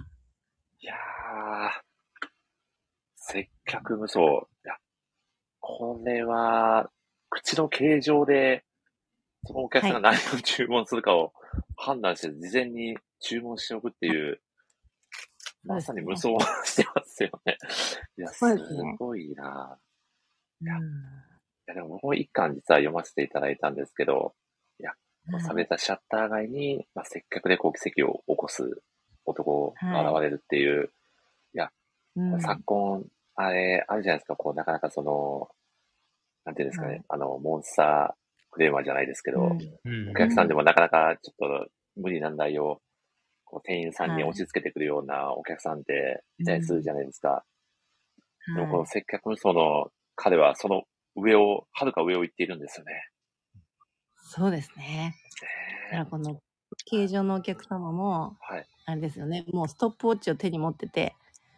いやー、接客無双。いや、これは、口の形状で、そのお客さんが何を注文するかを判断して、事前に注文しておくっていう、まさに無双してますよね。いや、すごいな。いや、でも僕も一巻実は読ませていただいたんですけど、いや、錆びれたシャッター街に、接客でこう奇跡を起こす男が現れるっていう、いや、昨今、あれじゃないですか、こう、なかなかなんていうんですかね、モンスタークレーマーじゃないですけど、お客さんでもなかなかちょっと無理難題を、こう店員さんに押し付けてくるようなお客さんっていたりするじゃないですか。でもこの接客無双の彼はそのはるか上を行っているんですよね。 そうですね。だからこの形状のお客様も、あれですよね、もうストップウォッチを手に持ってて、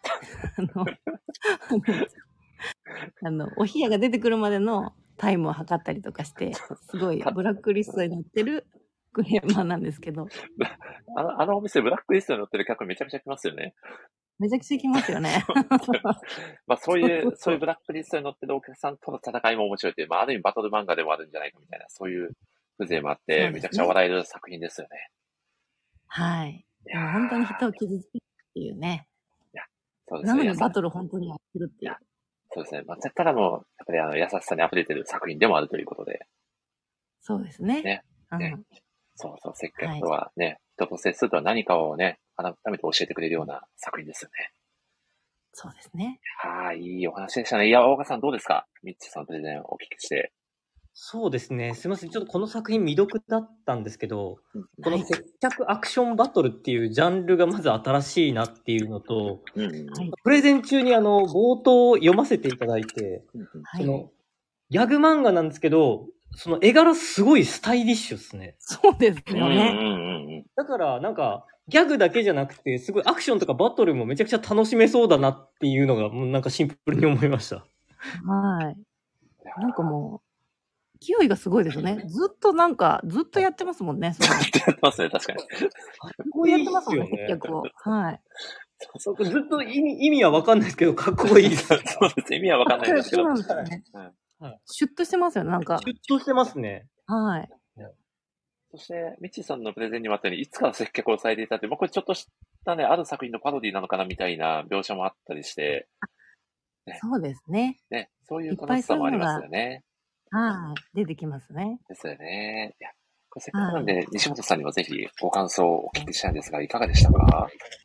お冷やが出てくるまでのタイムを測ったりとかして、すごいブラックリストに載ってるクレーマーなんですけど。 お店ブラックリストに載ってる客めちゃめちゃ来ますよね。 めちゃくちゃ来ますよね。 そういうブラックリストに載ってるお客さんとの戦いも面白いっていう、ある意味バトル漫画でもあるんじゃないかみたいな、そういう風情もあって、めちゃくちゃ笑える作品ですよね。 はい。本当に人を傷つけるっていうね。そうですね。なのにバトル本当にやってるっていう。 そうですね。ただもう、やっぱり優しさに溢れてる作品でもあるということで。 そうですね。 そう、接客とはね、人と接するとは何かをね、改めて教えてくれるような作品ですよね。 そうですね。 いいお話でしたね。いや、大岡さんどうですか？ミッチーさんのプレゼンをお聞きして。 そうですね。すみません。ちょっとこの作品未読だったんですけど、この接客アクションバトルっていうジャンルがまず新しいなっていうのと、プレゼン中に冒頭を読ませていただいて、その、ギャグ漫画なんですけど、その絵柄すごいスタイリッシュですね。 そうですよね。 だからなんか、ギャグだけじゃなくて、すごいアクションとかバトルもめちゃくちゃ楽しめそうだなっていうのが、もうなんかシンプルに思いました。 はい。なんかもう、勢いがすごいですよね。ずっとやってますもんね。 ずっとやってますね、確かに。 こうやってますもんね、接客を。はい。 ずっと意味はわかんないですけど、かっこいいです。 そうです。意味はわかんないですけど。 そうなんですね。シュッとしてますよね、なんか。 シュッとしてますね。 はい。 そして、ミッチーさんのプレゼンにもあったように、いつから接客をされていたって、これちょっとしたね、ある作品のパロディなのかなみたいな描写もあったりして、 そうですね。 ね、そういう楽しさもありますよね。 はい。出てきますね。 ですよね。いや、これせっかくなんで、西本さんにもぜひご感想をお聞きしたいんですが、いかがでしたか？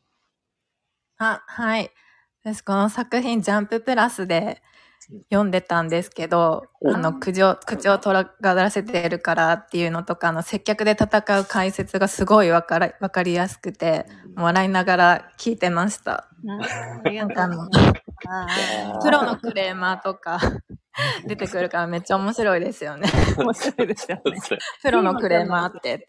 はい。私この作品ジャンププラスで読んでたんですけど、口を尖らせてるからっていうのとか、接客で戦う解説がすごいわかりやすくて、笑いながら聞いてました。プロのクレーマーとか出てくるからめっちゃ面白いですよね。 面白いですよね。 プロのクレーマーって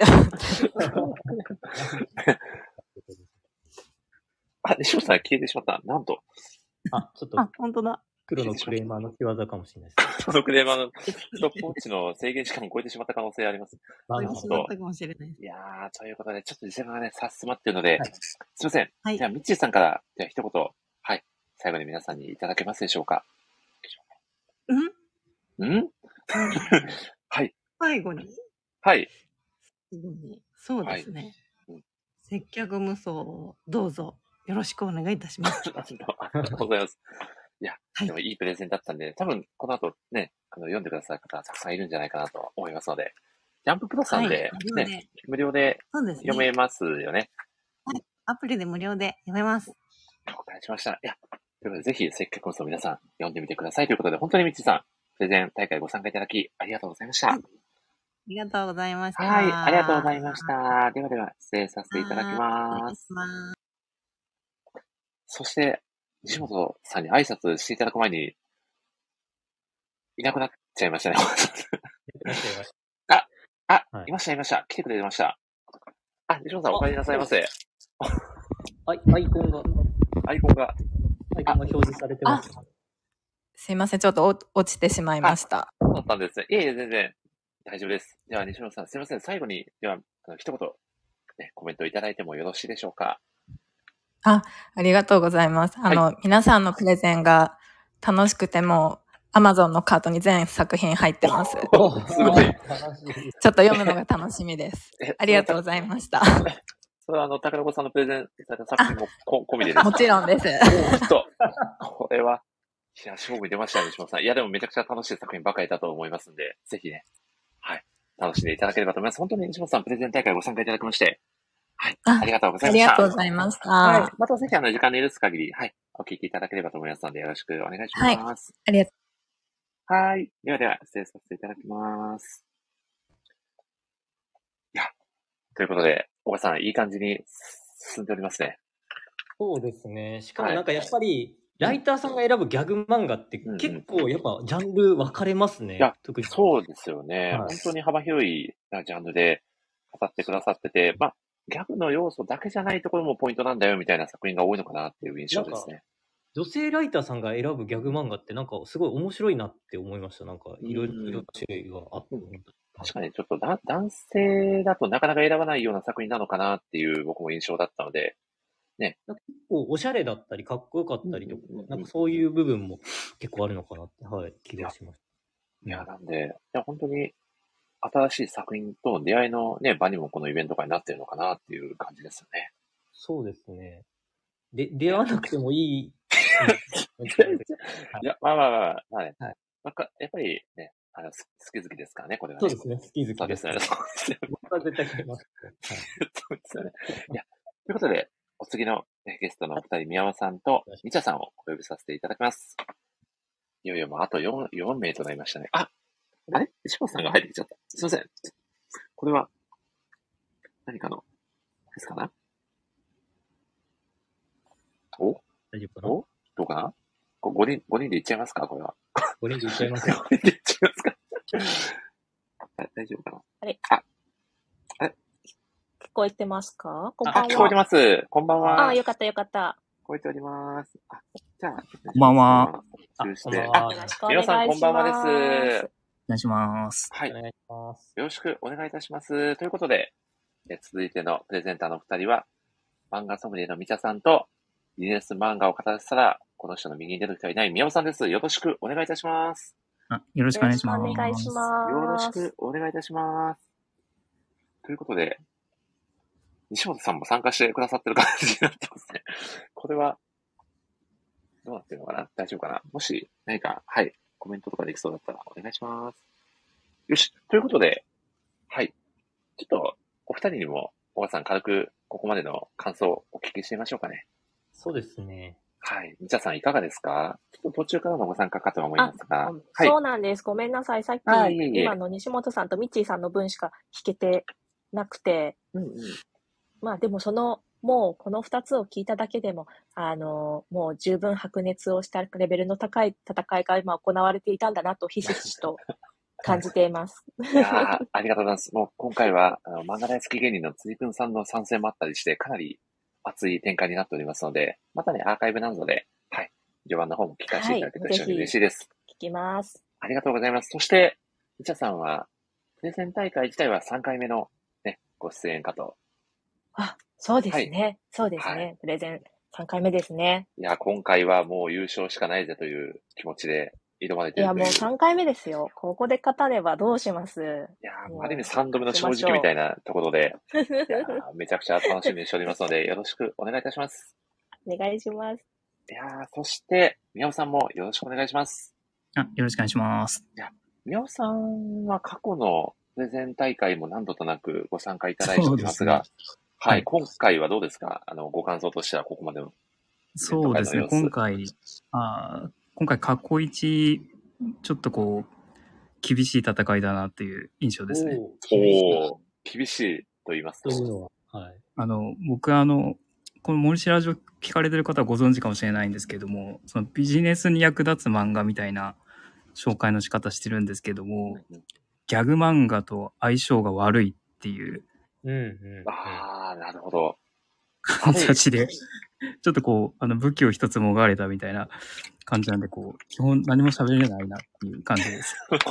西本さん消えてしまった。なんと。 ちょっと。 本当だ。 プロのクレーマーの仕業かもしれないです。 プロのクレーマーのストップウォッチの制限時間を超えてしまった可能性あります。 超えてしまったかもしれない。 いやー、ということで、ちょっと時間がね、差し迫っているので、すいません。じゃあ、ミッチーさんから、じゃあ一言、はい、最後に皆さんにいただけますでしょうか。はい。 最後にはい。 そうですね。接客無双をどうぞよろしくお願いいたします。 ありがとうございます。いや、でもいいプレゼンだったんで、多分この後ね、読んでくださる方たくさんいるんじゃないかなと思いますので、ジャンププラスさんで、ね、無料で読めますよね。 はい。アプリで無料で読めます。 了解しました。いや、ということで、ぜひ接客無双皆さん読んでみてくださいということで、本当にみちさん、プレゼン大会ご参加いただきありがとうございました。 ありがとうございました。 はい、ありがとうございました。ではでは、失礼させていただきます。そして、西本さんに挨拶していただく前に、いなくなっちゃいましたね。いました。来てくれました。西本さんお帰りなさいませ。 アイコンが表示されてます。 すいません、ちょっと落ちてしまいました。 そうだったんですね。いえいえ、全然大丈夫です。では、西本さん、すいません。最後に、では、一言、ね、コメントいただいてもよろしいでしょうか。 ありがとうございます。皆さんのプレゼンが楽しくても、Amazon のカートに全作品入ってます。すごい。 ちょっと読むのが楽しみです。ありがとうございました。 それは高子さんのプレゼンされた作品も込みでですか？ もちろんです。 これは、いや、勝負に出ましたね、西本さん。いや、でもめちゃくちゃ楽しい作品ばかりだと思いますんで、ぜひね、はい、楽しんでいただければと思います。本当に西本さん、プレゼン大会ご参加いただきまして、はい、ありがとうございました。 ありがとうございました。 はい、またぜひ時間の許す限り、はい、お聞きいただければと思いますので、よろしくお願いします。 ありがとう。はい。では、失礼させていただきます。いや、ということで、小川さん、いい感じに進んでおりますね。 そうですね。しかもなんかやっぱり、ライターさんが選ぶギャグ漫画って結構やっぱジャンル分かれますね。 いや、特にそうですよね。本当に幅広いジャンルで語ってくださってて、ギャグの要素だけじゃないところもポイントなんだよみたいな作品が多いのかなっていう印象ですね。 女性ライターさんが選ぶギャグ漫画ってなんかすごい面白いなって思いました。なんかいろいろ種類があって。 確かにちょっと男性だとなかなか選ばないような作品なのかなっていう僕も印象だったので、ね。 結構おしゃれだったりかっこよかったりとか、なんかそういう部分も結構あるのかなって、気がしました。 いや、なんで、本当に新しい作品と出会いのね、場にもこのイベント会になってるのかなっていう感じですよね。 そうですね。出会わなくてもいい。 いや、まあね。やっぱりね、好き好きですからね、これはね。 そうですね、好き好きです。 そうですね。 僕は絶対買います。 そうですよね。いや、ということで、お次のゲストのお二人、宮尾さんとみちゃさんをお呼びさせていただきます。いよいよあと4名となりましたね。 あれ石本さんが入ってきちゃった。すいません。これは、何かの、ですかなお大丈夫かな？ おどうかな5人でいっちゃいますかこれは。 5人でいっちゃいますよ。 5人でいっちゃいますか大丈夫かなあれ聞こえてますか？こんばんは。 聞こえてます。こんばんは。 よかったよかった。 聞こえております。じゃあ、 こんばんは。 よろしくお願いします。 皆さんこんばんはです。 お願いします。 はい。お願いします。よろしくお願いいたします。ということで、続いてのプレゼンターの2人は、漫画ソムリエのみちゃさんと、ビジネス漫画を語らせたら、この人の右に出る人はいない宮尾さんです。よろしくお願いいたします。 よろしくお願いします。 お願いします。 よろしくお願いいたします。ということで、西本さんも参加してくださってる感じになってますね。これは、どうなってるのかな？大丈夫かな？もし、何か、はい、コメントとかできそうだったらお願いします。よし、ということで、はい。ちょっと、お二人にも、小川さん軽く、ここまでの感想をお聞きしてみましょうかね。 そうですね。 はい。みちゃさんいかがですか？ちょっと途中からのご参加かと思いますが。 はい、そうなんです。ごめんなさい。さっき、今の西本さんとミッチーさんの分しか聞けてなくて。まあでももうこの2つを聞いただけでも、もう十分白熱をしたレベルの高い戦いが今行われていたんだなとひしひしと感じています。 いやありがとうございます。もう今回は漫画大好き芸人の辻くんさんの参戦もあったりして、かなり熱い展開になっておりますので、またね、アーカイブなので、はい、序盤の方も聞かせていただけたら非常に嬉しいです。 聞きます。 ありがとうございます。そして、みちゃさんは、プレゼン大会自体は3回目のね、ご出演かと。 そうですね。はい、そうですね、はい。プレゼン3回目ですね。 いや、今回はもう優勝しかないぜという気持ちで挑まれているという。 いや、もう3回目ですよ。ここで勝たねばどうします？いや、ある意味3度目の正直みたいなところで、いやめちゃくちゃ楽しみにしておりますので、よろしくお願いいたします。 お願いします。 いやそして、宮尾さんもよろしくお願いします。 よろしくお願いします。 いや、宮尾さんは過去のプレゼン大会も何度となくご参加いただいておりますが、はい、今回はどうですか？ご感想としてはここまでの。 そうですね、今回過去一、ちょっとこう、厳しい戦いだなっていう印象ですね。 厳しいと言いますと。 はい。僕この森氏ラジオ聞かれてる方はご存知かもしれないんですけども、そのビジネスに役立つ漫画みたいな紹介の仕方してるんですけども、ギャグ漫画と相性が悪いっていう。 なるほど。 形で、ちょっとこう、武器を一つもがれたみたいな感じなんで、こう、基本何も喋れないなっていう感じです。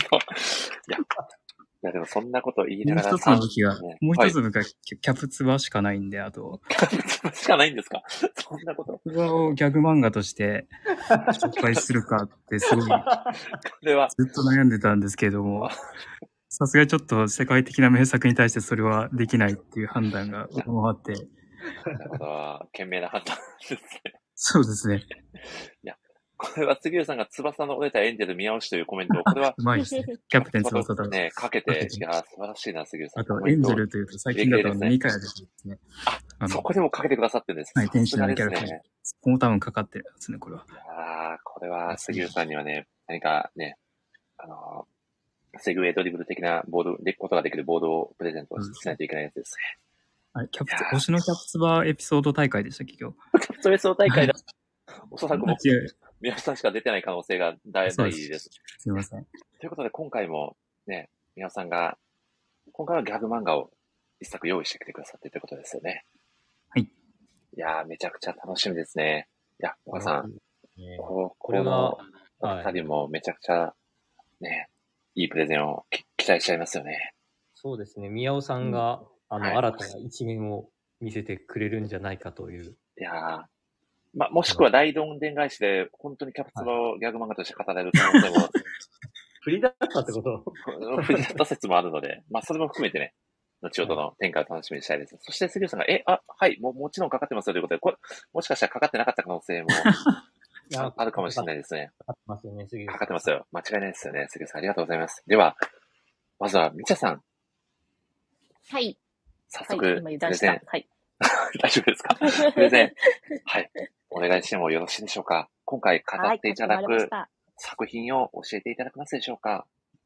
いや、でもそんなこと言いながら。 もう一つの武器が、もう一つの武器がキャプツバしかないんで、あと。 キャプツバしかないんですか？そんなこと。 それをギャグ漫画として紹介するかってすごい、ずっと悩んでたんですけれども、さすがにちょっと世界的な名作に対してそれはできないっていう判断があって。 なるほど。賢明な判断ですね。 そうですね。 いや、これは杉浦さんが翼の折れたエンジェル宮尾氏というコメントを、これは。 うまいですね。キャプテン翼だね、かけて、いや、素晴らしいな、杉浦さん。 あと、エンジェルというと最近だと2回ですね。 そこでもかけてくださってるんです。 はい、天使のキャラクター。ここも多分かかってるんですね、これは。 これは杉浦さんにはね、何かね、セグウェイドリブル的なボード、でくことができるボードをプレゼントしないといけないやつですね。 推しのキャプツバエピソード大会でしたっけ、今日。 キャプツバエピソード大会だ。おそらくも、宮尾さんしか出てない可能性が大です。 すみません。 ということで、今回もね、宮尾さんが、今回はギャグ漫画を一作用意してきてくださってということですよね。 はい。 いやー、めちゃくちゃ楽しみですね。いや、岡さん、これは、 お二人もめちゃくちゃ、ね、いいプレゼンを期待しちゃいますよね。 そうですね。宮尾さんが、新たな一面を見せてくれるんじゃないかという。 いやー、もしくは大どんでん返しで、本当にキャプツバをギャグ漫画として語れる可能性も。 振りだったってこと振りだった説もあるので、それも含めてね、後ほどの展開を楽しみにしたいです。そして杉浦さんが、はい、もちろんかかってますよということで、これ、もしかしたらかかってなかった可能性もあるかもしれないですね。 かかってますよね、杉浦さん。 かかってますよ。間違いないですよね、杉浦さん。ありがとうございます。では、まずは、みちゃさん。 はい。 早速、 今油断した。はい。 大丈夫ですか？プレゼン。はい。お願いしてもよろしいでしょうか？今回語っていただく作品を教えていただけますでしょうか？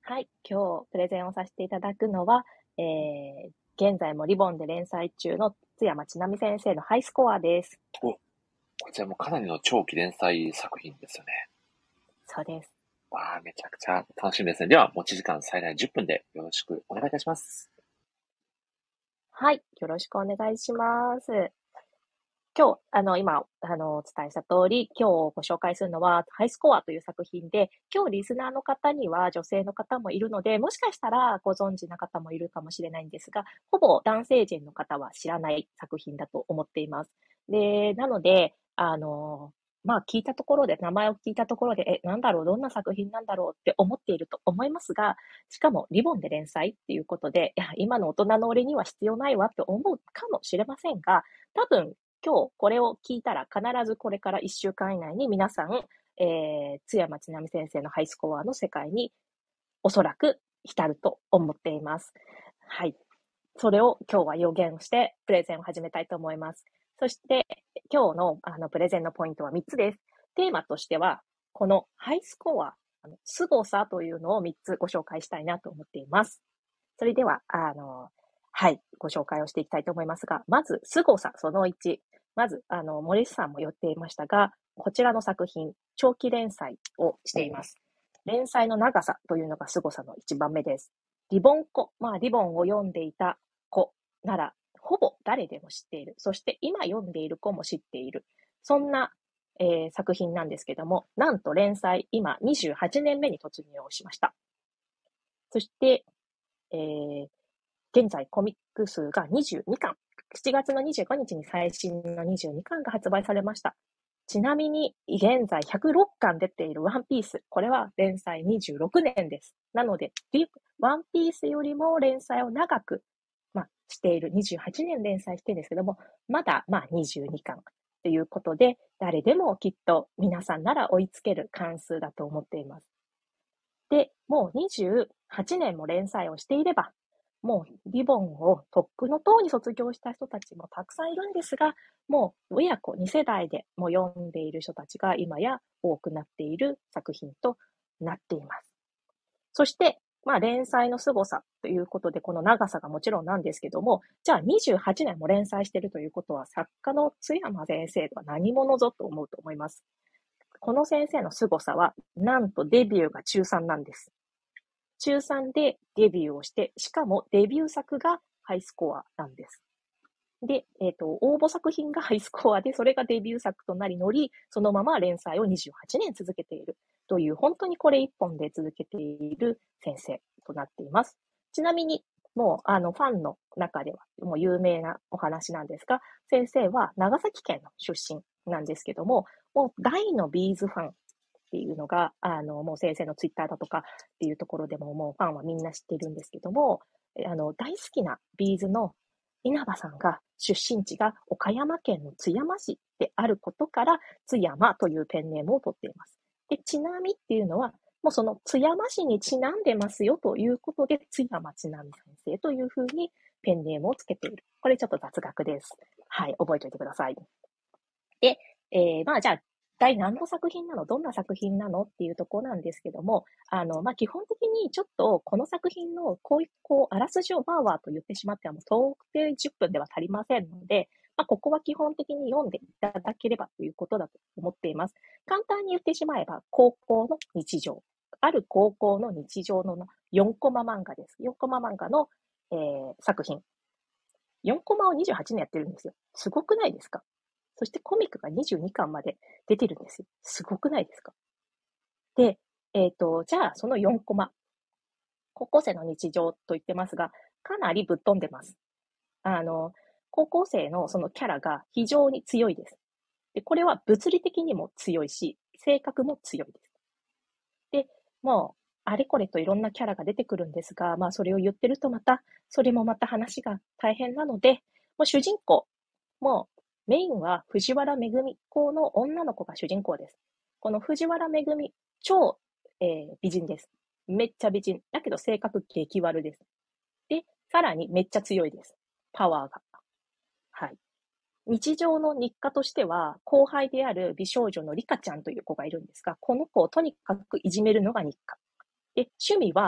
はい。今日プレゼンをさせていただくのは、現在もリボンで連載中の津山ちなみ先生のハイスコアです。 こちらもかなりの長期連載作品ですよね。 そうです。 わあ、めちゃくちゃ楽しみですね。では、持ち時間最大10分でよろしくお願いいたします。 はい。よろしくお願いします。今日、今、お伝えした通り、今日ご紹介するのは、ハイスコアという作品で、今日リスナーの方には女性の方もいるので、もしかしたらご存知な方もいるかもしれないんですが、ほぼ男性陣の方は知らない作品だと思っています。で、なので、聞いたところで、名前を聞いたところで、なんだろう、どんな作品なんだろうって思っていると思いますが、しかもリボンで連載っていうことで、いや、今の大人の俺には必要ないわって思うかもしれませんが、多分、今日これを聞いたら必ずこれから1週間以内に皆さん、津山ちなみ先生のハイスコアの世界におそらく浸ると思っています。はい。それを今日は予言してプレゼンを始めたいと思います。そして今日のプレゼンのポイントは3つです。テーマとしては、このハイスコア、凄さというのを3つご紹介したいなと思っています。それでは、はい、ご紹介をしていきたいと思いますが、まず、凄さその1。まず、森さんも言っていましたが、こちらの作品、長期連載をしています。連載の長さというのが凄さの1番目です。リボン子、リボンを読んでいた子なら、ほぼ誰でも知っている。そして今読んでいる子も知っている。そんな、作品なんですけども、なんと連載、今28年目に突入をしました。そして、現在コミック数が22巻。7月の25日に最新の22巻が発売されました。ちなみに、現在106巻出ているワンピース。これは連載26年です。なので、ワンピースよりも連載を長く、している、28年連載してるんですけども、まだ、22巻ということで、誰でもきっと皆さんなら追いつける関数だと思っています。で、もう28年も連載をしていれば、もうリボンをとっくの塔に卒業した人たちもたくさんいるんですが、もう親子2世代でも読んでいる人たちが今や多くなっている作品となっています。そして、連載の凄さということで、この長さがもちろんなんですけども、じゃあ28年も連載しているということは、作家の津山先生は何者ぞと思うと思います。この先生の凄さは、なんとデビューが中3なんです。中3でデビューをして、しかもデビュー作がハイスコアなんです。で、応募作品がハイスコアで、それがデビュー作となりそのまま連載を28年続けているという、本当にこれ一本で続けている先生となっています。ちなみに、もう、ファンの中では、もう有名なお話なんですが、先生は長崎県の出身なんですけども、もう大のビーズファンっていうのが、もう先生のツイッターだとかっていうところでももうファンはみんな知ってるんですけども、大好きなビーズの稲葉さんが出身地が岡山県の津山市であることから、津山というペンネームを取っています。で、ちなみっていうのは、もうその津山市にちなんでますよということで、津山ちなみ先生というふうにペンネームをつけている。これちょっと雑学です。はい、覚えておいてください。で、じゃあ、第何の作品なの？どんな作品なの？っていうところなんですけども、基本的にちょっとこの作品のこう、あらすじをわーわーと言ってしまってはもう遠くて10分では足りませんので、ここは基本的に読んでいただければということだと思っています。簡単に言ってしまえば、高校の日常。ある高校の日常の4コマ漫画です。4コマ漫画の、作品。4コマを28年やってるんですよ。すごくないですか？そしてコミックが22巻まで出てるんですよ。すごくないですか？で、じゃあその4コマ。高校生の日常と言ってますが、かなりぶっ飛んでます。高校生のそのキャラが非常に強いです。で、これは物理的にも強いし、性格も強いです。で、もう、あれこれといろんなキャラが出てくるんですが、それを言ってるとそれもまた話が大変なので、もう主人公、もうメインは藤原めぐみ校の女の子が主人公です。この藤原めぐみ、超、美人です。めっちゃ美人。だけど性格激悪です。で、さらにめっちゃ強いです。パワーが。はい。日常の日課としては、後輩である美少女のリカちゃんという子がいるんですが、この子をとにかくいじめるのが日課。で、趣味は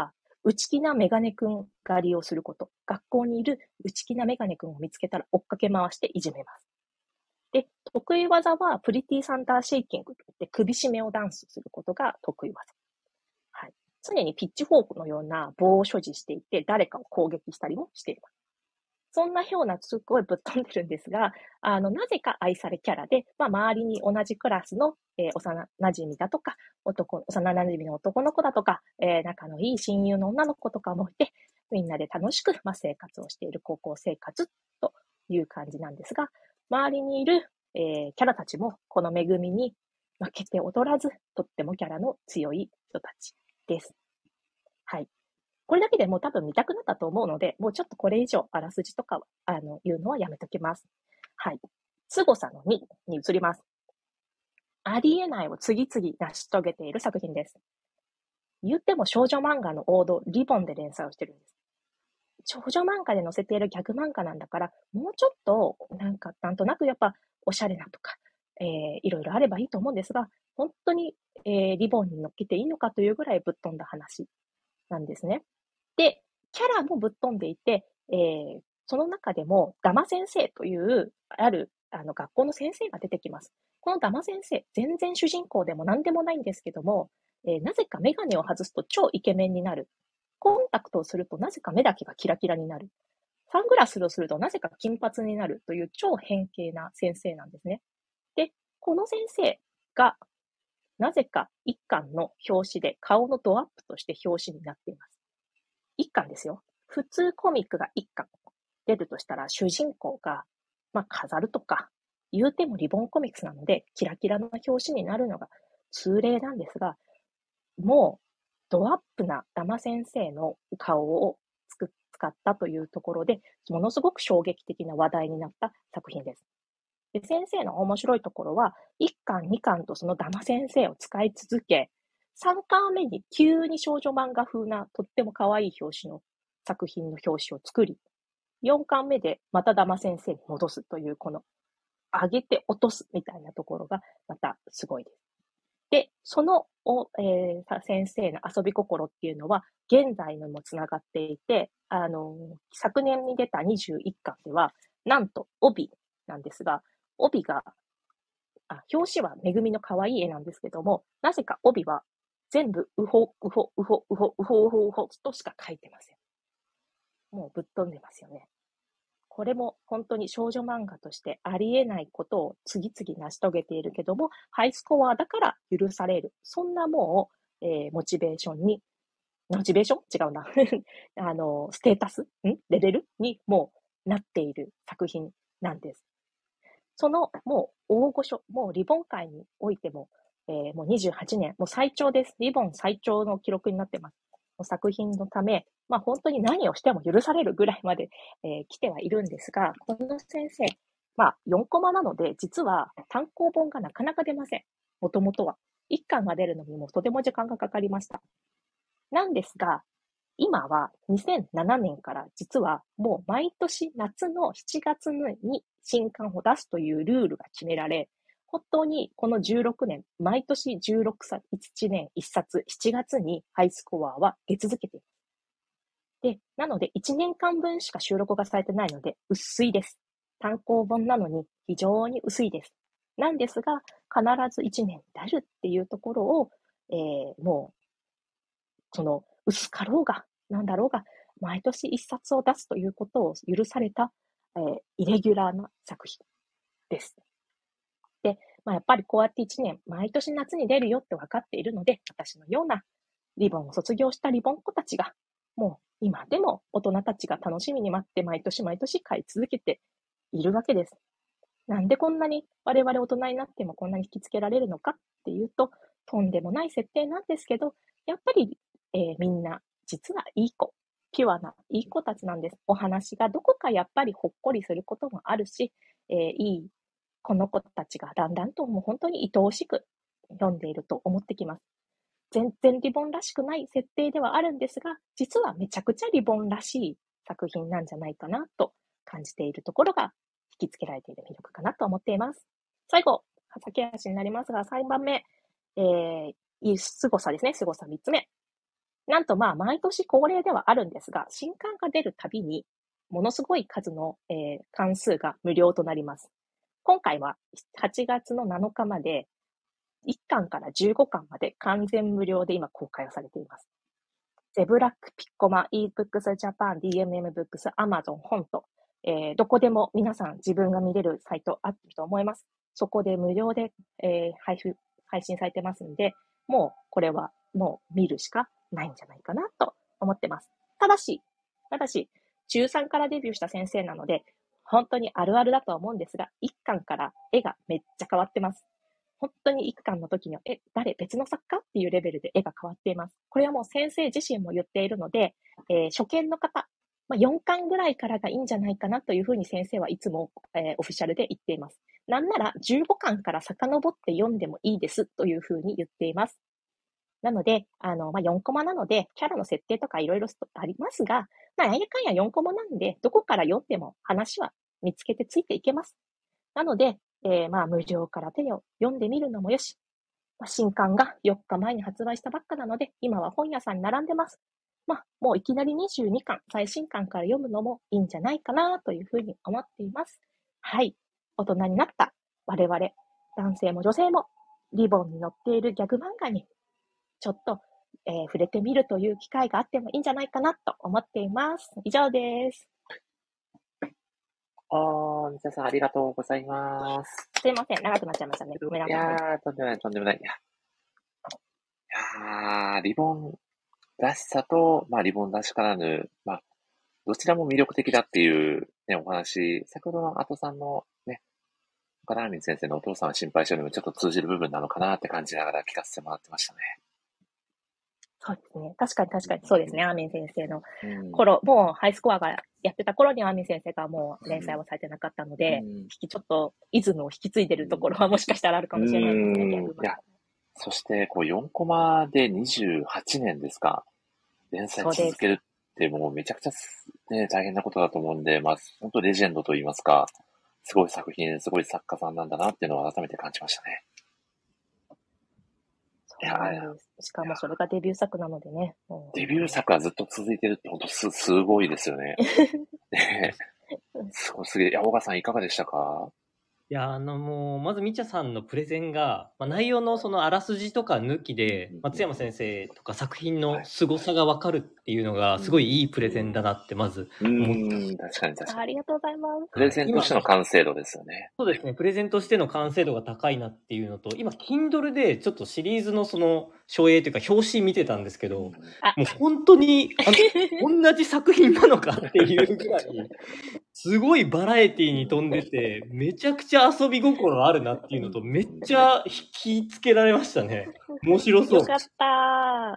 内気なメガネくん狩りをすること。学校にいる内気なメガネくんを見つけたら追っかけ回していじめます。で、得意技はプリティサンダーシェイキングといって首絞めをダンスすることが得意技。はい。常にピッチフォークのような棒を所持していて、誰かを攻撃したりもしています。そんなようなすごいぶっ飛んでるんですが、なぜか愛されキャラで、周りに同じクラスの、幼馴染だとか、幼馴染の男の子だとか、仲のいい親友の女の子とかもいて、みんなで楽しく、生活をしている高校生活という感じなんですが、周りにいる、キャラたちもこの恵みに負けて劣らず、とってもキャラの強い人たちです。はい。これだけでもう多分見たくなったと思うので、もうちょっとこれ以上あらすじとか言うのはやめときます。はい。凄さの2に移ります。ありえないを次々成し遂げている作品です。言っても少女漫画の王道、リボンで連載をしてるんです。少女漫画で載せているギャグ漫画なんだから、もうちょっと、なんとなくやっぱ、おしゃれなとか、いろいろあればいいと思うんですが、本当に、リボンに乗っけていいのかというぐらいぶっ飛んだ話なんですね。で、キャラもぶっ飛んでいて、その中でも、ダマ先生という、学校の先生が出てきます。このダマ先生、全然主人公でも何でもないんですけども、なぜかメガネを外すと超イケメンになる。コンタクトをするとなぜか目だけがキラキラになる。サングラスをするとなぜか金髪になるという超変形な先生なんですね。で、この先生が、なぜか一巻の表紙で顔のドアップとして表紙になっています。一巻ですよ。普通コミックが一巻出るとしたら主人公が、飾るとか、言うてもリボンコミックスなので、キラキラの表紙になるのが通例なんですが、もう、ドアップなダマ先生の顔を使ったというところで、ものすごく衝撃的な話題になった作品です。で、先生の面白いところは、1巻、2巻とそのダマ先生を使い続け、3巻目に急に少女漫画風なとっても可愛い表紙の作品の表紙を作り、4巻目でまたダマ先生に戻すという、この上げて落とすみたいなところがまたすごいです。で、その、先生の遊び心っていうのは、現在にもつながっていて、昨年に出た21巻では、なんと帯なんですが、帯が、表紙はめぐみの可愛い絵なんですけども、なぜか帯は全部うほとしか書いてません。もうぶっ飛んでますよね。これも本当に少女漫画としてありえないことを次々成し遂げているけども、ハイスコアだから許される。そんなもう、モチベーション違うな。ステータスレベルにもうなっている作品なんです。その、もう大御所、もうリボン界においても、もう28年、もう最長です。リボン最長の記録になってます。作品のため、本当に何をしても許されるぐらいまで、来てはいるんですが、この先生、4コマなので、実は単行本がなかなか出ません。もともとは。1巻が出るのにもとても時間がかかりました。なんですが、今は2007年から実はもう毎年夏の7月に新刊を出すというルールが決められ、本当にこの16年、毎年16冊、1年1冊、7月にハイスコアは出続けています。で、なので1年間分しか収録がされてないので薄いです。単行本なのに非常に薄いです。なんですが、必ず1年出るっていうところを、もう、その薄かろうが、なんだろうが、毎年1冊を出すということを許された、イレギュラーな作品です。で、やっぱりこうやって1年、毎年夏に出るよって分かっているので、私のようなリボンを卒業したリボン子たちが、もう今でも大人たちが楽しみに待って毎年毎年買い続けているわけです。なんでこんなに我々大人になってもこんなに引きつけられるのかっていうと、とんでもない設定なんですけど、やっぱり、みんな実はいい子、ピュアないい子たちなんです。お話がどこかやっぱりほっこりすることもあるし、いいこの子たちがだんだんともう本当に愛おしく読んでいると思ってきます。全然リボンらしくない設定ではあるんですが、実はめちゃくちゃリボンらしい作品なんじゃないかなと感じているところが引きつけられている魅力かなと思っています。最後、駆け足になりますが、3番目、凄さですね。凄さ3つ目。 なんと毎年恒例ではあるんですが、新刊が出るたびに、ものすごい数の、巻数が無料となります。今回は8月の7日まで、1巻から15巻まで完全無料で今公開をされています。ゼブラック、ピッコマ、eBooks Japan、DMM Books、Amazon、本と、どこでも皆さん自分が見れるサイトあると思います。そこで無料で、配信されてますんで、もうこれはもう見るしかないんじゃないかなと思ってます。ただし、中3からデビューした先生なので、本当にあるあるだとは思うんですが、1巻から絵がめっちゃ変わってます。本当に1巻の時の別の作家っていうレベルで絵が変わっています。これはもう先生自身も言っているので、初見の方、4巻ぐらいからがいいんじゃないかなというふうに先生はいつも、オフィシャルで言っています。なんなら15巻から遡って読んでもいいですというふうに言っています。なので、4コマなので、キャラの設定とかいろいろありますが、なんやかんや4コマなんで、どこから読んでも話は見つけてついていけます。なので、無料から手を読んでみるのもよし、新刊が4日前に発売したばっかなので、今は本屋さんに並んでます。もういきなり22巻、最新巻から読むのもいいんじゃないかなというふうに思っています。はい。大人になった我々、男性も女性も、リボンに載っているギャグ漫画に、ちょっと、触れてみるという機会があってもいいんじゃないかなと思っています。以上です。 みちゃさんありがとうございます。 すいません、長くなっちゃいましたね。ごめんなさい。 いやー、とんでもない、とんでもない。いやー、リボンらしさと、リボンらしからぬ、どちらも魅力的だっていうね、お話、先ほどのアトさんのね、岡田ラーメン先生のお父さんを心配してるのもちょっと通じる部分なのかなって感じながら聞かせてもらってましたね。 そうですね。確かにそうですね。アーミン先生の頃、もうハイスコアがやってた頃にアーミン先生がもう連載をされてなかったので、ちょっとイズムを引き継いでるところはもしかしたらあるかもしれないですね。 いや、そして4コマで28年ですか。連載続けるってもうめちゃくちゃ、ね、大変なことだと思うんで、本当レジェンドといいますか、すごい作品、すごい作家さんなんだなっていうのを改めて感じましたね。 しかもそれがデビュー作なのでね。 デビュー作がずっと続いてるって本当すごいですよね。すごすぎる。大川さんいかがでしたか？ いや、もう、まずみちゃさんのプレゼンが、内容のそのあらすじとか抜きで、松山先生とか作品の凄さがわかるっていうのが、すごいいいプレゼンだなって、まず思った。 確かに。 ありがとうございます。 プレゼンとしての完成度ですよね。 そうですね。プレゼンとしての完成度が高いなっていうのと、今、Kindle でちょっとシリーズのその、照英というか表紙見てたんですけど、もう本当に、同じ作品なのかっていうぐらい、すごいバラエティに富んでて、めちゃくちゃ遊び心あるなっていうのと、めっちゃ引きつけられましたね。面白そう。 よかった。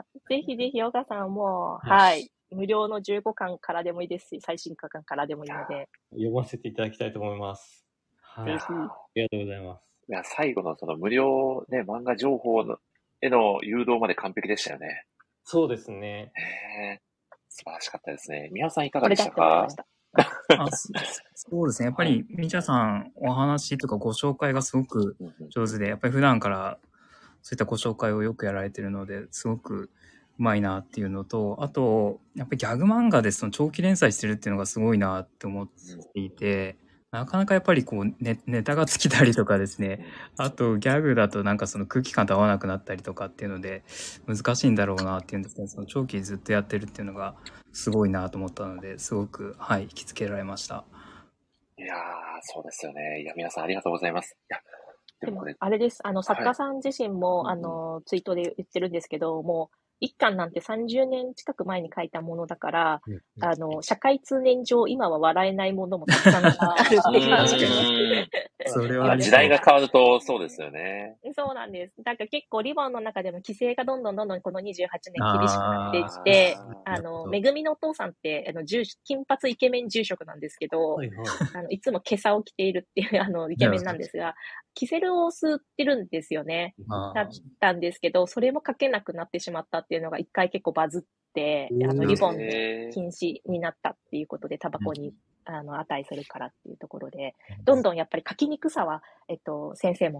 ぜひぜひ、岡さんも、はい。無料の15巻からでもいいですし、最新巻からでもいいので。 読ませていただきたいと思います。 ぜひ。 ありがとうございます。 いや、最後のその無料ね、漫画情報への誘導まで完璧でしたよね。 そうですね。 素晴らしかったですね。宮尾さんいかがでしたか？ そうですね。やっぱり、みちゃさん、お話とかご紹介がすごく上手で、やっぱり普段からそういったご紹介をよくやられてるので、すごくうまいなっていうのと、あと、やっぱりギャグ漫画でその長期連載してるっていうのがすごいなって思っていて、なかなかやっぱりこうネタが尽きたりとかですね、あとギャグだとなんかその空気感と合わなくなったりとかっていうので難しいんだろうなっていうんですね。その長期ずっとやってるっていうのがすごいなと思ったので、すごく引きつけられました。 いやー、そうですよね。いや、皆さんありがとうございます。いや、 でもあれです。作家さん自身も、ツイートで言ってるんですけど、もう一巻なんて30年近く前に書いたものだから、社会通念上今は笑えないものもたくさんあるっていう。 それは時代が変わるとそうですよね。 そうなんです。だから結構リボンの中でも規制がどんどんこの28年厳しくなってきて、めぐみのお父さんって金髪イケメン住職なんですけど、いつも袈裟を着ているっていうイケメンなんですが、キセルを吸ってるんですよね。だったんですけど、それも書けなくなってしまったっていうのが一回結構バズって、リボンで禁止になったっていうことで、タバコに値するからっていうところで、どんどんやっぱり書きにくさは、先生も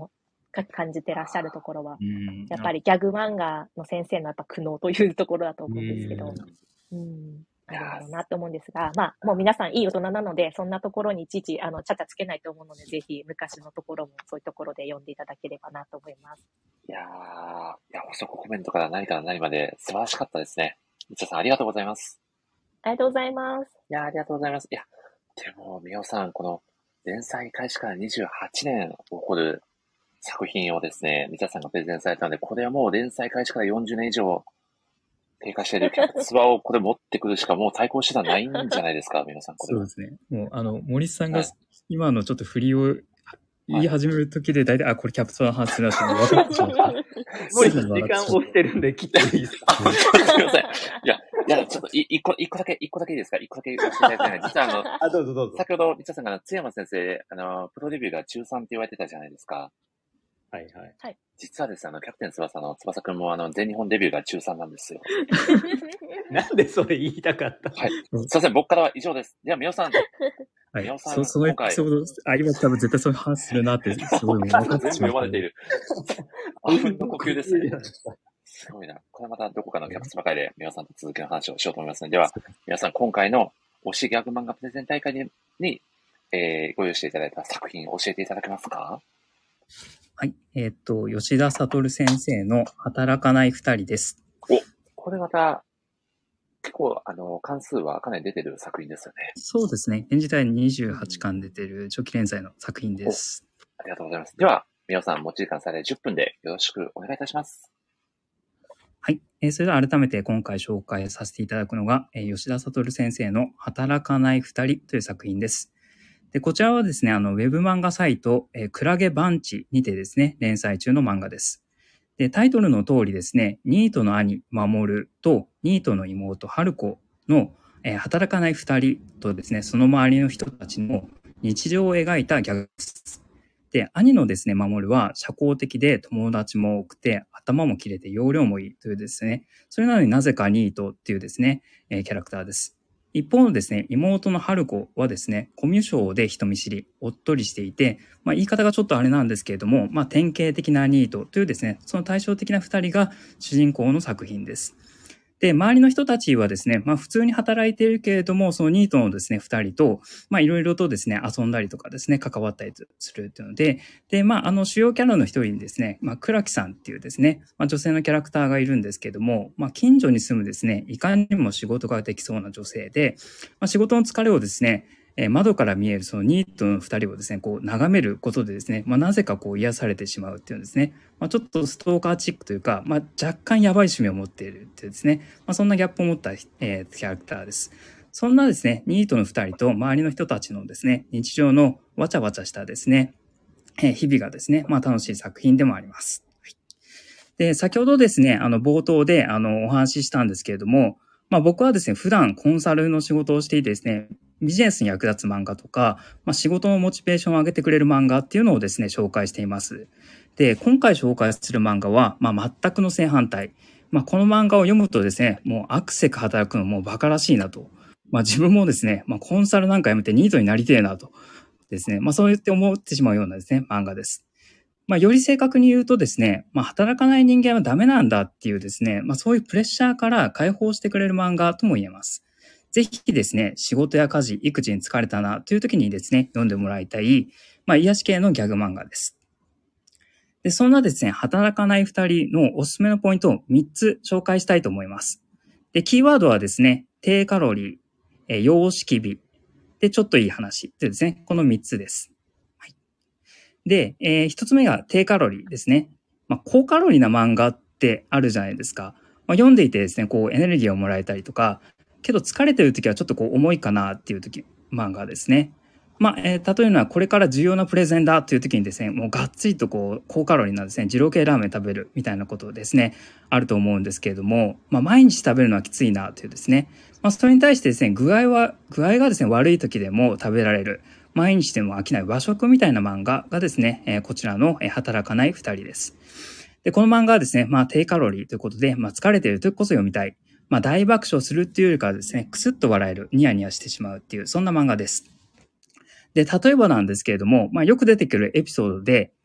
感じてらっしゃるところは、やっぱりギャグ漫画の先生のやっぱ苦悩というところだと思うんですけど、あるんだろうなと思うんですが、まあ、もう皆さんいい大人なので、そんなところにいちいち、ちゃちゃつけないと思うので、ぜひ昔のところもそういうところで読んでいただければなと思います。 いや、補足コメントから何から何まで素晴らしかったですね。みちおさんありがとうございます。 ありがとうございます。 いや、ありがとうございます。いや、でも、みおさん、この連載開始から28年起こる作品をですね、みちおさんがプレゼンされたので、これはもう連載開始から40年以上経過しているキャプツバをこれ持ってくるしかもう対抗手段ないんじゃないですか、皆さん。これそうですね。もう森さんが今のちょっと振りを言い始める時で大体、これキャプツバの話するなって分かってしまった。 森さん時間押してるんで切ってもいいですか？ すみません。いや、ちょっと一個だけいいですか？一個だけ言わせていただきたい。実はどうぞ。 先ほど、みちおさんが津山先生、プロデビューが中3って言われてたじゃないですか。 はい。 実はですね、キャプテン翼の翼くんも全日本デビューが中3なんですよ。 なんでそれ言いたかった？ はい。すいません、僕からは以上です。では、みおさん。 はい。そのエピソード、今多分絶対そういう話するなって、すごい分かってしまった。 全部読まれている。あうんの呼吸ですね。すごいな。これまたどこかのキャプツバ会で皆さんと続きの話をしようと思いますので、では、皆さん今回の推しギャグ漫画プレゼン大会にご用意していただいた作品を教えていただけますか？ はい。吉田悟先生の働かない二人です。 これまた、結構、関数はかなり出てる作品ですよね。 そうですね。現時点28巻出てる長期連載の作品です。 ありがとうございます。では、皆さん持ち時間され10分でよろしくお願いいたします。 はい。それでは改めて今回紹介させていただくのが、吉田悟先生の働かない二人という作品です。で、こちらはですね、ウェブ漫画サイト、クラゲバンチにてですね、連載中の漫画です。で、タイトルの通りですね、ニートの兄、守と、ニートの妹、春子の、働かない二人とですね、その周りの人たちの日常を描いたギャグです。で、兄のですね、守は社交的で友達も多くて、頭も切れて容量もいいというですね、それなのになぜかニートっていうですね、キャラクターです。一方のですね、妹の春子はですね、コミュ障で人見知り、おっとりしていて、言い方がちょっとあれなんですけれども、典型的なニートというですね、その対照的な二人が主人公の作品です。で、周りの人たちはですね、普通に働いているけれども、そのニートのですね、二人と、いろいろとですね、遊んだりとかですね、関わったりするっていうので、で、主要キャラの一人にですね、倉木さんっていうですね、女性のキャラクターがいるんですけれども、近所に住むですね、いかにも仕事ができそうな女性で、仕事の疲れをですね、窓から見えるそのニートの二人をですね、こう眺めることでですね、なぜかこう癒されてしまうっていうんですね。ちょっとストーカーチックというか、若干やばい趣味を持っているっていうですね、そんなギャップを持った、キャラクターです。そんなですね、ニートの二人と周りの人たちのですね、日常のわちゃわちゃしたですね、日々がですね、楽しい作品でもあります。で、先ほどですね、冒頭でお話ししたんですけれども、僕はですね、普段コンサルの仕事をしていてですね、ビジネスに役立つ漫画とか、仕事のモチベーションを上げてくれる漫画っていうのをですね、紹介しています。で、今回紹介する漫画は、全くの正反対。この漫画を読むとですね、もうアクセク働くのもバカらしいなと。自分もですね、コンサルなんかやめてニートになりてえなと。ですね、そう言って思ってしまうようなですね、漫画です。より正確に言うとですね、働かない人間はダメなんだっていうですね、そういうプレッシャーから解放してくれる漫画とも言えます。ぜひですね、仕事や家事、育児に疲れたなという時にですね、読んでもらいたい、癒し系のギャグ漫画です。で、そんなですね、働かない二人のおすすめのポイントを3つ紹介したいと思います。で、キーワードはですね、低カロリー、様式美、で、ちょっといい話というですね、この3つです。で、1つ目が低カロリーですね。高カロリーな漫画ってあるじゃないですか。読んでいてですね、こうエネルギーをもらえたりとか、けど疲れてる時はちょっとこう重いかなっていう時、漫画ですね。例えるのはこれから重要なプレゼンだという時にですね、もうがっつりとこう高カロリーなですね、二郎系ラーメン食べるみたいなことですね、あると思うんですけれども、毎日食べるのはきついなというですね、それに対してですね、具合がですね、悪い時でも食べられる、毎日でも飽きない和食みたいな漫画がですね、こちらの働かない二人です。で、この漫画はですね、低カロリーということで、疲れている時こそ読みたい。大爆笑するっていうよりかはですね、クスッと笑える、ニヤニヤしてしまうっていう、そんな漫画です。で、例えばなんですけれども、よく出てくるエピソードで、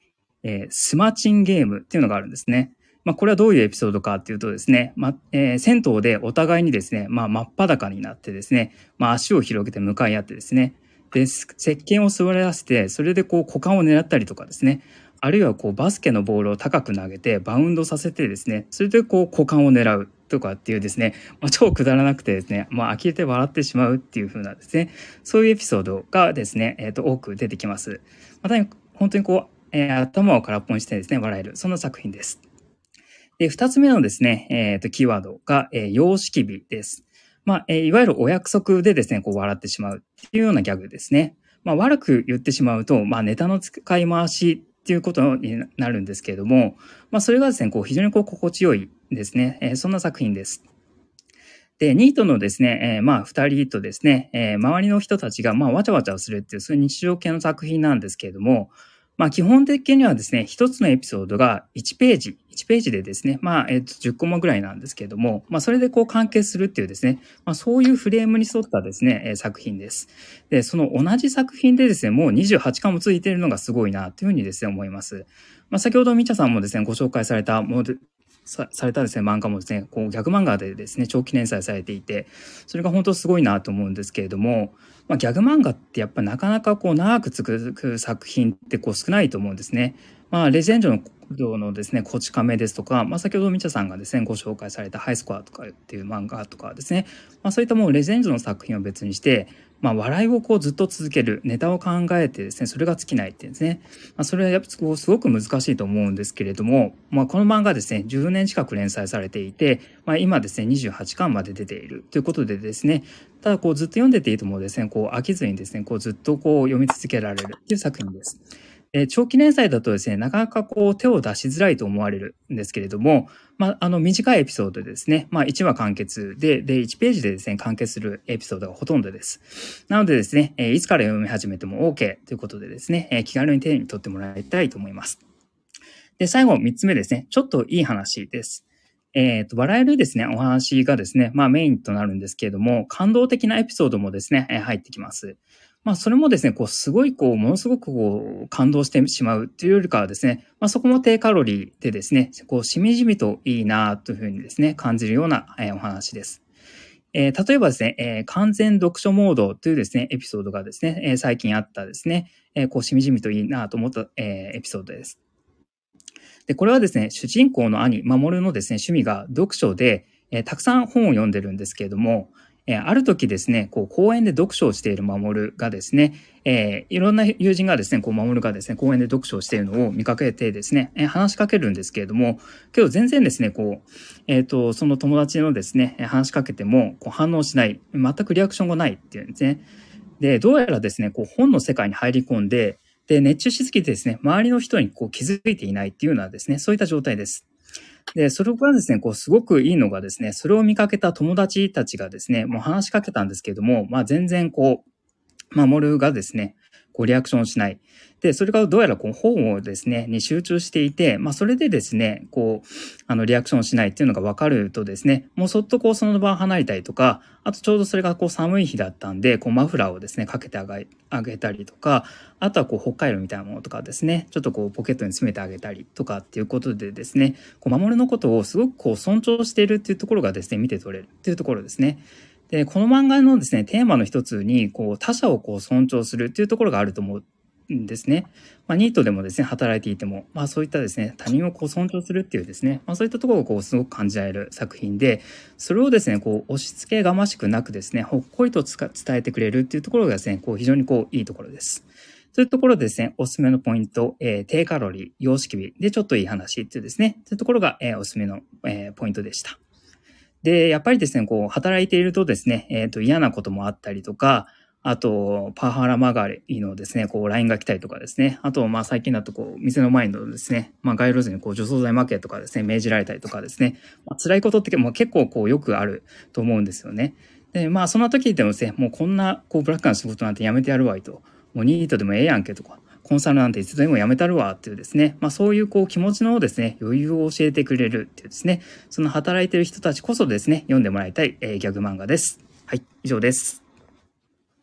スマチンゲームっていうのがあるんですね。これはどういうエピソードかっていうとですね、銭湯でお互いにですね、真っ裸になってですね、足を広げて向かい合ってですね、で、石鹸を座らせて、それで股間を狙ったりとかですね、あるいはバスケのボールを高く投げてバウンドさせてですね、それで股間を狙うとかっていうですね、超くだらなくてですね、呆れて笑ってしまうっていう風なですね、そういうエピソードがですね、多く出てきます。本当に頭を空っぽにしてですね、笑える、そんな作品です。で、二つ目のですね、キーワードが、様式美です。いわゆるお約束でですね、笑ってしまうっていうようなギャグですね。悪く言ってしまうと、ネタの使い回しっていうことになるんですけれども、それがですね、非常に心地よいですね、そんな作品です。で、ニートのですね、二人とですね、周りの人たちが、わちゃわちゃをするっていう、そういう日常系の作品なんですけれども、基本的にはですね、一つのエピソードが1ページでですね、10コマぐらいなんですけれども、それで完結するっていうですね、そういうフレームに沿ったですね、作品です。で、その同じ作品でですね、もう28巻もついているのがすごいな、というふうにですね、思います。先ほどみちゃさんもですね、ご紹介されたされたですね、漫画もですね、ギャグ漫画でですね、長期連載されていて、それが本当すごいなと思うんですけれども、ギャグ漫画ってやっぱなかなか長く続く作品って少ないと思うんですね。レジェンドのですね、こち亀ですとか、先ほどみちゃさんがですね、ご紹介されたハイスコアとかっていう漫画とかですね、そういったもうレジェンドの作品を別にして、笑いをずっと続ける、ネタを考えてですね、それが尽きないっていうんですね。それはやっぱすごく難しいと思うんですけれども、この漫画ですね、10年近く連載されていて、今ですね、28巻まで出ているということでですね、ただずっと読んでていいともですね、飽きずにですね、ずっと読み続けられるっていう作品です。長期連載だとですね、なかなか手を出しづらいと思われるんですけれども、短いエピソードでですね、1話完結で、1ページでですね、完結するエピソードがほとんどです。なのでですね、いつから読み始めても OK ということでですね、気軽に手に取ってもらいたいと思います。で、最後3つ目ですね、ちょっといい話です。笑えるですね、お話がですね、メインとなるんですけれども、感動的なエピソードもですね、入ってきます。それもですね、すごいものすごく感動してしまうというよりかはですね、そこも低カロリーでですね、しみじみといいなというふうにですね、感じるようなお話です。例えばですね、完全読書モードというですね、エピソードがですね、最近あったですね、しみじみといいなと思った、エピソードです。で、これはですね、主人公の兄、守のですね、趣味が読書で、たくさん本を読んでるんですけれども、ある時ですね、公園で読書をしている守がですね、いろんな友人がですね、守がですね、公園で読書をしているのを見かけてですね、話しかけるんですけれども、けど全然ですね、その友達のですね、話しかけても反応しない、全くリアクションがないっていうんですね。で、どうやらですね、本の世界に入り込んで、で、熱中しすぎてですね、周りの人に気づいていないっていうのはですね、そういった状態です。で、それがですね、すごくいいのがですね、それを見かけた友達たちがですね、もう話しかけたんですけれども、全然守がですね、リアクションしない。で、それがどうやら本をですね、に集中していて、それでですね、リアクションしないっていうのが分かるとですね、もうそっとその場を離れたりとか、あとちょうどそれが寒い日だったんで、マフラーをですね、かけてあげたりとか、あとは北海道みたいなものとかですね、ちょっとポケットに詰めてあげたりとかっていうことでですね、守のことをすごく尊重しているっていうところがですね、見て取れるっていうところですね。で、この漫画のですね、テーマの一つに、他者を尊重するっていうところがあると思うんですね。ニートでもですね、働いていても、そういったですね、他人を尊重するっていうですね、そういったところをすごく感じられる作品で、それをですね、押し付けがましくなくですね、ほっこりと伝えてくれるっていうところがですね、非常にいいところです。そういうところでですね、おすすめのポイント、低カロリー、様式美でちょっといい話っていうですね、そういうところが、おすすめの、ポイントでした。で、やっぱりですね、働いているとですね、嫌なこともあったりとか、あと、パワハラ曲がりのですね、LINE が来たりとかですね、あと、最近だと店の前のですね、街路樹に除草剤負けとかですね、命じられたりとかですね、辛いことって結構よくあると思うんですよね。で、そんな時でもですね、もうこんな、ブラックな仕事なんてやめてやるわいと、もうニートでもええやんけとか、コンサルなんていつでもやめたるわっていうですね、そういう気持ちのですね、余裕を教えてくれるっていうですね、その働いている人たちこそですね、読んでもらいたい、ギャグ漫画です。はい、以上です。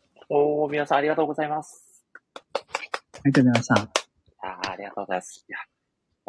皆さんありがとうございます。 ありがとうございました。 ありがとうございます。いや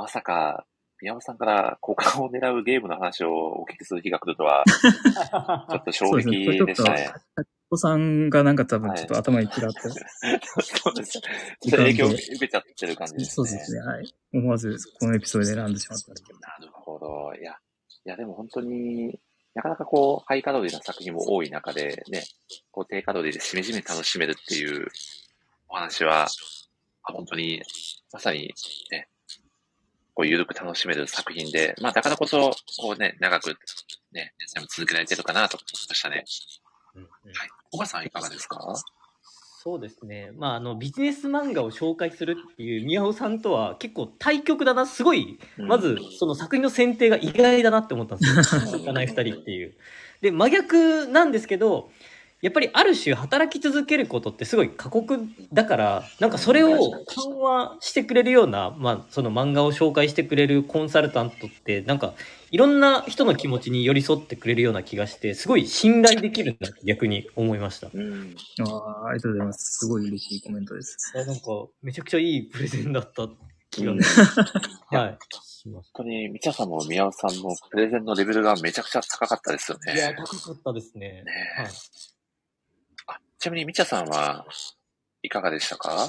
まさか、宮尾さんから交換を狙うゲームの話をお聞きする日が来るとは、ちょっと衝撃でしたね。 お子さんがなんか多分ちょっと頭に嫌って。 そうです。ちょっと影響を受けちゃってる感じですね。 そうですね。はい。思わずこのエピソードで選んでしまった。 なるほど。いやでも本当に、なかなかこう、ハイカロリーな作品も多い中でね、こう、低カロリーでしめじめ楽しめるっていうお話は、本当に、まさにね、こう、ゆるく楽しめる作品で、だからこそ、こうね、長くね、続けられてるかなと思いましたね。はい。小川さんいかがですか？ そうですね。ビジネス漫画を紹介するっていう宮尾さんとは結構対極だな。すごい、まずその作品の選定が意外だなって思ったんですよ。行かない二人っていう。で、真逆なんですけど、やっぱりある種働き続けることってすごい過酷だから、なんかそれを緩和してくれるような、その漫画を紹介してくれるコンサルタントって、なんかいろんな人の気持ちに寄り添ってくれるような気がして、すごい信頼できるなって逆に思いました。 ありがとうございます。すごい嬉しいコメントです。 なんかめちゃくちゃいいプレゼンだった気が、はい。 本当に、みちゃさんも宮尾さんのプレゼンのレベルがめちゃくちゃ高かったですよね。 いや、高かったですね。はい。 ちなみにみちゃさんはいかがでしたか？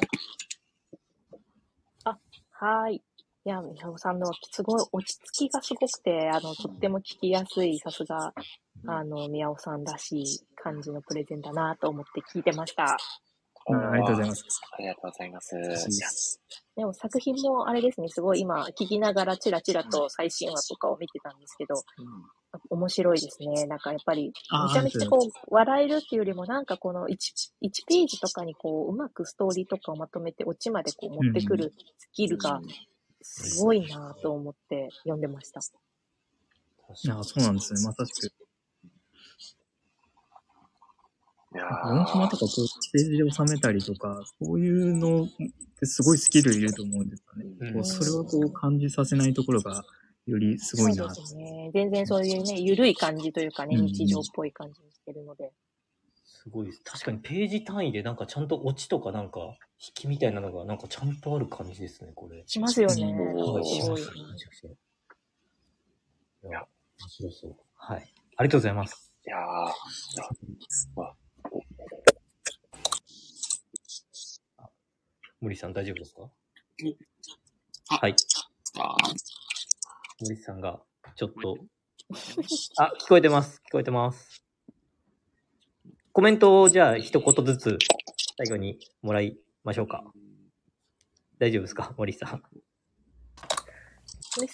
はい。いや、宮尾さんのすごい落ち着きがすごくて、とっても聞きやすい、さすが、宮尾さんらしい感じのプレゼンだなと思って聞いてました。 ありがとうございます。 ありがとうございます。 でも作品もあれですね、すごい今聞きながらチラチラと最新話とかを見てたんですけど、面白いですね。なんかやっぱり、めちゃめちゃこう、笑えるっていうよりも、なんかこの1ページとかにこう、うまくストーリーとかをまとめて、オチまでこう持ってくるスキルが、すごいなと思って読んでました。 いや、そうなんですね。まさしく。4コマとかこう、ページで収めたりとか、そういうのってすごいスキルいると思うんですよね。それをこう感じさせないところが、よりすごいな。 そうですね。全然そういうね、ゆるい感じというかね、日常っぽい感じにしてるので。 すごいです。確かにページ単位でなんかちゃんとオチとかなんか引きみたいなのがなんかちゃんとある感じですね、これ。 しますよね。 はい、します。めちゃくちゃ。いや、面白そう。はい。ありがとうございます。 いや森さん大丈夫ですか？はい。森さんがちょっと聞こえてます。聞こえてます。コメントをじゃあ一言ずつ最後にもらいましょうか。大丈夫ですか、森さん。 森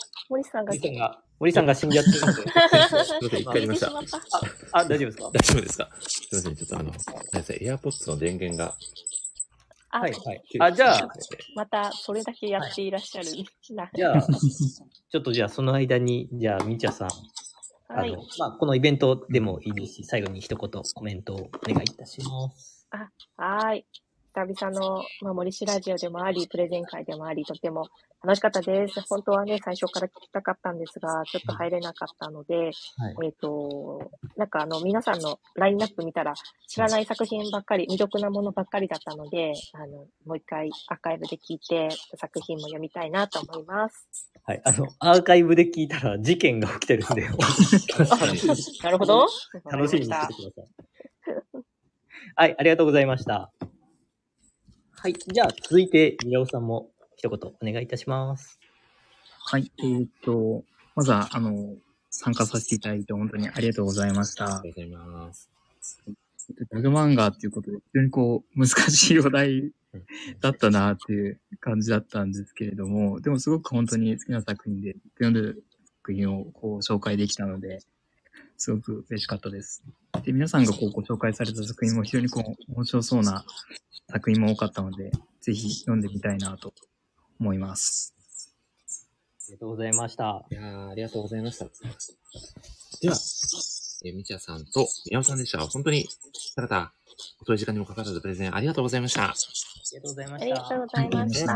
さんが死んじゃってるんで。 すいません、一回見ました。 大丈夫ですか？ 大丈夫ですか？すいません、ちょっとAirPods の電源が。 はい。じゃあ、 またそれだけやっていらっしゃる。 じゃあ、ちょっとじゃあその間に、じゃあ、みちゃさん。 はい。 このイベントでもいいですし、最後に一言コメントをお願いいたします。 はい。久々の、森氏ラジオでもあり、プレゼン会でもあり、とても楽しかったです。本当はね、最初から聞きたかったんですが、ちょっと入れなかったので、なんか皆さんのラインナップ見たら、知らない作品ばっかり、未読なものばっかりだったので、もう一回アーカイブで聞いて、作品も読みたいなと思います。 はい。アーカイブで聞いたら事件が起きてるんで。 なるほど。 楽しみにしててください。はい、ありがとうございました。はい。じゃあ、続いて、宮尾さんも一言お願いいたします。 はい。まずは、参加させていただいて本当にありがとうございました。 ありがとうございます。 ギャグ漫画っていうことで、非常にこう、難しいお題だったなっていう感じだったんですけれども、でもすごく本当に好きな作品で、読んでる作品をこう紹介できたので、すごく嬉しかったです。で、皆さんがこうご紹介された作品も非常にこう、面白そうな作品も多かったので、ぜひ読んでみたいなと思います。 ありがとうございました。 いやー、ありがとうございました。では、みちやさんと宮尾さんでした。本当に、ただ、遅い時間にもかかわらずプレゼンありがとうございました。 ありがとうございました。 ありがとうございました。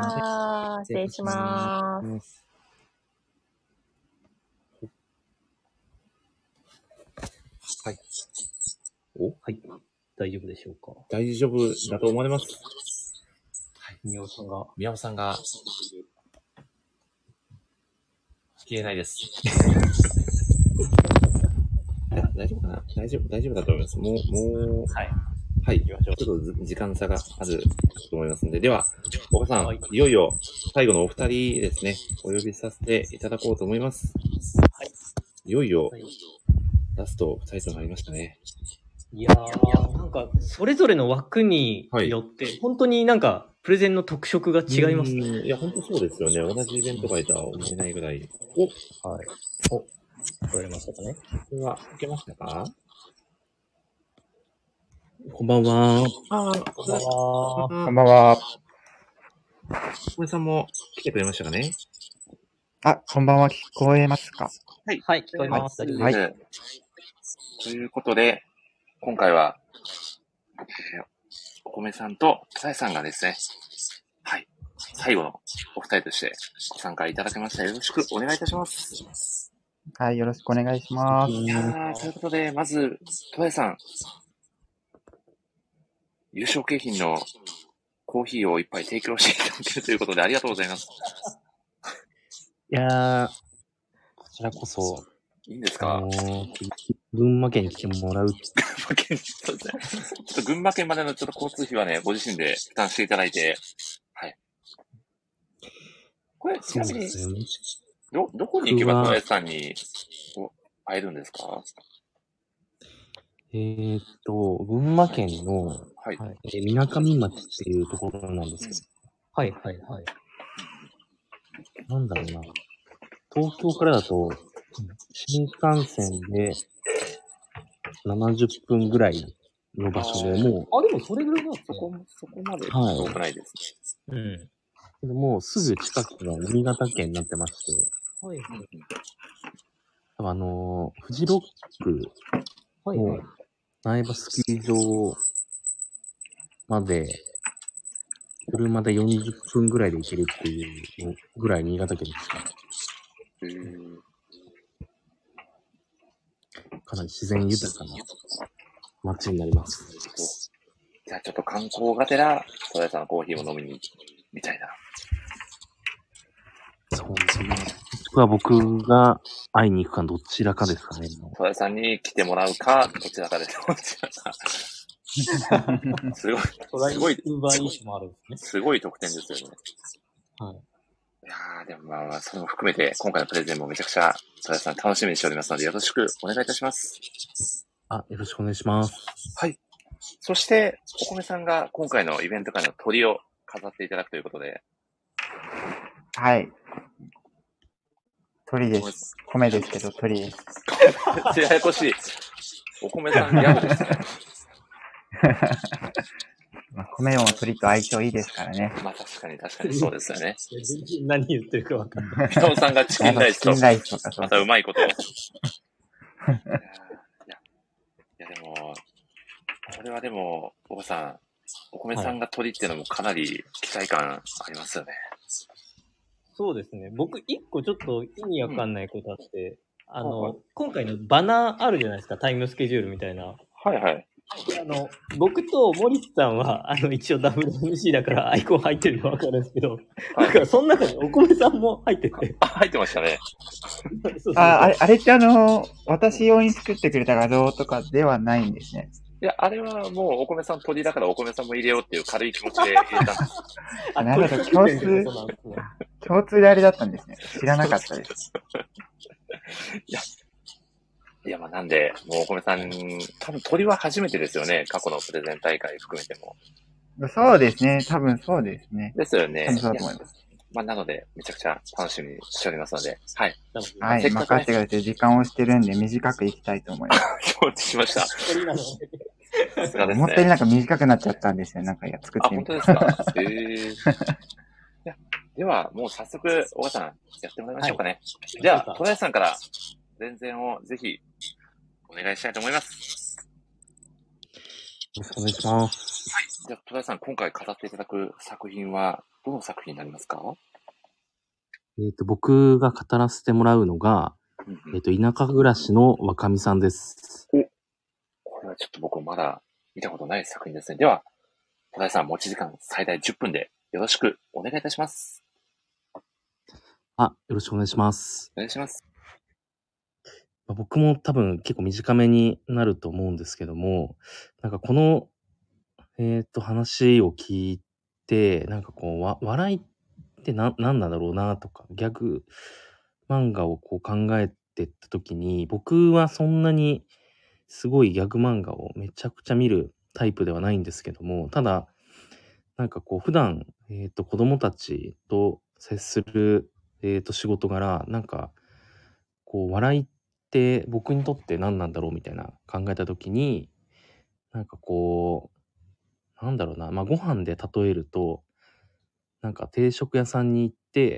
失礼します。 はい。 はい。大丈夫でしょうか？ 大丈夫だと思われます。 はい。宮尾さんが。 消えないです。大丈夫かな？大丈夫だと思います。もう、はい。ちょっと時間差があると思いますので。では、岡さん、いよいよ最後のお二人ですね、お呼びさせていただこうと思います。はい。いよいよ、ラスト2人となりましたね。 いやー、なんか、それぞれの枠によって、本当になんか、プレゼンの特色が違いますね。 いや、本当そうですよね。同じイベント会とは思えないぐらい。 はい。聞こえましたかね。 これは、受けましたか？ こんばんは。 こんばんは。 こんばんは。 小林さんも来てくれましたかね？ こんばんは。聞こえますか？ はい、聞こえます。 はい。 ということで、今回は、お米さんとさやさんがですね、はい、最後のお二人としてご参加いただきました。よろしくお願いいたします。 はい、よろしくお願いします。 いやー、ということで、まず、とやさん、優勝景品のコーヒーを一杯提供していただけるということでありがとうございます。 いやー、こちらこそ、 いいんですか？ 群馬県に来てもらう。 群馬県、そうですね。ちょっと群馬県までのちょっと交通費はね、ご自身で負担していただいて、はい。これ、ちなみに、どこに行けばトヤさんに会えるんですか？ 群馬県の、 はい。 みなかみ町っていうところなんですけど。 はい。 なんだろうな。東京からだと、新幹線で70分ぐらいの場所でもう。でもそれぐらいなんですね。 そこまで遠くないですね。でもうすぐ近くが新潟県になってまして。 はい。 フジロックの苗場スキー場まで、車で40分ぐらいで行けるっていうぐらい新潟県ですか。かなり自然豊かな街になります。 じゃあちょっと観光がてら、トヤさんのコーヒーを飲みに、みたいな。 そうですね。これは僕が会いに行くかどちらかですかね。 トヤさんに来てもらうか、どちらかです。どちらか。すごい得点ですよね。 はい。 いやー、でもまあ、それも含めて、今回のプレゼンもめちゃくちゃ、トヤさん楽しみにしておりますので、よろしくお願いいたします。 よろしくお願いします。 はい。そして、お米さんが今回のイベント会の鳥を飾っていただくということで。 はい。鳥です。米ですけど、鳥です。 ややこしい。お米さんギャグですね。 米も鳥と相性いいですからね。 まあ確かにそうですよね。 何言ってるか分かんない。 北尾さんがチキンライスと、またうまいことを。いやでも、これはでも、おばさん、お米さんが鳥っていうのもかなり期待感ありますよね。 そうですね。僕、一個ちょっと意味わかんないことあって、今回のバナーあるじゃないですか、タイムスケジュールみたいな。 はいはい。 僕と森田さんは、一応 WMC だからアイコン入ってるのわかるんですけど、だからその中にお米さんも入ってて。 入ってましたね。 あれって私用に作ってくれた画像とかではないんですね。 いや、あれはもうお米さん鳥だからお米さんも入れようっていう軽い気持ちで入れたんです。 なるほど、共通であれだったんですね。知らなかったです。 いや、まあなんで、もうお米さん、多分鳥は初めてですよね。過去のプレゼン大会含めても。 そうですね。多分そうですね。 ですよね。 そうだと思います。 まあなので、めちゃくちゃ楽しみにしておりますので。はい。 はい。任せてください。時間をしてるんで短くいきたいと思います。 承知しました。 思ったよりなんか短くなっちゃったんですよ。なんか作ってみて。 本当ですか？いや、では、もう早速、小川さん、やってもらいましょうかね。じゃあ、戸田さんから、プレゼンをぜひ、お願いしたいと思います。 よろしくお願いします。 はい。じゃあ、戸田さん、今回語っていただく作品は、どの作品になりますか？ 僕が語らせてもらうのが、田舎暮らしの若見さんです。 これはちょっと僕まだ見たことない作品ですね。では、戸田さん、持ち時間最大10分でよろしくお願いいたします。 よろしくお願いします。 お願いします。 僕も多分結構短めになると思うんですけども、なんかこの、話を聞いて、なんかこう、笑いって何なんだろうなとか、ギャグ漫画をこう考えてった時に、僕はそんなにすごいギャグ漫画をめちゃくちゃ見るタイプではないんですけども、ただ、なんかこう普段、子供たちと接する、仕事柄、なんか、こう笑いって僕にとって何なんだろうみたいな考えた時に、なんかこう、なんだろうな、ご飯で例えると、なんか定食屋さんに行って、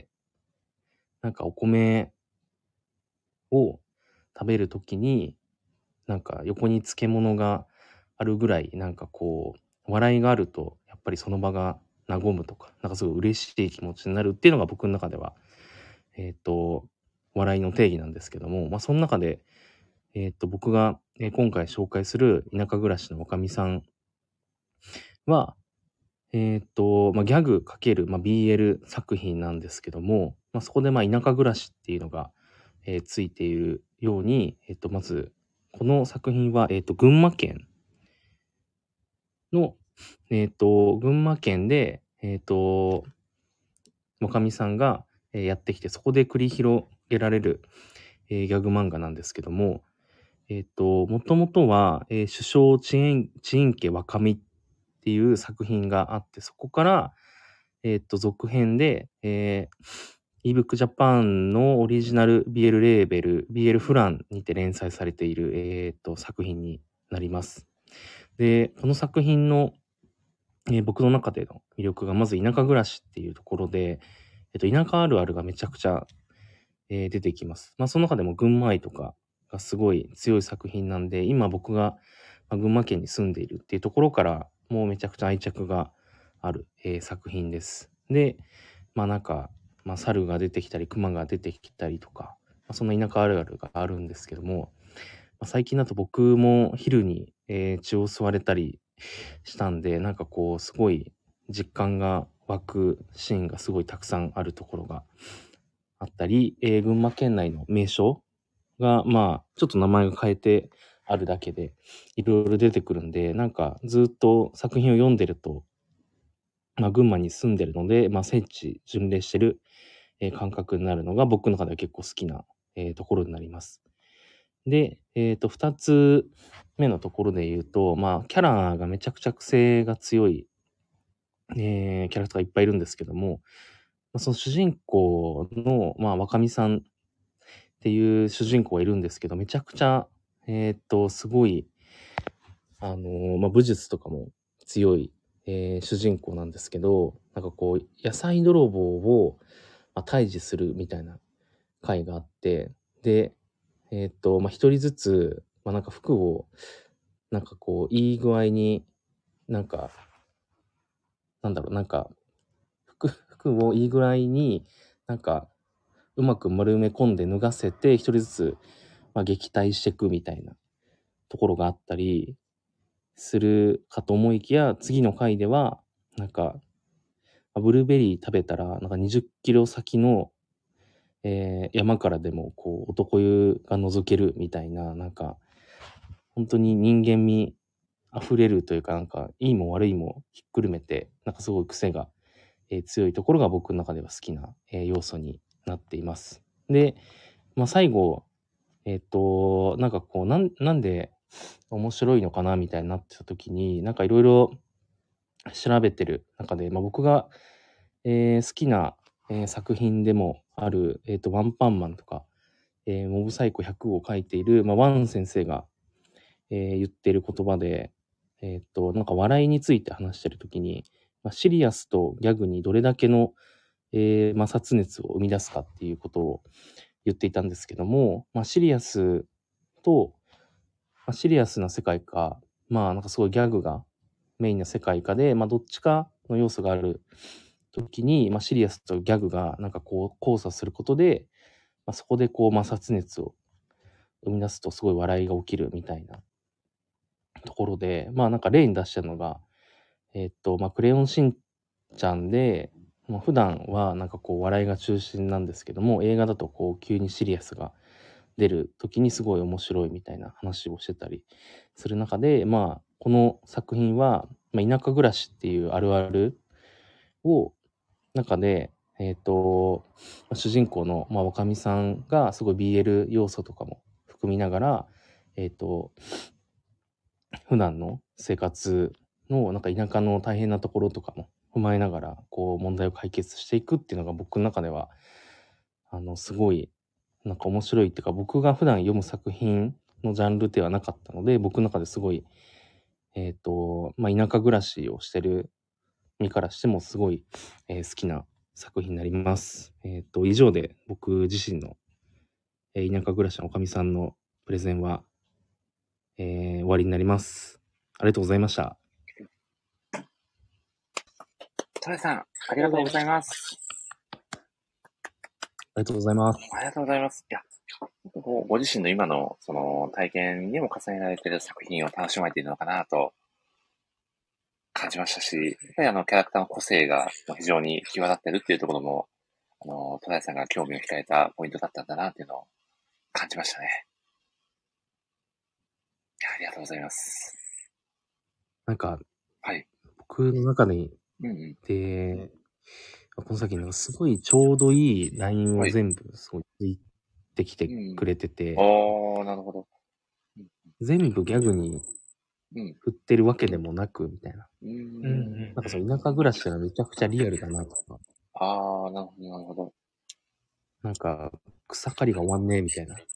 なんかお米を食べる時に、なんか横に漬物があるぐらい、なんかこう、笑いがあると、やっぱりその場が和むとか、なんかすごい嬉しい気持ちになるっていうのが僕の中では、笑いの定義なんですけども、その中で、僕が、今回紹介する田舎暮らしのおかみさんは、ギャグ×BL 作品なんですけども、そこで田舎暮らしっていうのが、ついているように、まず、この作品は、群馬県の、群馬県で、おかみさんが、やってきて、そこで繰り広げられる、ギャグ漫画なんですけども、もともとは、首相遅延家若見っていう作品があって、そこから、続編で、ebook Japan のオリジナル BL レーベル、BL フランにて連載されている、作品になります。で、この作品の、僕の中での魅力がまず田舎暮らしっていうところで、田舎あるあるがめちゃくちゃ、出てきます。その中でも群馬愛とかがすごい強い作品なんで、今僕が群馬県に住んでいるっていうところからもうめちゃくちゃ愛着がある、作品です。で、なんか、猿が出てきたり、熊が出てきたりとか、そんな田舎あるあるがあるんですけども、最近だと僕も昼に、血を吸われたりしたんで、なんかこう、すごい実感が湧くシーンがすごいたくさんあるところがあったり、群馬県内の名所が、ちょっと名前が変えてあるだけで、いろいろ出てくるんで、なんかずっと作品を読んでると、群馬に住んでるので、聖地巡礼してる、感覚になるのが僕の中では結構好きな、ところになります。で、二つ目のところで言うと、キャラがめちゃくちゃ癖が強い、キャラクターがいっぱいいるんですけども、その主人公の、若見さんっていう主人公がいるんですけど、めちゃくちゃ、すごい、武術とかも強い、主人公なんですけど、なんかこう、野菜泥棒を、退治するみたいな回があって、で、一人ずつ、なんか服を、なんかこう、いい具合に、なんか、なんだろう、なんか、服をいい具合に、なんか、うまく丸め込んで脱がせて、一人ずつ、撃退していくみたいなところがあったりするかと思いきや、次の回では、なんか、ブルーベリー食べたら、なんか20キロ先の、山からでも、こう、男湯が覗けるみたいな、なんか、本当に人間味溢れるというか、なんか、いいも悪いもひっくるめて、なんかすごい癖が、強いところが僕の中では好きな、要素になっています。で、最後、なんかこう、なんで面白いのかなみたいになってた時に、なんかいろいろ調べてる中で、僕が、好きな、作品でもある、ワンパンマンとか、モブサイコ100を書いている、ワン先生が、言ってる言葉で、なんか笑いについて話してる時に、シリアスとギャグにどれだけの、摩擦熱を生み出すかっていうことを言っていたんですけども、シリアスと、シリアスな世界か、なんかすごいギャグがメインな世界かで、どっちかの要素がある時に、シリアスとギャグがなんかこう交差することで、そこでこう摩擦熱を生み出すとすごい笑いが起きるみたいなところで、なんか例に出したのが、クレヨンしんちゃんで、 普段はなんかこう笑いが中心なんですけども、映画だとこう急にシリアスが出る時にすごい面白いみたいな話をしてたりする中で、この作品は、田舎暮らしっていうあるあるを中で、主人公の、若見さんがすごい BL 要素とかも含みながら、普段の生活のなんか田舎の大変なところとかも踏まえながらこう問題を解決していくっていうのが僕の中ではすごいなんか面白いっていうか、僕が普段読む作品のジャンルではなかったので、僕の中ですごい田舎暮らしをしてる身からしてもすごい、好きな作品になります。以上で僕自身の、田舎暮らしのおかみさんのプレゼンは、終わりになります。ありがとうございました。 トラさん、ありがとうございます。 ありがとうございます。 ありがとうございます。いや、ご自身の今のその体験にも重ねられている作品を楽しまれているのかなと感じましたし、やっぱりキャラクターの個性が非常に際立っているっていうところも、トラさんが興味を控えたポイントだったんだなっていうのを感じましたね。ありがとうございます。 なんか、 はい。 僕の中で、で、この先なんかすごいちょうどいいラインを全部すごい言ってきてくれてて、 なるほど。 全部ギャグに振ってるわけでもなくみたいな。なんかその田舎暮らしがめちゃくちゃリアルだなとか。 なるほど、なるほど。 なんか草刈りが終わんねえみたいな。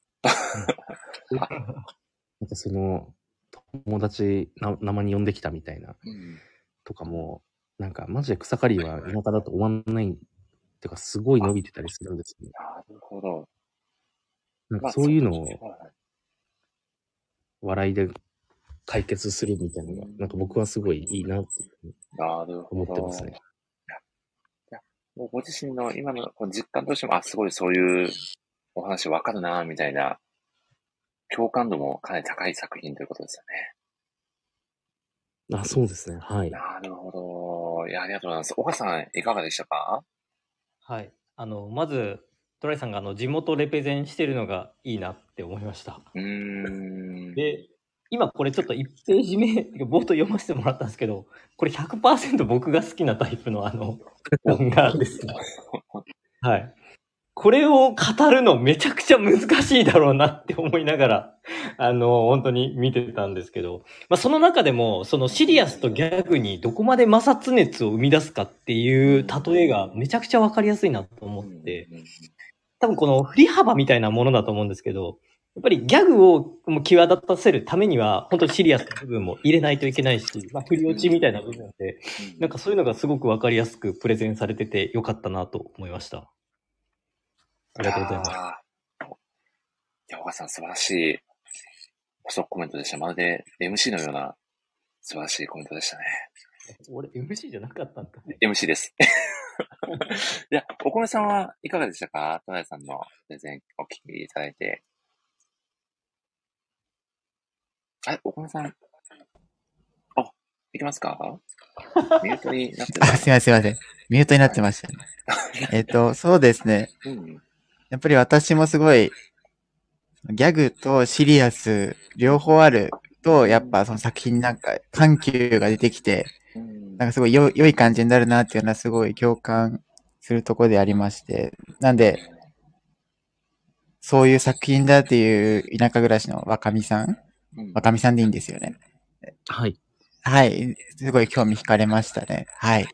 なんかその友達生に呼んできたみたいな、とかもなんかマジで草刈りは田舎だと終わんないってかすごい伸びてたりするんですよね。 なるほど。 なんかそういうのを笑いで解決するみたいなのがなんか僕はすごいいいなって思ってますね。 もうご自身の今の実感としてもすごいそういうお話わかるなみたいな共感度もかなり高い作品ということですよね。そうですね。はい。 なるほど。いや、ありがとうございます。岡さん、いかがでしたか？ はい。まず、トライさんが地元レペゼンしてるのがいいなって思いました。で、今これちょっと1ページ目、冒頭読ませてもらったんですけど、これ 100% 僕が好きなタイプの漫画ですね。はい。これを語るのめちゃくちゃ難しいだろうなって思いながら、本当に見てたんですけど、その中でも、そのシリアスとギャグにどこまで摩擦熱を生み出すかっていう例えがめちゃくちゃわかりやすいなと思って、多分この振り幅みたいなものだと思うんですけど、やっぱりギャグを際立たせるためには、本当にシリアスな部分も入れないといけないし、振り落ちみたいな部分で、なんかそういうのがすごくわかりやすくプレゼンされててよかったなと思いました。ありがとうございます。 いや、岡さん素晴らしい補足コメントでした。まるで MC のような素晴らしいコメントでしたね。 俺 MC じゃなかったんだね。 MC です。いや、お米さんはいかがでしたか？トナヤさんのプレゼンお聞きいただいて。お米さん。いきますか？ミュートになってる。 すいません。ミュートになってましたね。そうですね。やっぱり私もすごい、ギャグとシリアス両方あると、やっぱその作品なんか緩急が出てきて、なんかすごい良い感じになるなっていうのはすごい共感するところでありまして、なんで、そういう作品だっていう田舎暮らしの若見さんでいいんですよね。 はい。 はい。すごい興味惹かれましたね。はい。 い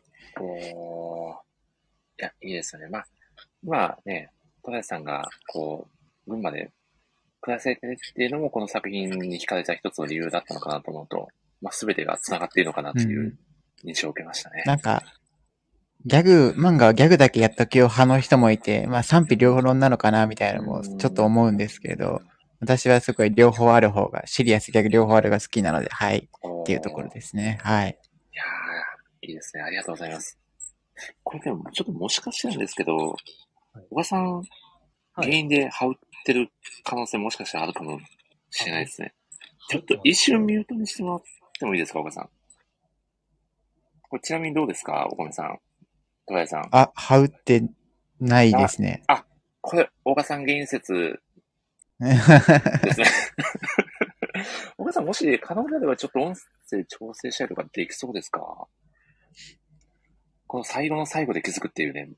や、いいですよね。今ね、戸田さんが、群馬で暮らせてるっていうのも、この作品に惹かれた一つの理由だったのかなと思うと、全てが繋がっているのかなっていう印象を受けましたね。 なんか、漫画はギャグだけやっとけよ派の人もいて、賛否両論なのかなみたいなのもちょっと思うんですけど、私はすごい両方ある方が、シリアスギャグ両方あるが好きなので、はい。っていうところですね。はい。 いやー、いいですね。ありがとうございます。これでも、ちょっともしかしてなんですけど、小川さん、原因で羽打ってる可能性もしかしたらあるかもしれないですね。ちょっと一瞬ミュートにしてもらってもいいですか、小川さん。これちなみにどうですか、お米さん。 戸谷さん。 あ、羽打ってないですね。 これ、大賀さん言説ですね。大賀さん、もし可能であればちょっと音声調整したりとかできそうですか？この最後の最後で気づくっていうね。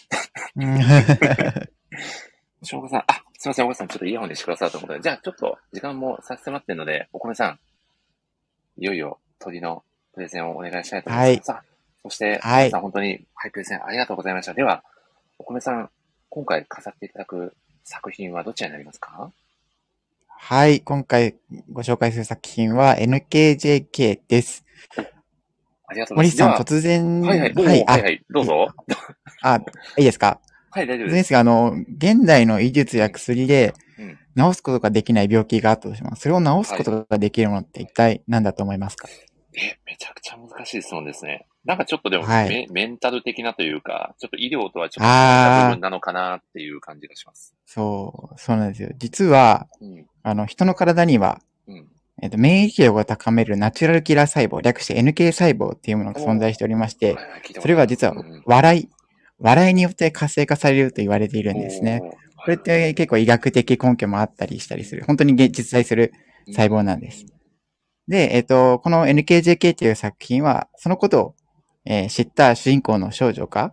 大賀さん、すいません、大賀さん、ちょっとイヤホンにしてくださいということで、じゃあちょっと時間も差し迫ってるので、お米さん、いよいよ鳥のプレゼンをお願いしたいと思います。そして、皆さん本当に、プレゼンありがとうございました。では、お米さん、今回飾っていただく作品はどちらになりますか？ はい、今回ご紹介する作品は NKJK です。 ありがとうございます。 森さん、突然、 どうぞ。 いいですか？ はい、大丈夫です。 ですが、現代の医術や薬で治すことができない病気があったとします。それを治すことができるものって一体何だと思いますか？ めちゃくちゃ難しい質問ですね。なんかちょっとでも、メンタル的なというか、ちょっと医療とはちょっと違った部分なのかなっていう感じがします。 そうなんですよ。実は、人の体には、免疫力を高めるナチュラルキラー細胞、略して NK 細胞っていうものが存在しておりまして、それは実は笑いによって活性化されると言われているんですね。これって結構医学的根拠もあったりしたりする、本当に実在する細胞なんです。で、この NKJK っていう作品は、そのことを、知った主人公の少女が、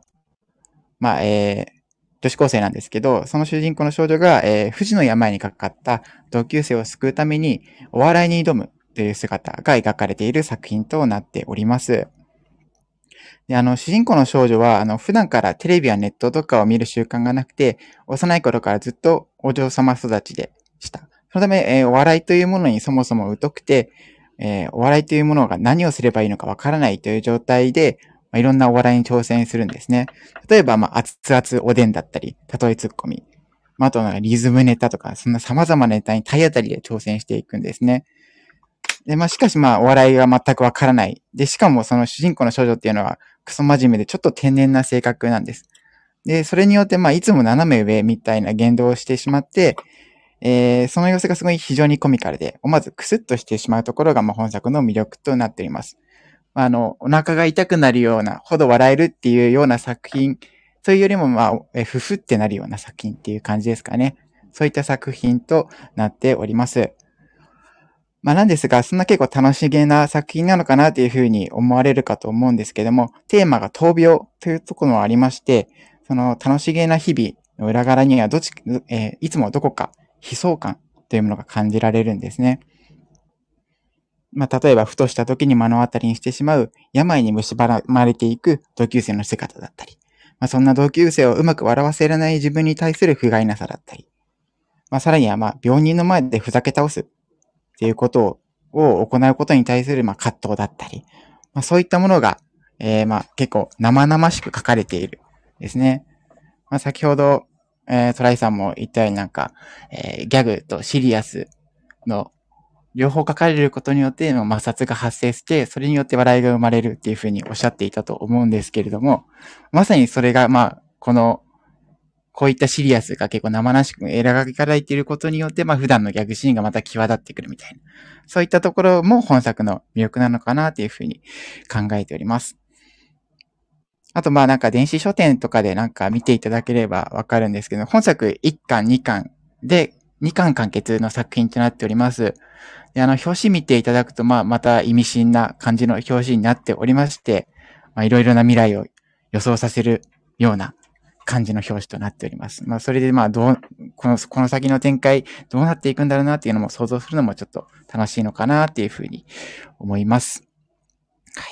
女子高生なんですけど、その主人公の少女が、不治の病にかかった同級生を救うために、お笑いに挑むという姿が描かれている作品となっております。で、主人公の少女は、普段からテレビやネットとかを見る習慣がなくて、幼い頃からずっとお嬢様育ちでした。そのため、お笑いというものにそもそも疎くて、お笑いというものが何をすればいいのかわからないという状態で、いろんなお笑いに挑戦するんですね。例えば、熱々おでんだったり、例えツッコミ。あとリズムネタとか、そんな様々なネタに体当たりで挑戦していくんですね。で、しかしお笑いが全くわからない。で、しかもその主人公の少女っていうのは、クソ真面目でちょっと天然な性格なんです。で、それによっていつも斜め上みたいな言動をしてしまって、その様子がすごい非常にコミカルで、思わずクスッとしてしまうところが本作の魅力となっております。お腹が痛くなるような、ほど笑えるっていうような作品、というよりもふふってなるような作品っていう感じですかね。そういった作品となっております。なんですが、そんな結構楽しげな作品なのかなというふうに思われるかと思うんですけども、テーマが闘病というところもありまして、その楽しげな日々の裏側にはいつもどこか悲壮感というものが感じられるんですね。例えば、ふとした時に目の当たりにしてしまう病に蝕まれていく同級生の姿だったり、そんな同級生をうまく笑わせられない自分に対する不甲斐なさだったり、さらには病人の前でふざけ倒すっていうことを行うことに対する葛藤だったり、そういったものが、結構生々しく書かれているですね。先ほど、トライさんも言ったようにギャグとシリアスの両方書かれることによって摩擦が発生して、それによって笑いが生まれるっていうふうにおっしゃっていたと思うんですけれども、まさにそれがこういったシリアスが結構生々しく描かれていることによって、普段のギャグシーンがまた際立ってくるみたいな。そういったところも本作の魅力なのかなというふうに考えております。あと電子書店とかで見ていただければわかるんですけど、本作1巻2巻で2巻完結の作品となっております。で、表紙見ていただくと、また意味深な感じの表紙になっておりまして、いろいろな未来を予想させるような感じの表紙となっております。それでこの先の展開どうなっていくんだろうなっていうのも想像するのもちょっと楽しいのかなっていうふうに思います。はい。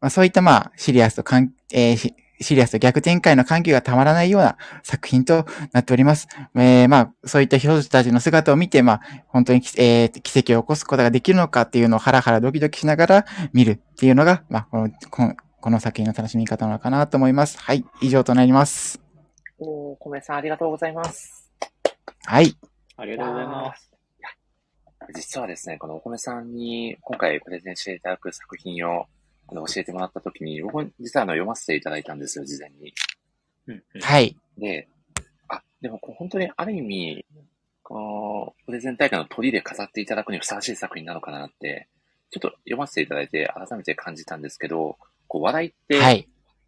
そういったシリアスと逆展開の緩急がたまらないような作品となっております。そういった少女たちの姿を見て、本当に、奇跡を起こすことができるのかっていうのをハラハラドキドキしながら見るっていうのが、この作品の楽しみ方なのかなと思います。はい、以上となります。 米さんありがとうございます。 はい。 ありがとうございます。 実はですね、このお米さんに今回プレゼンしていただく作品を教えてもらったときに、僕実は読ませていただいたんですよ、事前に。 はい。 でも本当にある意味、このプレゼン大会の鳥で飾っていただくにふさわしい作品なのかなって、ちょっと読ませていただいて改めて感じたんですけど、笑いって、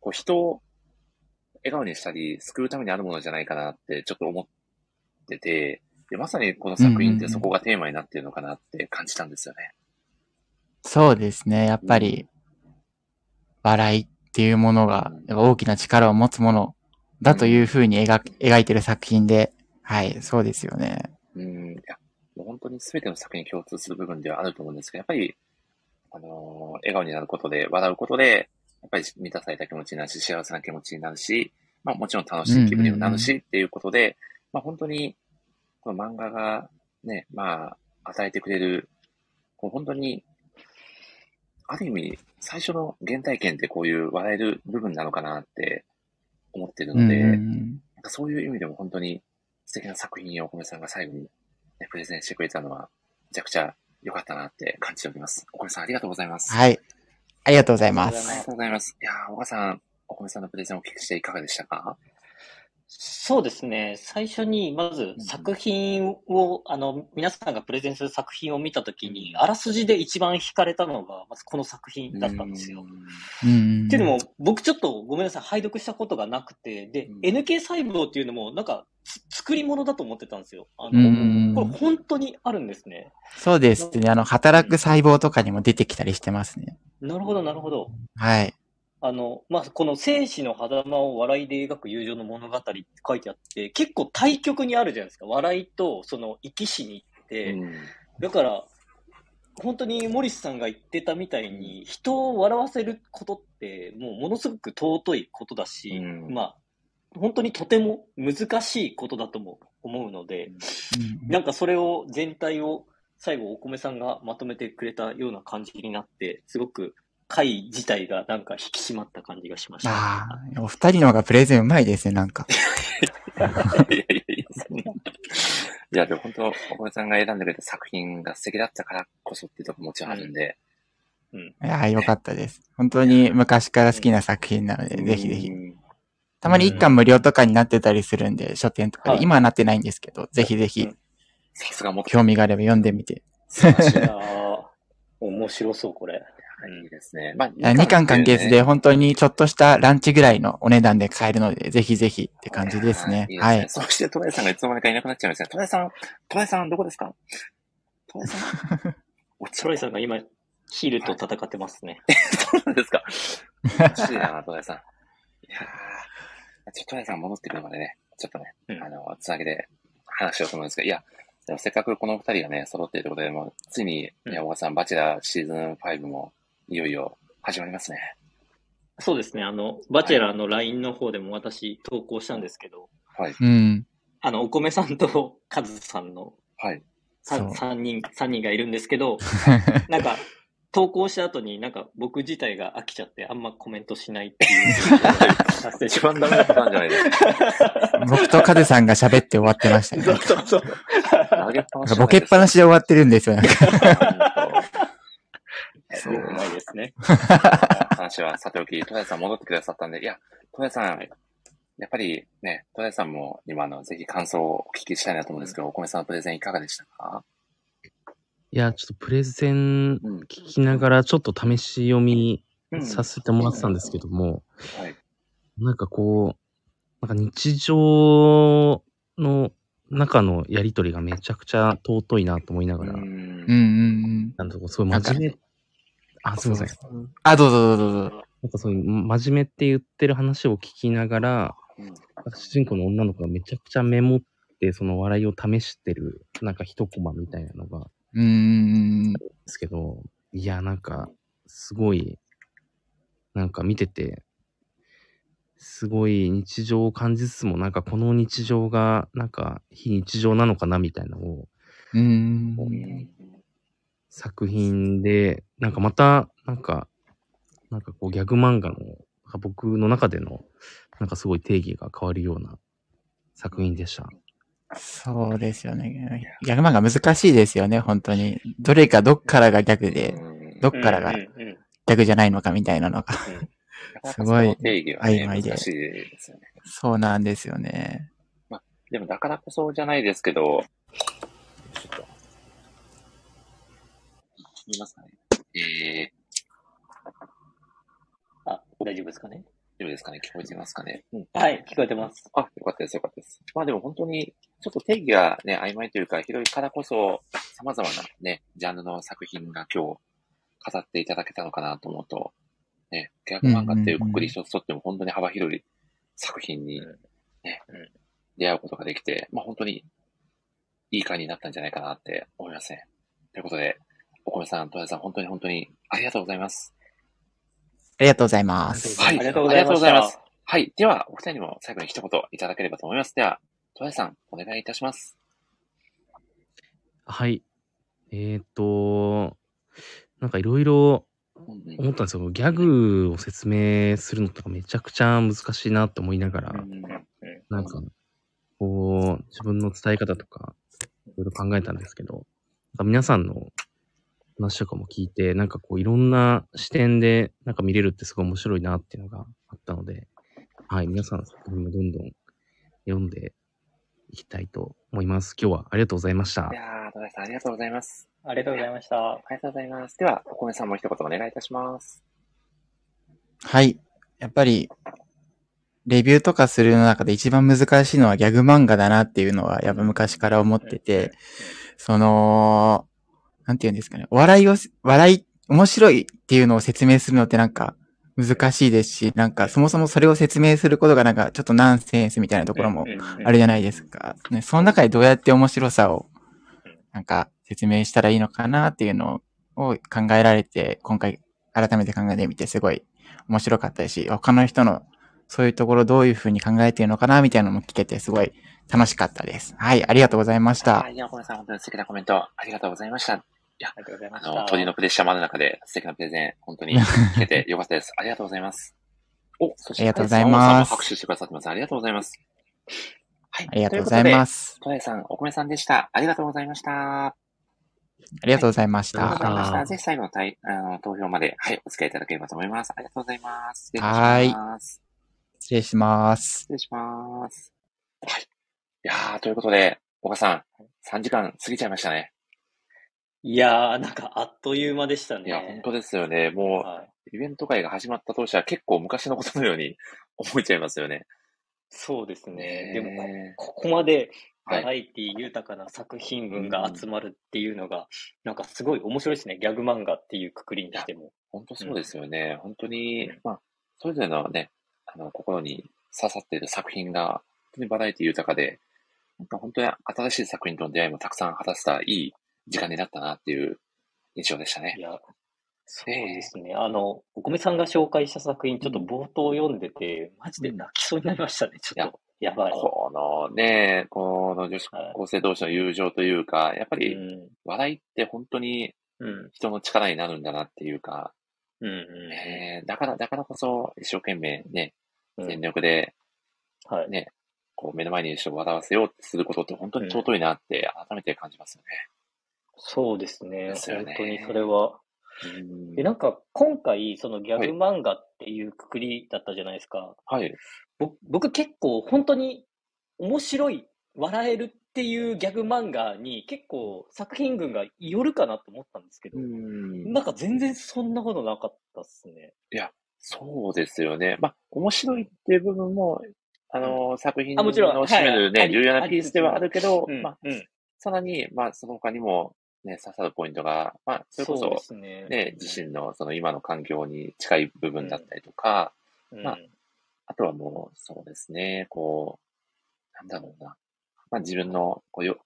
こう人を笑顔にしたり、救うためにあるものじゃないかなってちょっと思ってて、でまさにこの作品ってそこがテーマになっているのかなって感じたんですよね。 そうですね。やっぱり、笑いっていうものが大きな力を持つものだというふうに描いてる作品で、はい、そうですよね。 いや、もう本当に全ての作品に共通する部分ではあると思うんですけど、やっぱり、笑顔になることで、笑うことで、やっぱり満たされた気持ちになるし、幸せな気持ちになるし、まあもちろん楽しい気分にもなるし、っていうことで、まあ本当に、この漫画がね、まあ、与えてくれる、こう本当に、ある意味、最初の原体験ってこういう笑える部分なのかなって思ってるので、なんかそういう意味でも本当に素敵な作品をお米さんが最後に、ね、プレゼンしてくれたのは、めちゃくちゃ良かったなって感じております。お米さんありがとうございます。 はい。ありがとうございます。 ありがとうございます。いやー、お母さん、お米さんのプレゼンをお聞きしていかがでしたか？ そうですね。最初に、まず作品を、皆さんがプレゼンする作品を見たときに、あらすじで一番惹かれたのが、まずこの作品だったんですよ。っていうのも、僕ちょっとごめんなさい、拝読したことがなくて、で、NK 細胞っていうのも、なんか、作り物だと思ってたんですよ。これ本当にあるんですね。 そうですね。働く細胞とかにも出てきたりしてますね。 なるほど、なるほど。 はい。 まあ、この生死の狭間を笑いで描く友情の物語って書いてあって、結構対極にあるじゃないですか。笑いとその生き死にって。だから、本当にモリスさんが言ってたみたいに、人を笑わせることって、もうものすごく尊いことだし、まあ、本当にとても難しいことだとも思うので、なんかそれを全体を最後お米さんがまとめてくれたような感じになって、すごく回自体がなんか引き締まった感じがしました。 ああ、お二人の方がプレゼンうまいですね、なんか。 いや、でも本当、お米さんが選んでくれた作品が素敵だったからこそっていうところもちろんあるんで。 いや、よかったです。本当に昔から好きな作品なので、ぜひぜひ。たまに一巻無料とかになってたりするんで、書店とかで。今はなってないんですけど、ぜひぜひ、 さすがも興味があれば読んでみて。 面白そう、これ。 いいですね。まあ、 2巻完結で本当にちょっとしたランチぐらいのお値段で買えるので、ぜひぜひって感じですね。はい。 そして、トライさんがいつの間にかいなくなっちゃいました。トライさん、どこですか？トライさんトライさんが今、ヒールと戦ってますね。 そうなんですか。欲しいな、トライさん。いやー、トライさん戻ってくるまでね、ちょっとね、つなげて話しようと思うんですけど、いや、でもせっかくこの二人がね、揃っているということで、もうついに、小川さん、バチェラーシーズン5もいよいよ始まりますね。 そうですね。バチェラーの LINE の方でも私投稿したんですけど、 はい。 お米さんとカズさんの、 はい。 3人がいるんですけど、なんか、投稿した後になんか僕自体が飽きちゃってあんまコメントしないっていう。 一番ダメだったんじゃないですか。 僕とカズさんが喋って終わってましたね。 そう。 ボケっぱなしで終わってるんですよ、なんか。 そう、うまいですね。 話はさておき、トライさん戻ってくださったんで、いや、トライさん、やっぱりね、トライさんも今ぜひ感想をお聞きしたいなと思うんですけど、お米さんのプレゼンいかがでしたか？ いや、ちょっとプレゼン聞きながらちょっと試し読みさせてもらってたんですけども、なんかこう、なんか日常の中のやりとりがめちゃくちゃ尊いなと思いながら、なんとすごい真面目、すいません。 どうぞ。 なんかそういう真面目って言ってる話を聞きながら、主人公の女の子がめちゃくちゃメモって、その笑いを試してる、なんか一コマみたいなのが、ですけど、いや、なんか、すごい、なんか見てて、すごい日常を感じつつも、なんかこの日常が、なんか非日常なのかなみたいなのを、作品で、なんかまた、なんかこうギャグ漫画の、僕の中での、なんかすごい定義が変わるような作品でした。 そうですよね。ギャグ漫画難しいですよね、本当に。どれかどっからがギャグで、どっからがギャグじゃないのかみたいなのが、すごい曖昧で。 難しいですよね。 そうなんですよね。 まあ、でもだからこそじゃないですけど、ちょっと、見ますかね。 大丈夫ですかね。 丈夫ですかね？聞こえてますかね？ はい、聞こえてます。 あ、よかったです、よかったです。でも本当に、ちょっと定義がね、曖昧というか、広いからこそ、様々なね、ジャンルの作品が今日、語っていただけたのかなと思うと、ね、ギャグ漫画っていうくくり一つとっても本当に幅広い作品に、ね、出会うことができて、本当にいい回になったんじゃないかなって思いますね。ということで、お米さん、戸谷さん、本当にありがとうございます。 ありがとうございます。 はい、ありがとうございました。 はい。では、お二人にも最後に一言いただければと思います。では、戸谷さん、お願いいたします。 はい。なんかいろいろ思ったんですよ。ギャグを説明するのとかめちゃくちゃ難しいなって思いながら、なんか、こう、自分の伝え方とか、いろいろ考えたんですけど、なんか皆さんの話とかも聞いて、なんかこういろんな視点でなんか見れるってすごい面白いなっていうのがあったので、はい、皆さんの作品もどんどん読んでいきたいと思います。今日はありがとうございました。 いやー、戸谷さんありがとうございます。 ありがとうございました。 ありがとうございます。では、お米さんも一言お願いいたします。 はい。やっぱり、レビューとかするの中で一番難しいのはギャグ漫画だなっていうのはやっぱ昔から思ってて、なんていうんですかね。面白いっていうのを説明するのってなんか難しいですし、なんかそもそもそれを説明することがなんかちょっとナンセンスみたいなところもあるじゃないですか。ね、その中でどうやって面白さをなんか説明したらいいのかなっていうのを考えられて、今回改めて考えてみてすごい面白かったですし、他の人のそういうところどういうふうに考えているのかなみたいなのも聞けてすごい楽しかったです。はい、ありがとうございました。 いや、お米さん本当に素敵なコメントありがとうございました。いや、鳥のプレッシャーもある中で素敵なプレゼン、本当に聞けてよかったです。ありがとうございます。そして、 ありがとうございます。 拍手してくださってます。ありがとうございます。はい。 ありがとうございます。 戸谷さん、お米さんでした。ありがとうございました。 ありがとうございました。 ありがとうございました。ぜひ最後の投票まで、はい、お付き合いいただければと思います。ありがとうございます。 はい。失礼します。 失礼します。はい。いやー、ということで、岡さん、3時間過ぎちゃいましたね。 いやー、なんかあっという間でしたね。 いや、本当ですよね。もう、イベント会が始まった当初は結構昔のことのように思えちゃいますよね。 そうですね。でもここまでバラエティ豊かな作品群が集まるっていうのが、なんかすごい面白いですね。ギャグ漫画っていうくくりにしても。 本当そうですよね。本当に、それぞれのね、心に刺さっている作品が、本当にバラエティ豊かで、なんか本当に新しい作品との出会いもたくさん果たしたいい時間になったなっていう印象でしたね。 いや、そうですね。お米さんが紹介した作品、ちょっと冒頭読んでて、マジで泣きそうになりましたね。ちょっと、やばい。 このね、この女子高生同士の友情というか、やっぱり、笑いって本当に人の力になるんだなっていうか、だからこそ一生懸命ね、全力で、ね、こう目の前にいる人を笑わせようとすることって本当に尊いなって改めて感じますよね。 そうですね。本当にそれは。で、なんか今回、そのギャグ漫画っていうくくりだったじゃないですか。 はい。 僕結構本当に面白い、笑えるっていうギャグ漫画に結構作品群がよるかなと思ったんですけど、なんか全然そんなことなかったっすね。 いや、そうですよね。面白いっていう部分も、作品の占めるね、重要なピースではあるけど、さらに、その他にも、ね、刺さるポイントが、それこそ、ね、自身のその今の環境に近い部分だったりとか、あとはもう、そうですね、こう、なんだろうな。自分の、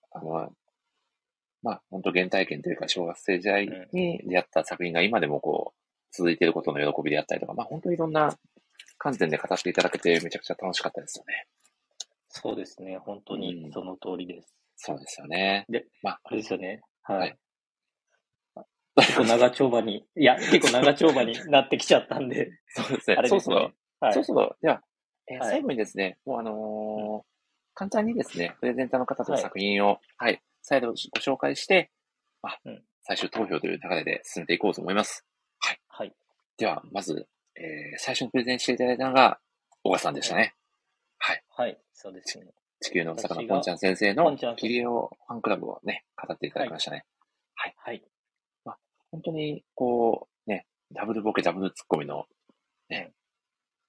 本当原体験というか、小学生時代に出会った作品が今でもこう、続いていることの喜びであったりとか、本当にいろんな観点で語っていただけてめちゃくちゃ楽しかったですよね。 そうですね、本当にその通りです。 そうですよね。 で、あれですよね。はい。結構長丁場になってきちゃったんで。 そうですね。 あれですね。 そうそう。では、最後にですね、もう簡単にですね、プレゼンターの方と作品を、再度ご紹介して、最終投票という流れで進めていこうと思います。 はい。 では、まず、最初にプレゼンしていただいたのが、小川さんでしたね。はい。 はい、そうですね。 地球のお魚ポンちゃん先生のキリエオファンクラブをね、語っていただきましたね。はい。 はい。 本当に、こう、ね、ダブルボケ、ダブルツッコミの、ね、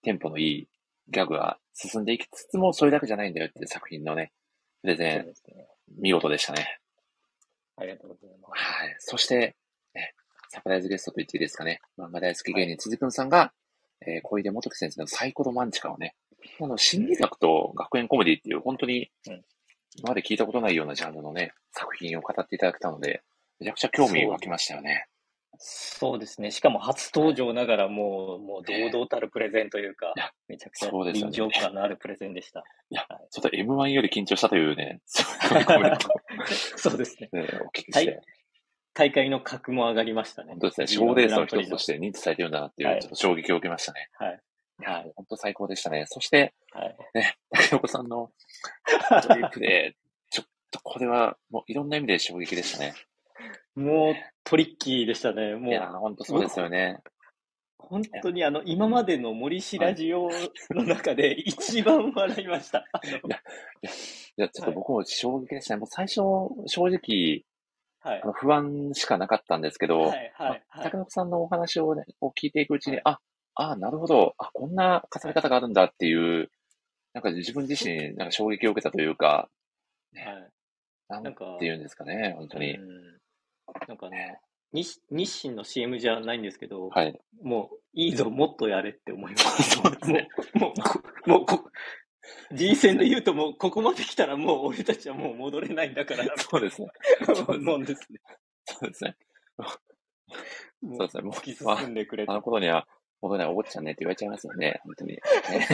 テンポのいいギャグが進んでいきつつも、それだけじゃないんだよっていう作品のね、プレゼン、ね、見事でしたね。 ありがとうございます。 はい。そして、ね、サプライズゲストと言っていいですかね。漫画大好き芸人辻くんさんが、小出元樹先生のサイコロマンチカをね、心理学と学園コメディっていう本当に、今まで聞いたことないようなジャンルのね、作品を語っていただけたので、めちゃくちゃ興味湧きましたよね。 そうですね。しかも初登場ながらもう堂々たるプレゼンというか、めちゃくちゃ臨場感のあるプレゼンでした。 いや、ちょっと M1 より緊張したというね、 そうですね。 お聞きして。 大会の格も上がりましたね。 本当ですね。賞レースの一つとして認知されてるんだなっていう、ちょっと衝撃を受けましたね。 はい。 はい。本当最高でしたね。そして、ね、竹岡さんのトリプレイ、ちょっとこれはもういろんな意味で衝撃でしたね。 もうトリッキーでしたね。もう。 いや、本当そうですよね。 本当に今までの森氏ラジオの中で一番笑いました。 いや、ちょっと僕も衝撃でしたね。もう最初、正直、不安しかなかったんですけど、竹中さんのお話をね、聞いていくうちに、なるほど、こんな重ね方があるんだっていう、なんか自分自身、なんか衝撃を受けたというか、なんていうんですかね、本当に。 なんかね、日清の CM じゃないんですけど、もういいぞ、もっとやれって思います。 そうですね。 もうG 戦で言うともうここまで来たらもう俺たちはもう戻れないんだから。 そうですね。 もんですね。 そうですね。 そうですね。もう突き進んでくれあの頃には戻れないお坊ちゃんねって言われちゃいますよね、本当に。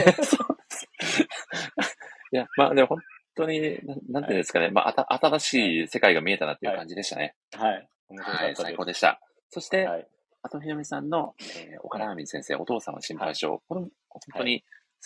いや、まあでも本当に、なんていうんですかね、まあ新しい世界が見えたなっていう感じでしたね。 はい。 はい、最高でした。そして、あとひろみさんの、岡田奈美先生、お父さんの心配性。これも本当に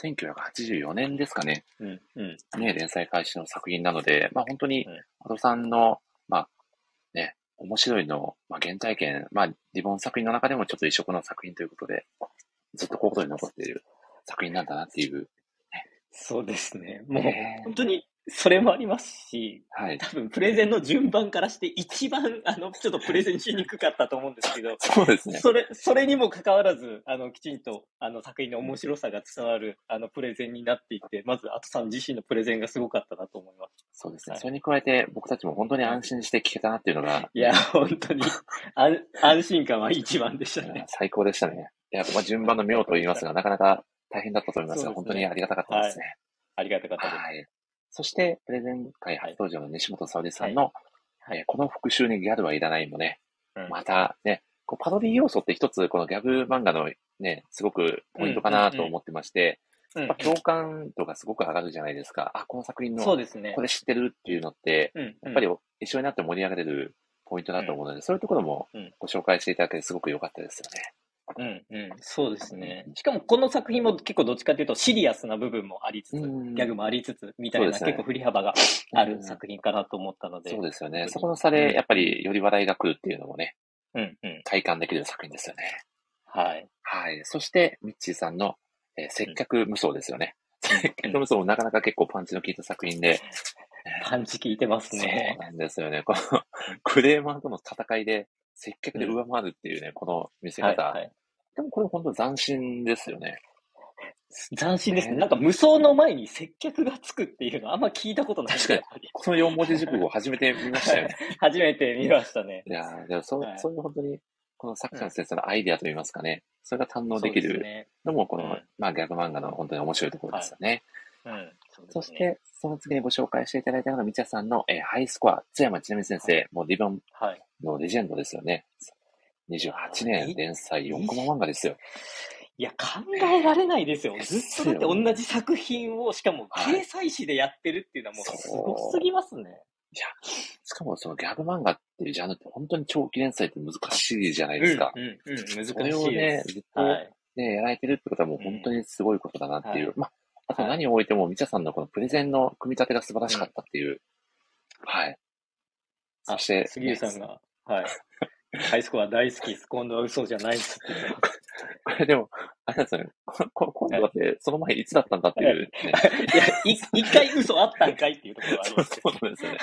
1984年ですかね。ね、連載開始の作品なので、まあ本当に、あとさんの、まあ、ね、面白いの、まあ原体験、まあリボン作品の中でもちょっと異色の作品ということで、ずっと心に残っている作品なんだなっていう。 そうですね。もう本当にそれもありますし、多分プレゼンの順番からして一番ちょっとプレゼンしにくかったと思うんですけど、 そうですね。 それにもかかわらずきちんと作品の面白さが伝わるプレゼンになっていて、まずあとさん自身のプレゼンがすごかったなと思います。 そうですね。それに加えて僕たちも本当に安心して聞けたなっていうのが、 いや本当に安心感は一番でしたね。 最高でしたね。いや、順番の妙と言いますが、なかなか大変だったと思いますが、本当にありがたかったですね。 ありがたかったです。 はい。そして、プレゼン会初登場の西本沙織さんの、この復習にギャルはいらないもね、またね、パロディ要素って一つ、このギャグ漫画のね、すごくポイントかなと思ってまして、共感度がすごく上がるじゃないですか。この作品の、これ知ってるっていうのって、やっぱり一緒になって盛り上がれるポイントだと思うので、そういうところもご紹介していただけてすごく良かったですよね。 そうですね。しかもこの作品も結構どっちかというとシリアスな部分もありつつ、ギャグもありつつみたいな、結構振り幅がある作品かなと思ったので。 そうですよね。そこの差でやっぱりより笑いが来るっていうのもね、体感できる作品ですよね。 はい。 はい。そして、ミッチーさんの、接客無双ですよね。接客無双もなかなか結構パンチの効いた作品で。 パンチ効いてますね。 そうなんですよね。このクレーマーとの戦いで接客で上回るっていうね、この見せ方。でもこれ本当斬新ですよね。 斬新ですね。なんか無双の前に接客がつくっていうのあんま聞いたことない。 確かに。この4文字熟語初めて見ましたよね。 初めて見ましたね。 いやでもそういう本当に、この作者の先生のアイデアといいますかね。それが堪能できるのも、この、まあギャグ漫画の本当に面白いところですよね。そして、その次にご紹介していただいたのが、みちゃさんの、ハイスコア、津山ちなみ先生、もうリボンのレジェンドですよね。28年連載4コマ漫画ですよ。 いや、考えられないですよ。ずっとだって同じ作品を、しかも掲載誌でやってるっていうのはもうすごすぎますね。 いや、しかもそのギャグ漫画っていうジャンルって本当に長期連載って難しいじゃないですか。 難しいです。 それをね、ずっとね、やられてるってことはもう本当にすごいことだなっていう。まあ、あと何を置いても、みちゃさんのこのプレゼンの組み立てが素晴らしかったっていう。はい。そして、 杉浦さんが、ハイスコア大好きです。今度は嘘じゃないですって。 これでも、あれなんですよね。今度だって、その前いつだったんだっていう、ね。 いや、一回嘘あったんかいっていうところがあります。 そうなんですよね。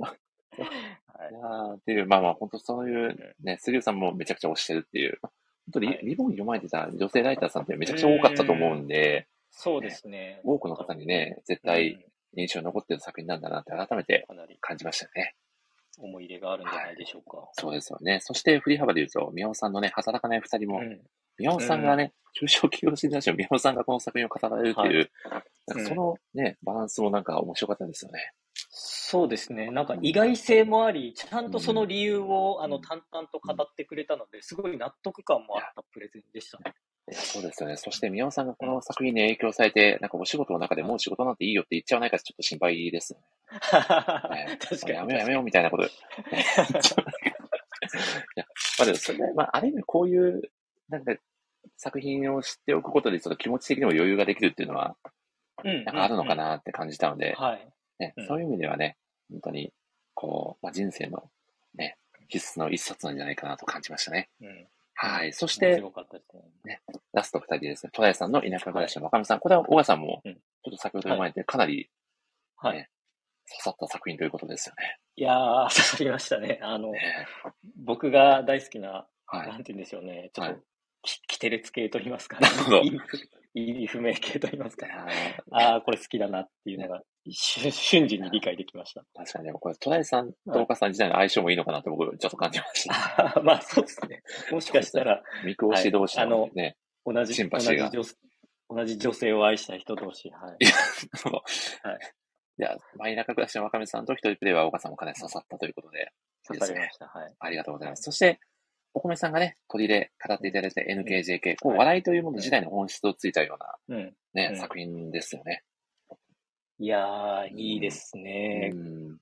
いやっていう、まあまあ、本当そういうね、杉浦さんもめちゃくちゃ推してるっていう。 当にリボン読まれてた女性ライターさんってめちゃくちゃ多かったと思うんで、 そうですね。 多くの方にね、絶対印象に残ってる作品なんだなって改めて感じましたね。 思い入れがあるんじゃないでしょうか。はい、 そうですよね。そして振り幅で言うと、宮尾さんのね、働かない二人も、宮尾さんがね、中小企業診断士の宮尾さんがこの作品を語られるっていう、なんかそのね、バランスもなんか面白かったですよね。 そうですね。なんか意外性もあり、ちゃんとその理由を、淡々と語ってくれたので、すごい納得感もあったプレゼンでしたね。 いや、そうですよね。そして宮尾さんがこの作品に影響されて、なんかお仕事の中でもう仕事なんていいよって言っちゃわないかちょっと心配ですよね。確かに。 やめようみたいなこと。いや、まあでもそれ、ある意味こういう、なんか作品を知っておくことでちょっと気持ち的にも余裕ができるっていうのは、なんかあるのかなって感じたので、そういう意味ではね、本当に、こう、人生のね、必須の一冊なんじゃないかなと感じましたね。はい。そして、ラスト2人ですね。戸田さんの田舎暮らしの若見さん。これは小川さんも、ちょっと先ほど読まれて、かなり、刺さった作品ということですよね。 いやー、刺さりましたね。僕が大好きな、なんて言うんでしょうね。ちょっと、キテレツ系と言いますか、意味不明系と言いますか。これ好きだなっていうのが、瞬時に理解できました。 確かにね、これ、戸田さんと岡さん自体の相性もいいのかなって僕、ちょっと感じました。 まあ、そうですね。もしかしたら、 見通し同士のね、 同じ女性を愛した人同士。はい。 いや、田舎暮らしの若見さんと一人プレイは岡さんもかなり刺さったということで。 刺さりました。はい。 ありがとうございます。そして、お米さんがね、取りで語っていただいた NKJK、こう、笑いというもの自体の本質をついたような、ね、作品ですよね。 いやー、いいですね。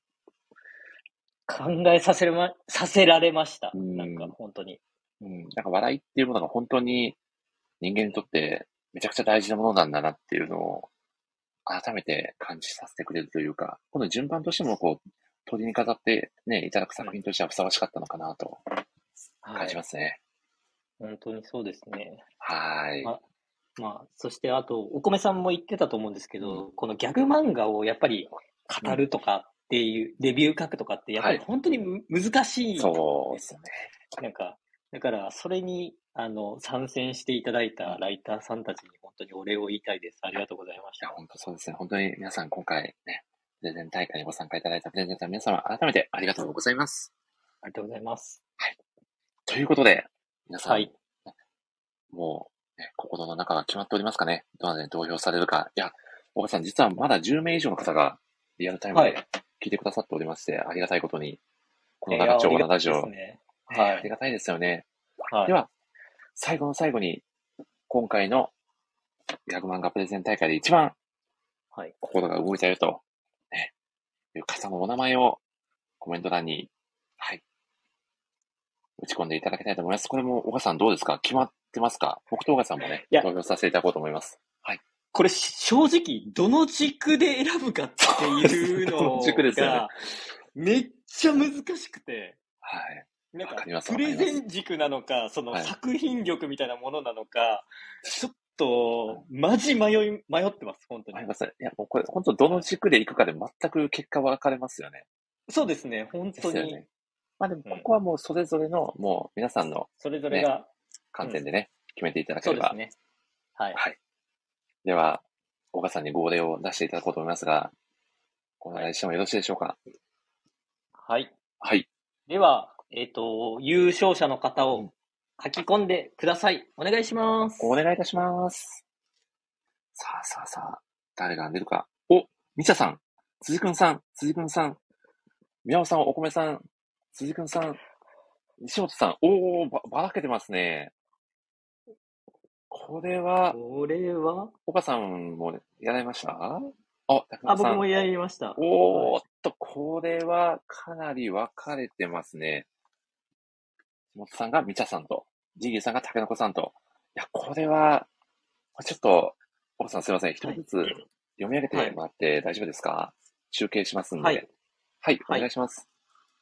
考えさせられました。なんか、本当に。 なんか笑いっていうものが本当に人間にとってめちゃくちゃ大事なものなんだなっていうのを改めて感じさせてくれるというか、この順番としてもこう、鳥に飾ってね、いただく作品としてはふさわしかったのかなと感じますね。 本当にそうですね。 はい。 そしてあと、お米さんも言ってたと思うんですけど、このギャグ漫画をやっぱり語るとかっていう、レビュー書くとかって、やっぱり本当に難しい、 そうですよね。 なんか、だから、それに、参戦していただいたライターさんたちに本当にお礼を言いたいです。ありがとうございました。 いや、本当そうですね。本当に皆さん今回ね、プレゼン大会にご参加いただいたプレゼンターの皆様、改めてありがとうございます。 ありがとうございます。 はい。ということで、皆さん、もう、ね、心の中が決まっておりますかね。どなたに投票されるか。いや、小川さん、実はまだ10名以上の方がリアルタイムで聞いてくださっておりまして、ありがたいことに、この長丁場のラジオ、ありがたいですよね。では、最後の最後に、今回のギャグ漫画プレゼン大会で一番、心が動いたよと、ね、いう方のお名前をコメント欄に、打ち込んでいただきたいと思います。これも、小川さんどうですか？決まってますか？僕と小川さんもね、投票させていただこうと思います。はい。 これ、正直、どの軸で選ぶかっていうのが、めっちゃ難しくて、なんか、プレゼン軸なのか、その作品力みたいなものなのか、ちょっと、マジ迷ってます、本当に。 いや、もうこれ、本当どの軸でいくかで全く結果分かれますよね。 そうですね、本当に。 でも、ここはもうそれぞれの、もう皆さんの、 それぞれが、 観点でね、決めていただければ。 そうですね。はい。 では、小川さんに号令を出していただこうと思いますが、お願いしてもよろしいでしょうか？ はい。 はい。 では、優勝者の方を書き込んでください。お願いします。 お願いいたします。さあ、誰が出るか。お、みちゃさん、辻くんさん、宮尾さん、お米さん、辻くんさん、西本さん、ばらけてますね。これは、岡さんもやられました？ 僕もやりました。 これはかなり分かれてますね。西本さんがみちゃさんと、ジギーさんがたけのこさんと。いや、これは、ちょっと、岡さんすいません。一人ずつ読み上げてもらって大丈夫ですか？集計しますんで。はい、お願いします。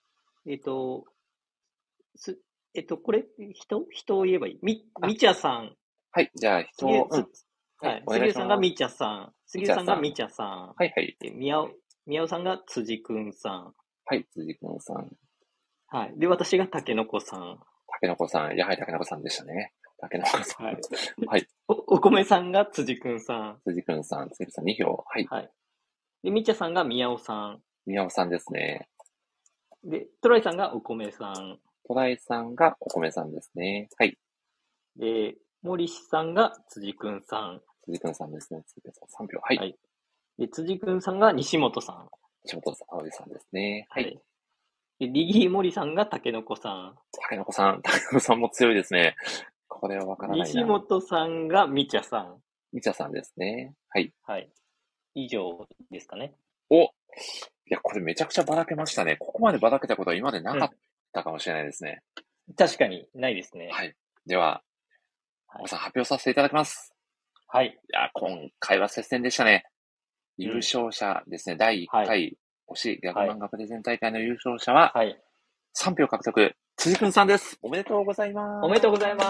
これ、人を言えばいい？みちゃさん。 はい、じゃあ人を、 杉さんがみちゃさん。杉さんがみちゃさん。 はいはい。 宮尾さんが辻くんさん。 はい、辻くんさん。 はい。で、私がたけのこさん。 たけのこさん。やはりたけのこさんでしたね。 竹中さん。はい。はい。 お米さんが辻くんさん。 辻くんさん2票。はい。はい。 で、みちゃさんが宮尾さん。 宮尾さんですね。 で、トライさんがお米さん。 トライさんがお米さんですね。はい。 で、森さんが辻くんさん。 辻くんさんですね。辻くんさん3票。はい。はい、 で、辻くんさんが西本さん。 西本さん、青井さんですね。はい。 で、リギー森さんが竹の子さん。 竹の子さんも強いですね。これはわからないな。 西本さんがみちゃさん。 みちゃさんですね。はい。 はい。以上ですかね。 お、いや、これめちゃくちゃばらけましたね。ここまでばらけたことは今までなかったかもしれないですね。 確かにないですね。 はい。では、小川さん発表させていただきます。 はい。 いや、今回は接戦でしたね。優勝者ですね。第1回、推しギャグ漫画プレゼン大会の優勝者は、3票獲得、辻くんさんです。おめでとうございます。 おめでとうございます。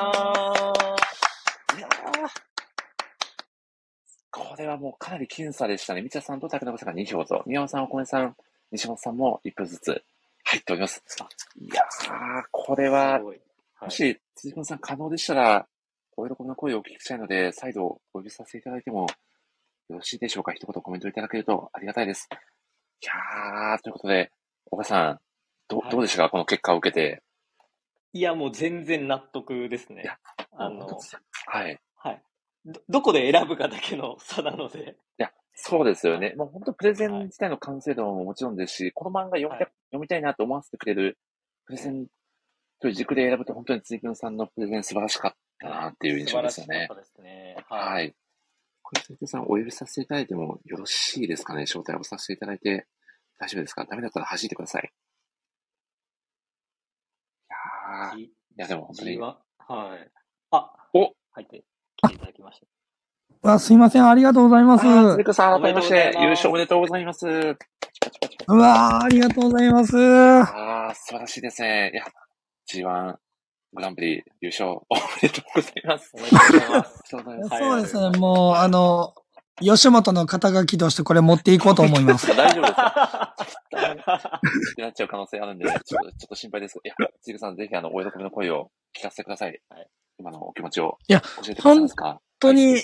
いやこれはもうかなり僅差でしたね。みちゃさんと竹中さんが2票と、宮尾さん、お米さん、西本さんも1票ずつ入っております。いやこれは、もし辻くんさん可能でしたら、お喜びの声をお聞きしたいので、再度お呼びさせていただいてもよろしいでしょうか。一言コメントいただけるとありがたいです。いやということで、岡さん、どうでしたか、この結果を受けて。 いや、もう全然納得ですね。 はい。 はい。どこで選ぶかだけの差なので。 いや、そうですよね。もう本当プレゼン自体の完成度ももちろんですし、この漫画読みたいなと思わせてくれるプレゼンという軸で選ぶと本当に辻くんさんのプレゼン素晴らしかったなっていう印象ですよね。 素晴らしかったですね。 はい。これ、辻くんさんお呼びさせていただいてもよろしいですかね。招待をさせていただいて大丈夫ですか。ダメだったら弾いてください。いやでも本当に。 はい。入ってきていただきました。 すいません、ありがとうございます。 辻くんさん、改めまして、優勝おめでとうございます。 うわー、ありがとうございます。 素晴らしいですね。いや、G1 グランプリ優勝おめでとうございます。 おめでとうございます。 そうですね、もう、吉本の肩書きとしてこれ持っていこうと思います。 大丈夫ですかってなっちゃう可能性あるんで、ちょっと心配です。いや、辻くんさん、ぜひお喜びの声を聞かせてください。はい、今のお気持ちを教えてくださいますか。 本当に、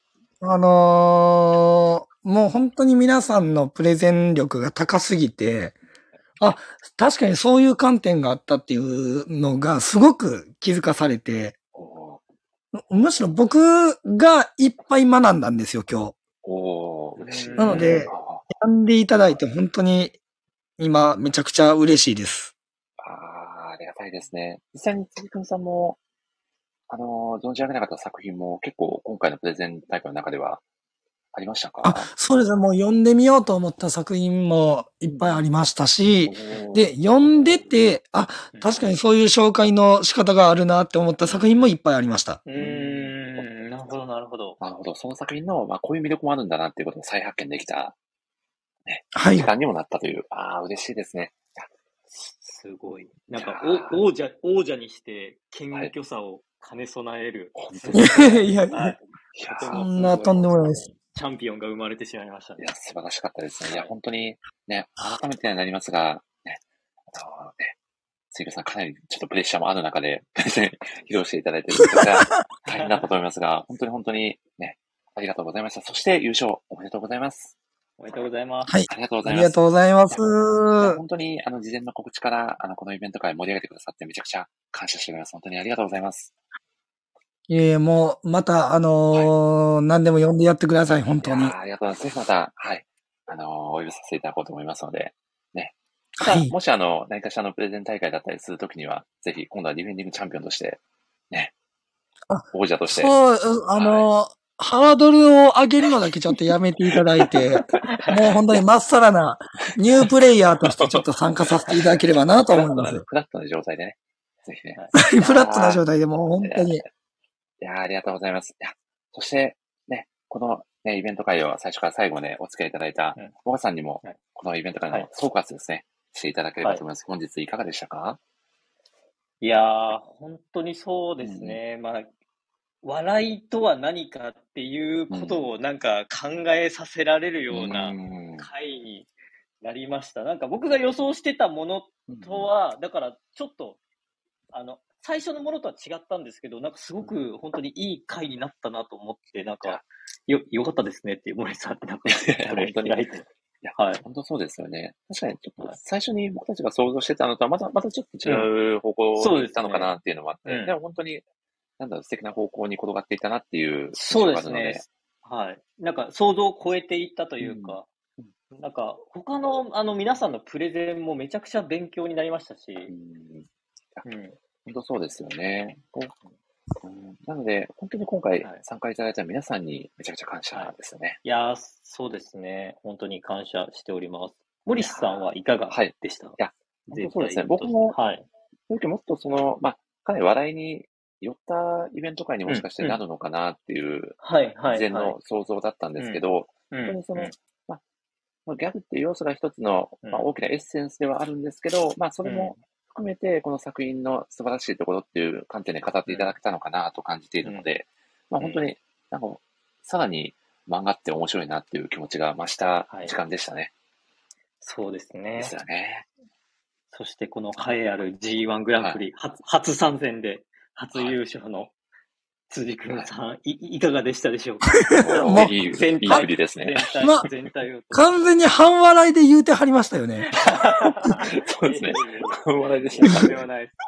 もう本当に皆さんのプレゼン力が高すぎて、確かにそういう観点があったっていうのがすごく気づかされて、むしろ僕がいっぱい学んだんですよ、今日。 嬉しい。 なので、選んでいただいて本当に今めちゃくちゃ嬉しいです。 ありがたいですね。実際に辻くんさんも、存じ上げなかった作品も結構今回のプレゼン大会の中ではありましたか？ そうですね。もう読んでみようと思った作品もいっぱいありましたし、で、読んでて、確かにそういう紹介の仕方があるなって思った作品もいっぱいありました。 なるほど、なるほど。 なるほど。その作品の、こういう魅力もあるんだなっていうことを再発見できた、ね、時間にもなったという。嬉しいですね。 すごい。なんか、王者にして謙虚さを兼ね備える。 いや、そんなとんでもないです。 チャンピオンが生まれてしまいましたね。 いや、素晴らしかったですね。いや、本当にね、改めてになりますが、ね、ついかさんかなりちょっとプレッシャーもある中で、披露していただいてることが大変だったと思いますが、本当にね、ありがとうございました。そして優勝おめでとうございます。 おめでとうございます。 はい。 ありがとうございます。 ありがとうございます。 本当に、事前の告知から、このイベント会盛り上げてくださってめちゃくちゃ感謝しております。本当にありがとうございます。 もう、また、何でも呼んでやってください、本当に。 ありがとうございます。ぜひまた、はい、お呼びさせていただこうと思いますので、ね。もし何かしらプレゼン大会だったりするときには、ぜひ、今度はディフェンディングチャンピオンとして、ね。王者として。 そう、ハードルを上げるのだけちょっとやめていただいて、もう本当にまっさらなニュープレイヤーとしてちょっと参加させていただければなと思います。 フラットな状態でね。ぜひね。 フラットな状態でも本当に。 いやありがとうございます。そして、ね、この、ね、イベント会を最初から最後までお付き合いいただいた、小川さんにも、このイベント会の総括ですね、していただければと思います。本日いかがでしたか？ いやー、本当にそうですね。笑いとは何かっていうことをなんか考えさせられるような回になりました。なんか僕が予想してたものとは、だからちょっと、 最初のものとは違ったんですけど、なんかすごく本当にいい回になったなと思って、なんか、よかったですねっていう森さんってなんか、 本当に。いや、はい。本当そうですよね。確かに、ちょっと、最初に僕たちが想像してたのとは、またちょっと違う方向に行ったのかなっていうのもあって、でも本当に、素敵な方向に転がっていたなっていう。 そうですね。はい。なんか、想像を超えていったというか、なんか、他の、皆さんのプレゼンもめちゃくちゃ勉強になりましたし、 本当そうですよね。なので、本当に今回参加いただいた皆さんにめちゃくちゃ感謝ですよね。 いやー、そうですね。本当に感謝しております。森さんはいかがでした？ いや、そうですね。僕も、もっとかなり話題に寄ったイベント会にもしかしてなるのかなっていう、事前の想像だったんですけど、本当にギャグっていう要素が一つの、大きなエッセンスではあるんですけど、それも含めてこの作品の素晴らしいところっていう観点で語っていただけたのかなと感じているので、本当にさらに漫画って面白いなっていう気持ちが増した時間でしたね。 そうですね。 ですよね。 そしてこの栄えある G1 グランプリ、初参戦で初優勝の辻君さん、いかがでしたでしょうか？ もう、いい振りですね。 全体を。完全に半笑いで言うてはりましたよね。 そうですね。半笑いでしたね。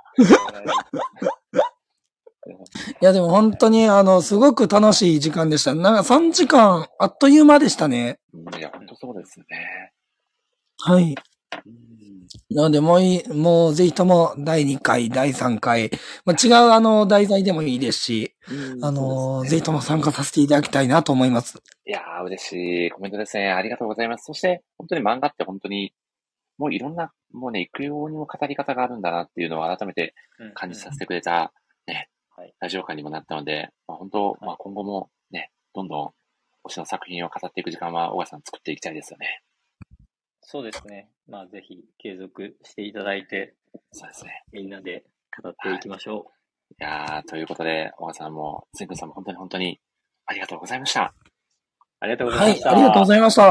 いや、でも本当に、すごく楽しい時間でした。なんか3時間、あっという間でしたね。 いや、本当そうですね。 はい。なので、もうぜひとも第2回、第3回、違う題材でもいいですし、ぜひとも参加させていただきたいなと思います。 いやー、嬉しいコメントですね。ありがとうございます。そして、本当に漫画って本当に、もういろんな、もうね、幾様にも語り方があるんだなっていうのを改めて感じさせてくれた、ね、ラジオ感にもなったので、本当、今後もね、どんどん推しの作品を語っていく時間は、小川さん作っていきたいですよね。 そうですね。ぜひ継続していただいて、 そうですね。 みんなで語っていきましょう。いやー、ということで、小川さんも、つんくんさんも本当にありがとうございました。 ありがとうございました。 はい、ありがとうございました。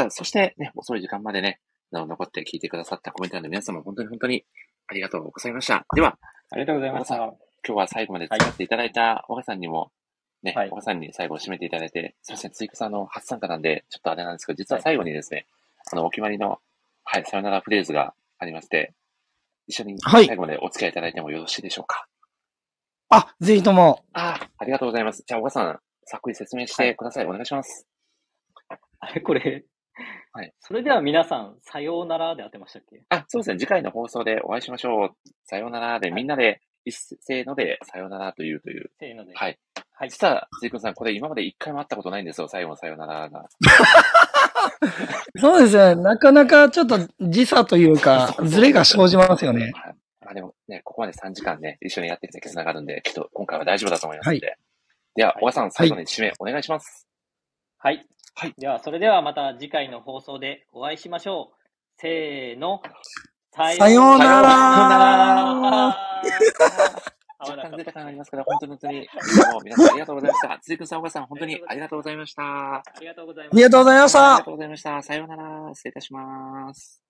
そしてね、遅い時間までね、残って聞いてくださったコメント欄の皆様も本当にありがとうございました。では、 ありがとうございました。 今日は最後まで使っていただいた小川さんにも、ね、小川さんに最後締めていただいて、すいません、ついくさんの初参加なんで、ちょっとあれなんですけど、実は最後にですね、お決まりの、さよならフレーズがありまして、一緒に最後までお付き合いいただいてもよろしいでしょうか。 ぜひとも。 ありがとうございます。じゃあ、小川さん、さっくり説明してください。お願いします。 これ。それでは皆さん、さようならで当てましたっけ？ そうですね。次回の放送でお会いしましょう。さようならで、みんなで、せーので、さようならという。 せーので。 はい。実は、ついくんさん、これ今まで一回も会ったことないんですよ。最後のさようならが。 そうですね。なかなかちょっと時差というか、ズレが生じますよね。 でもね、ここまで3時間ね、一緒にやってきて繋がるんで、きっと今回は大丈夫だと思いますので。では、小川さん、最後に締め、お願いします。 はい。では、それではまた次回の放送でお会いしましょう。せーの。 さようなら。 若干出た感ありますから、本当に、皆さんありがとうございました。ついくんさん、小川さん、本当にありがとうございました。 ありがとうございました。 ありがとうございました。 ありがとうございました。さようなら。失礼いたします。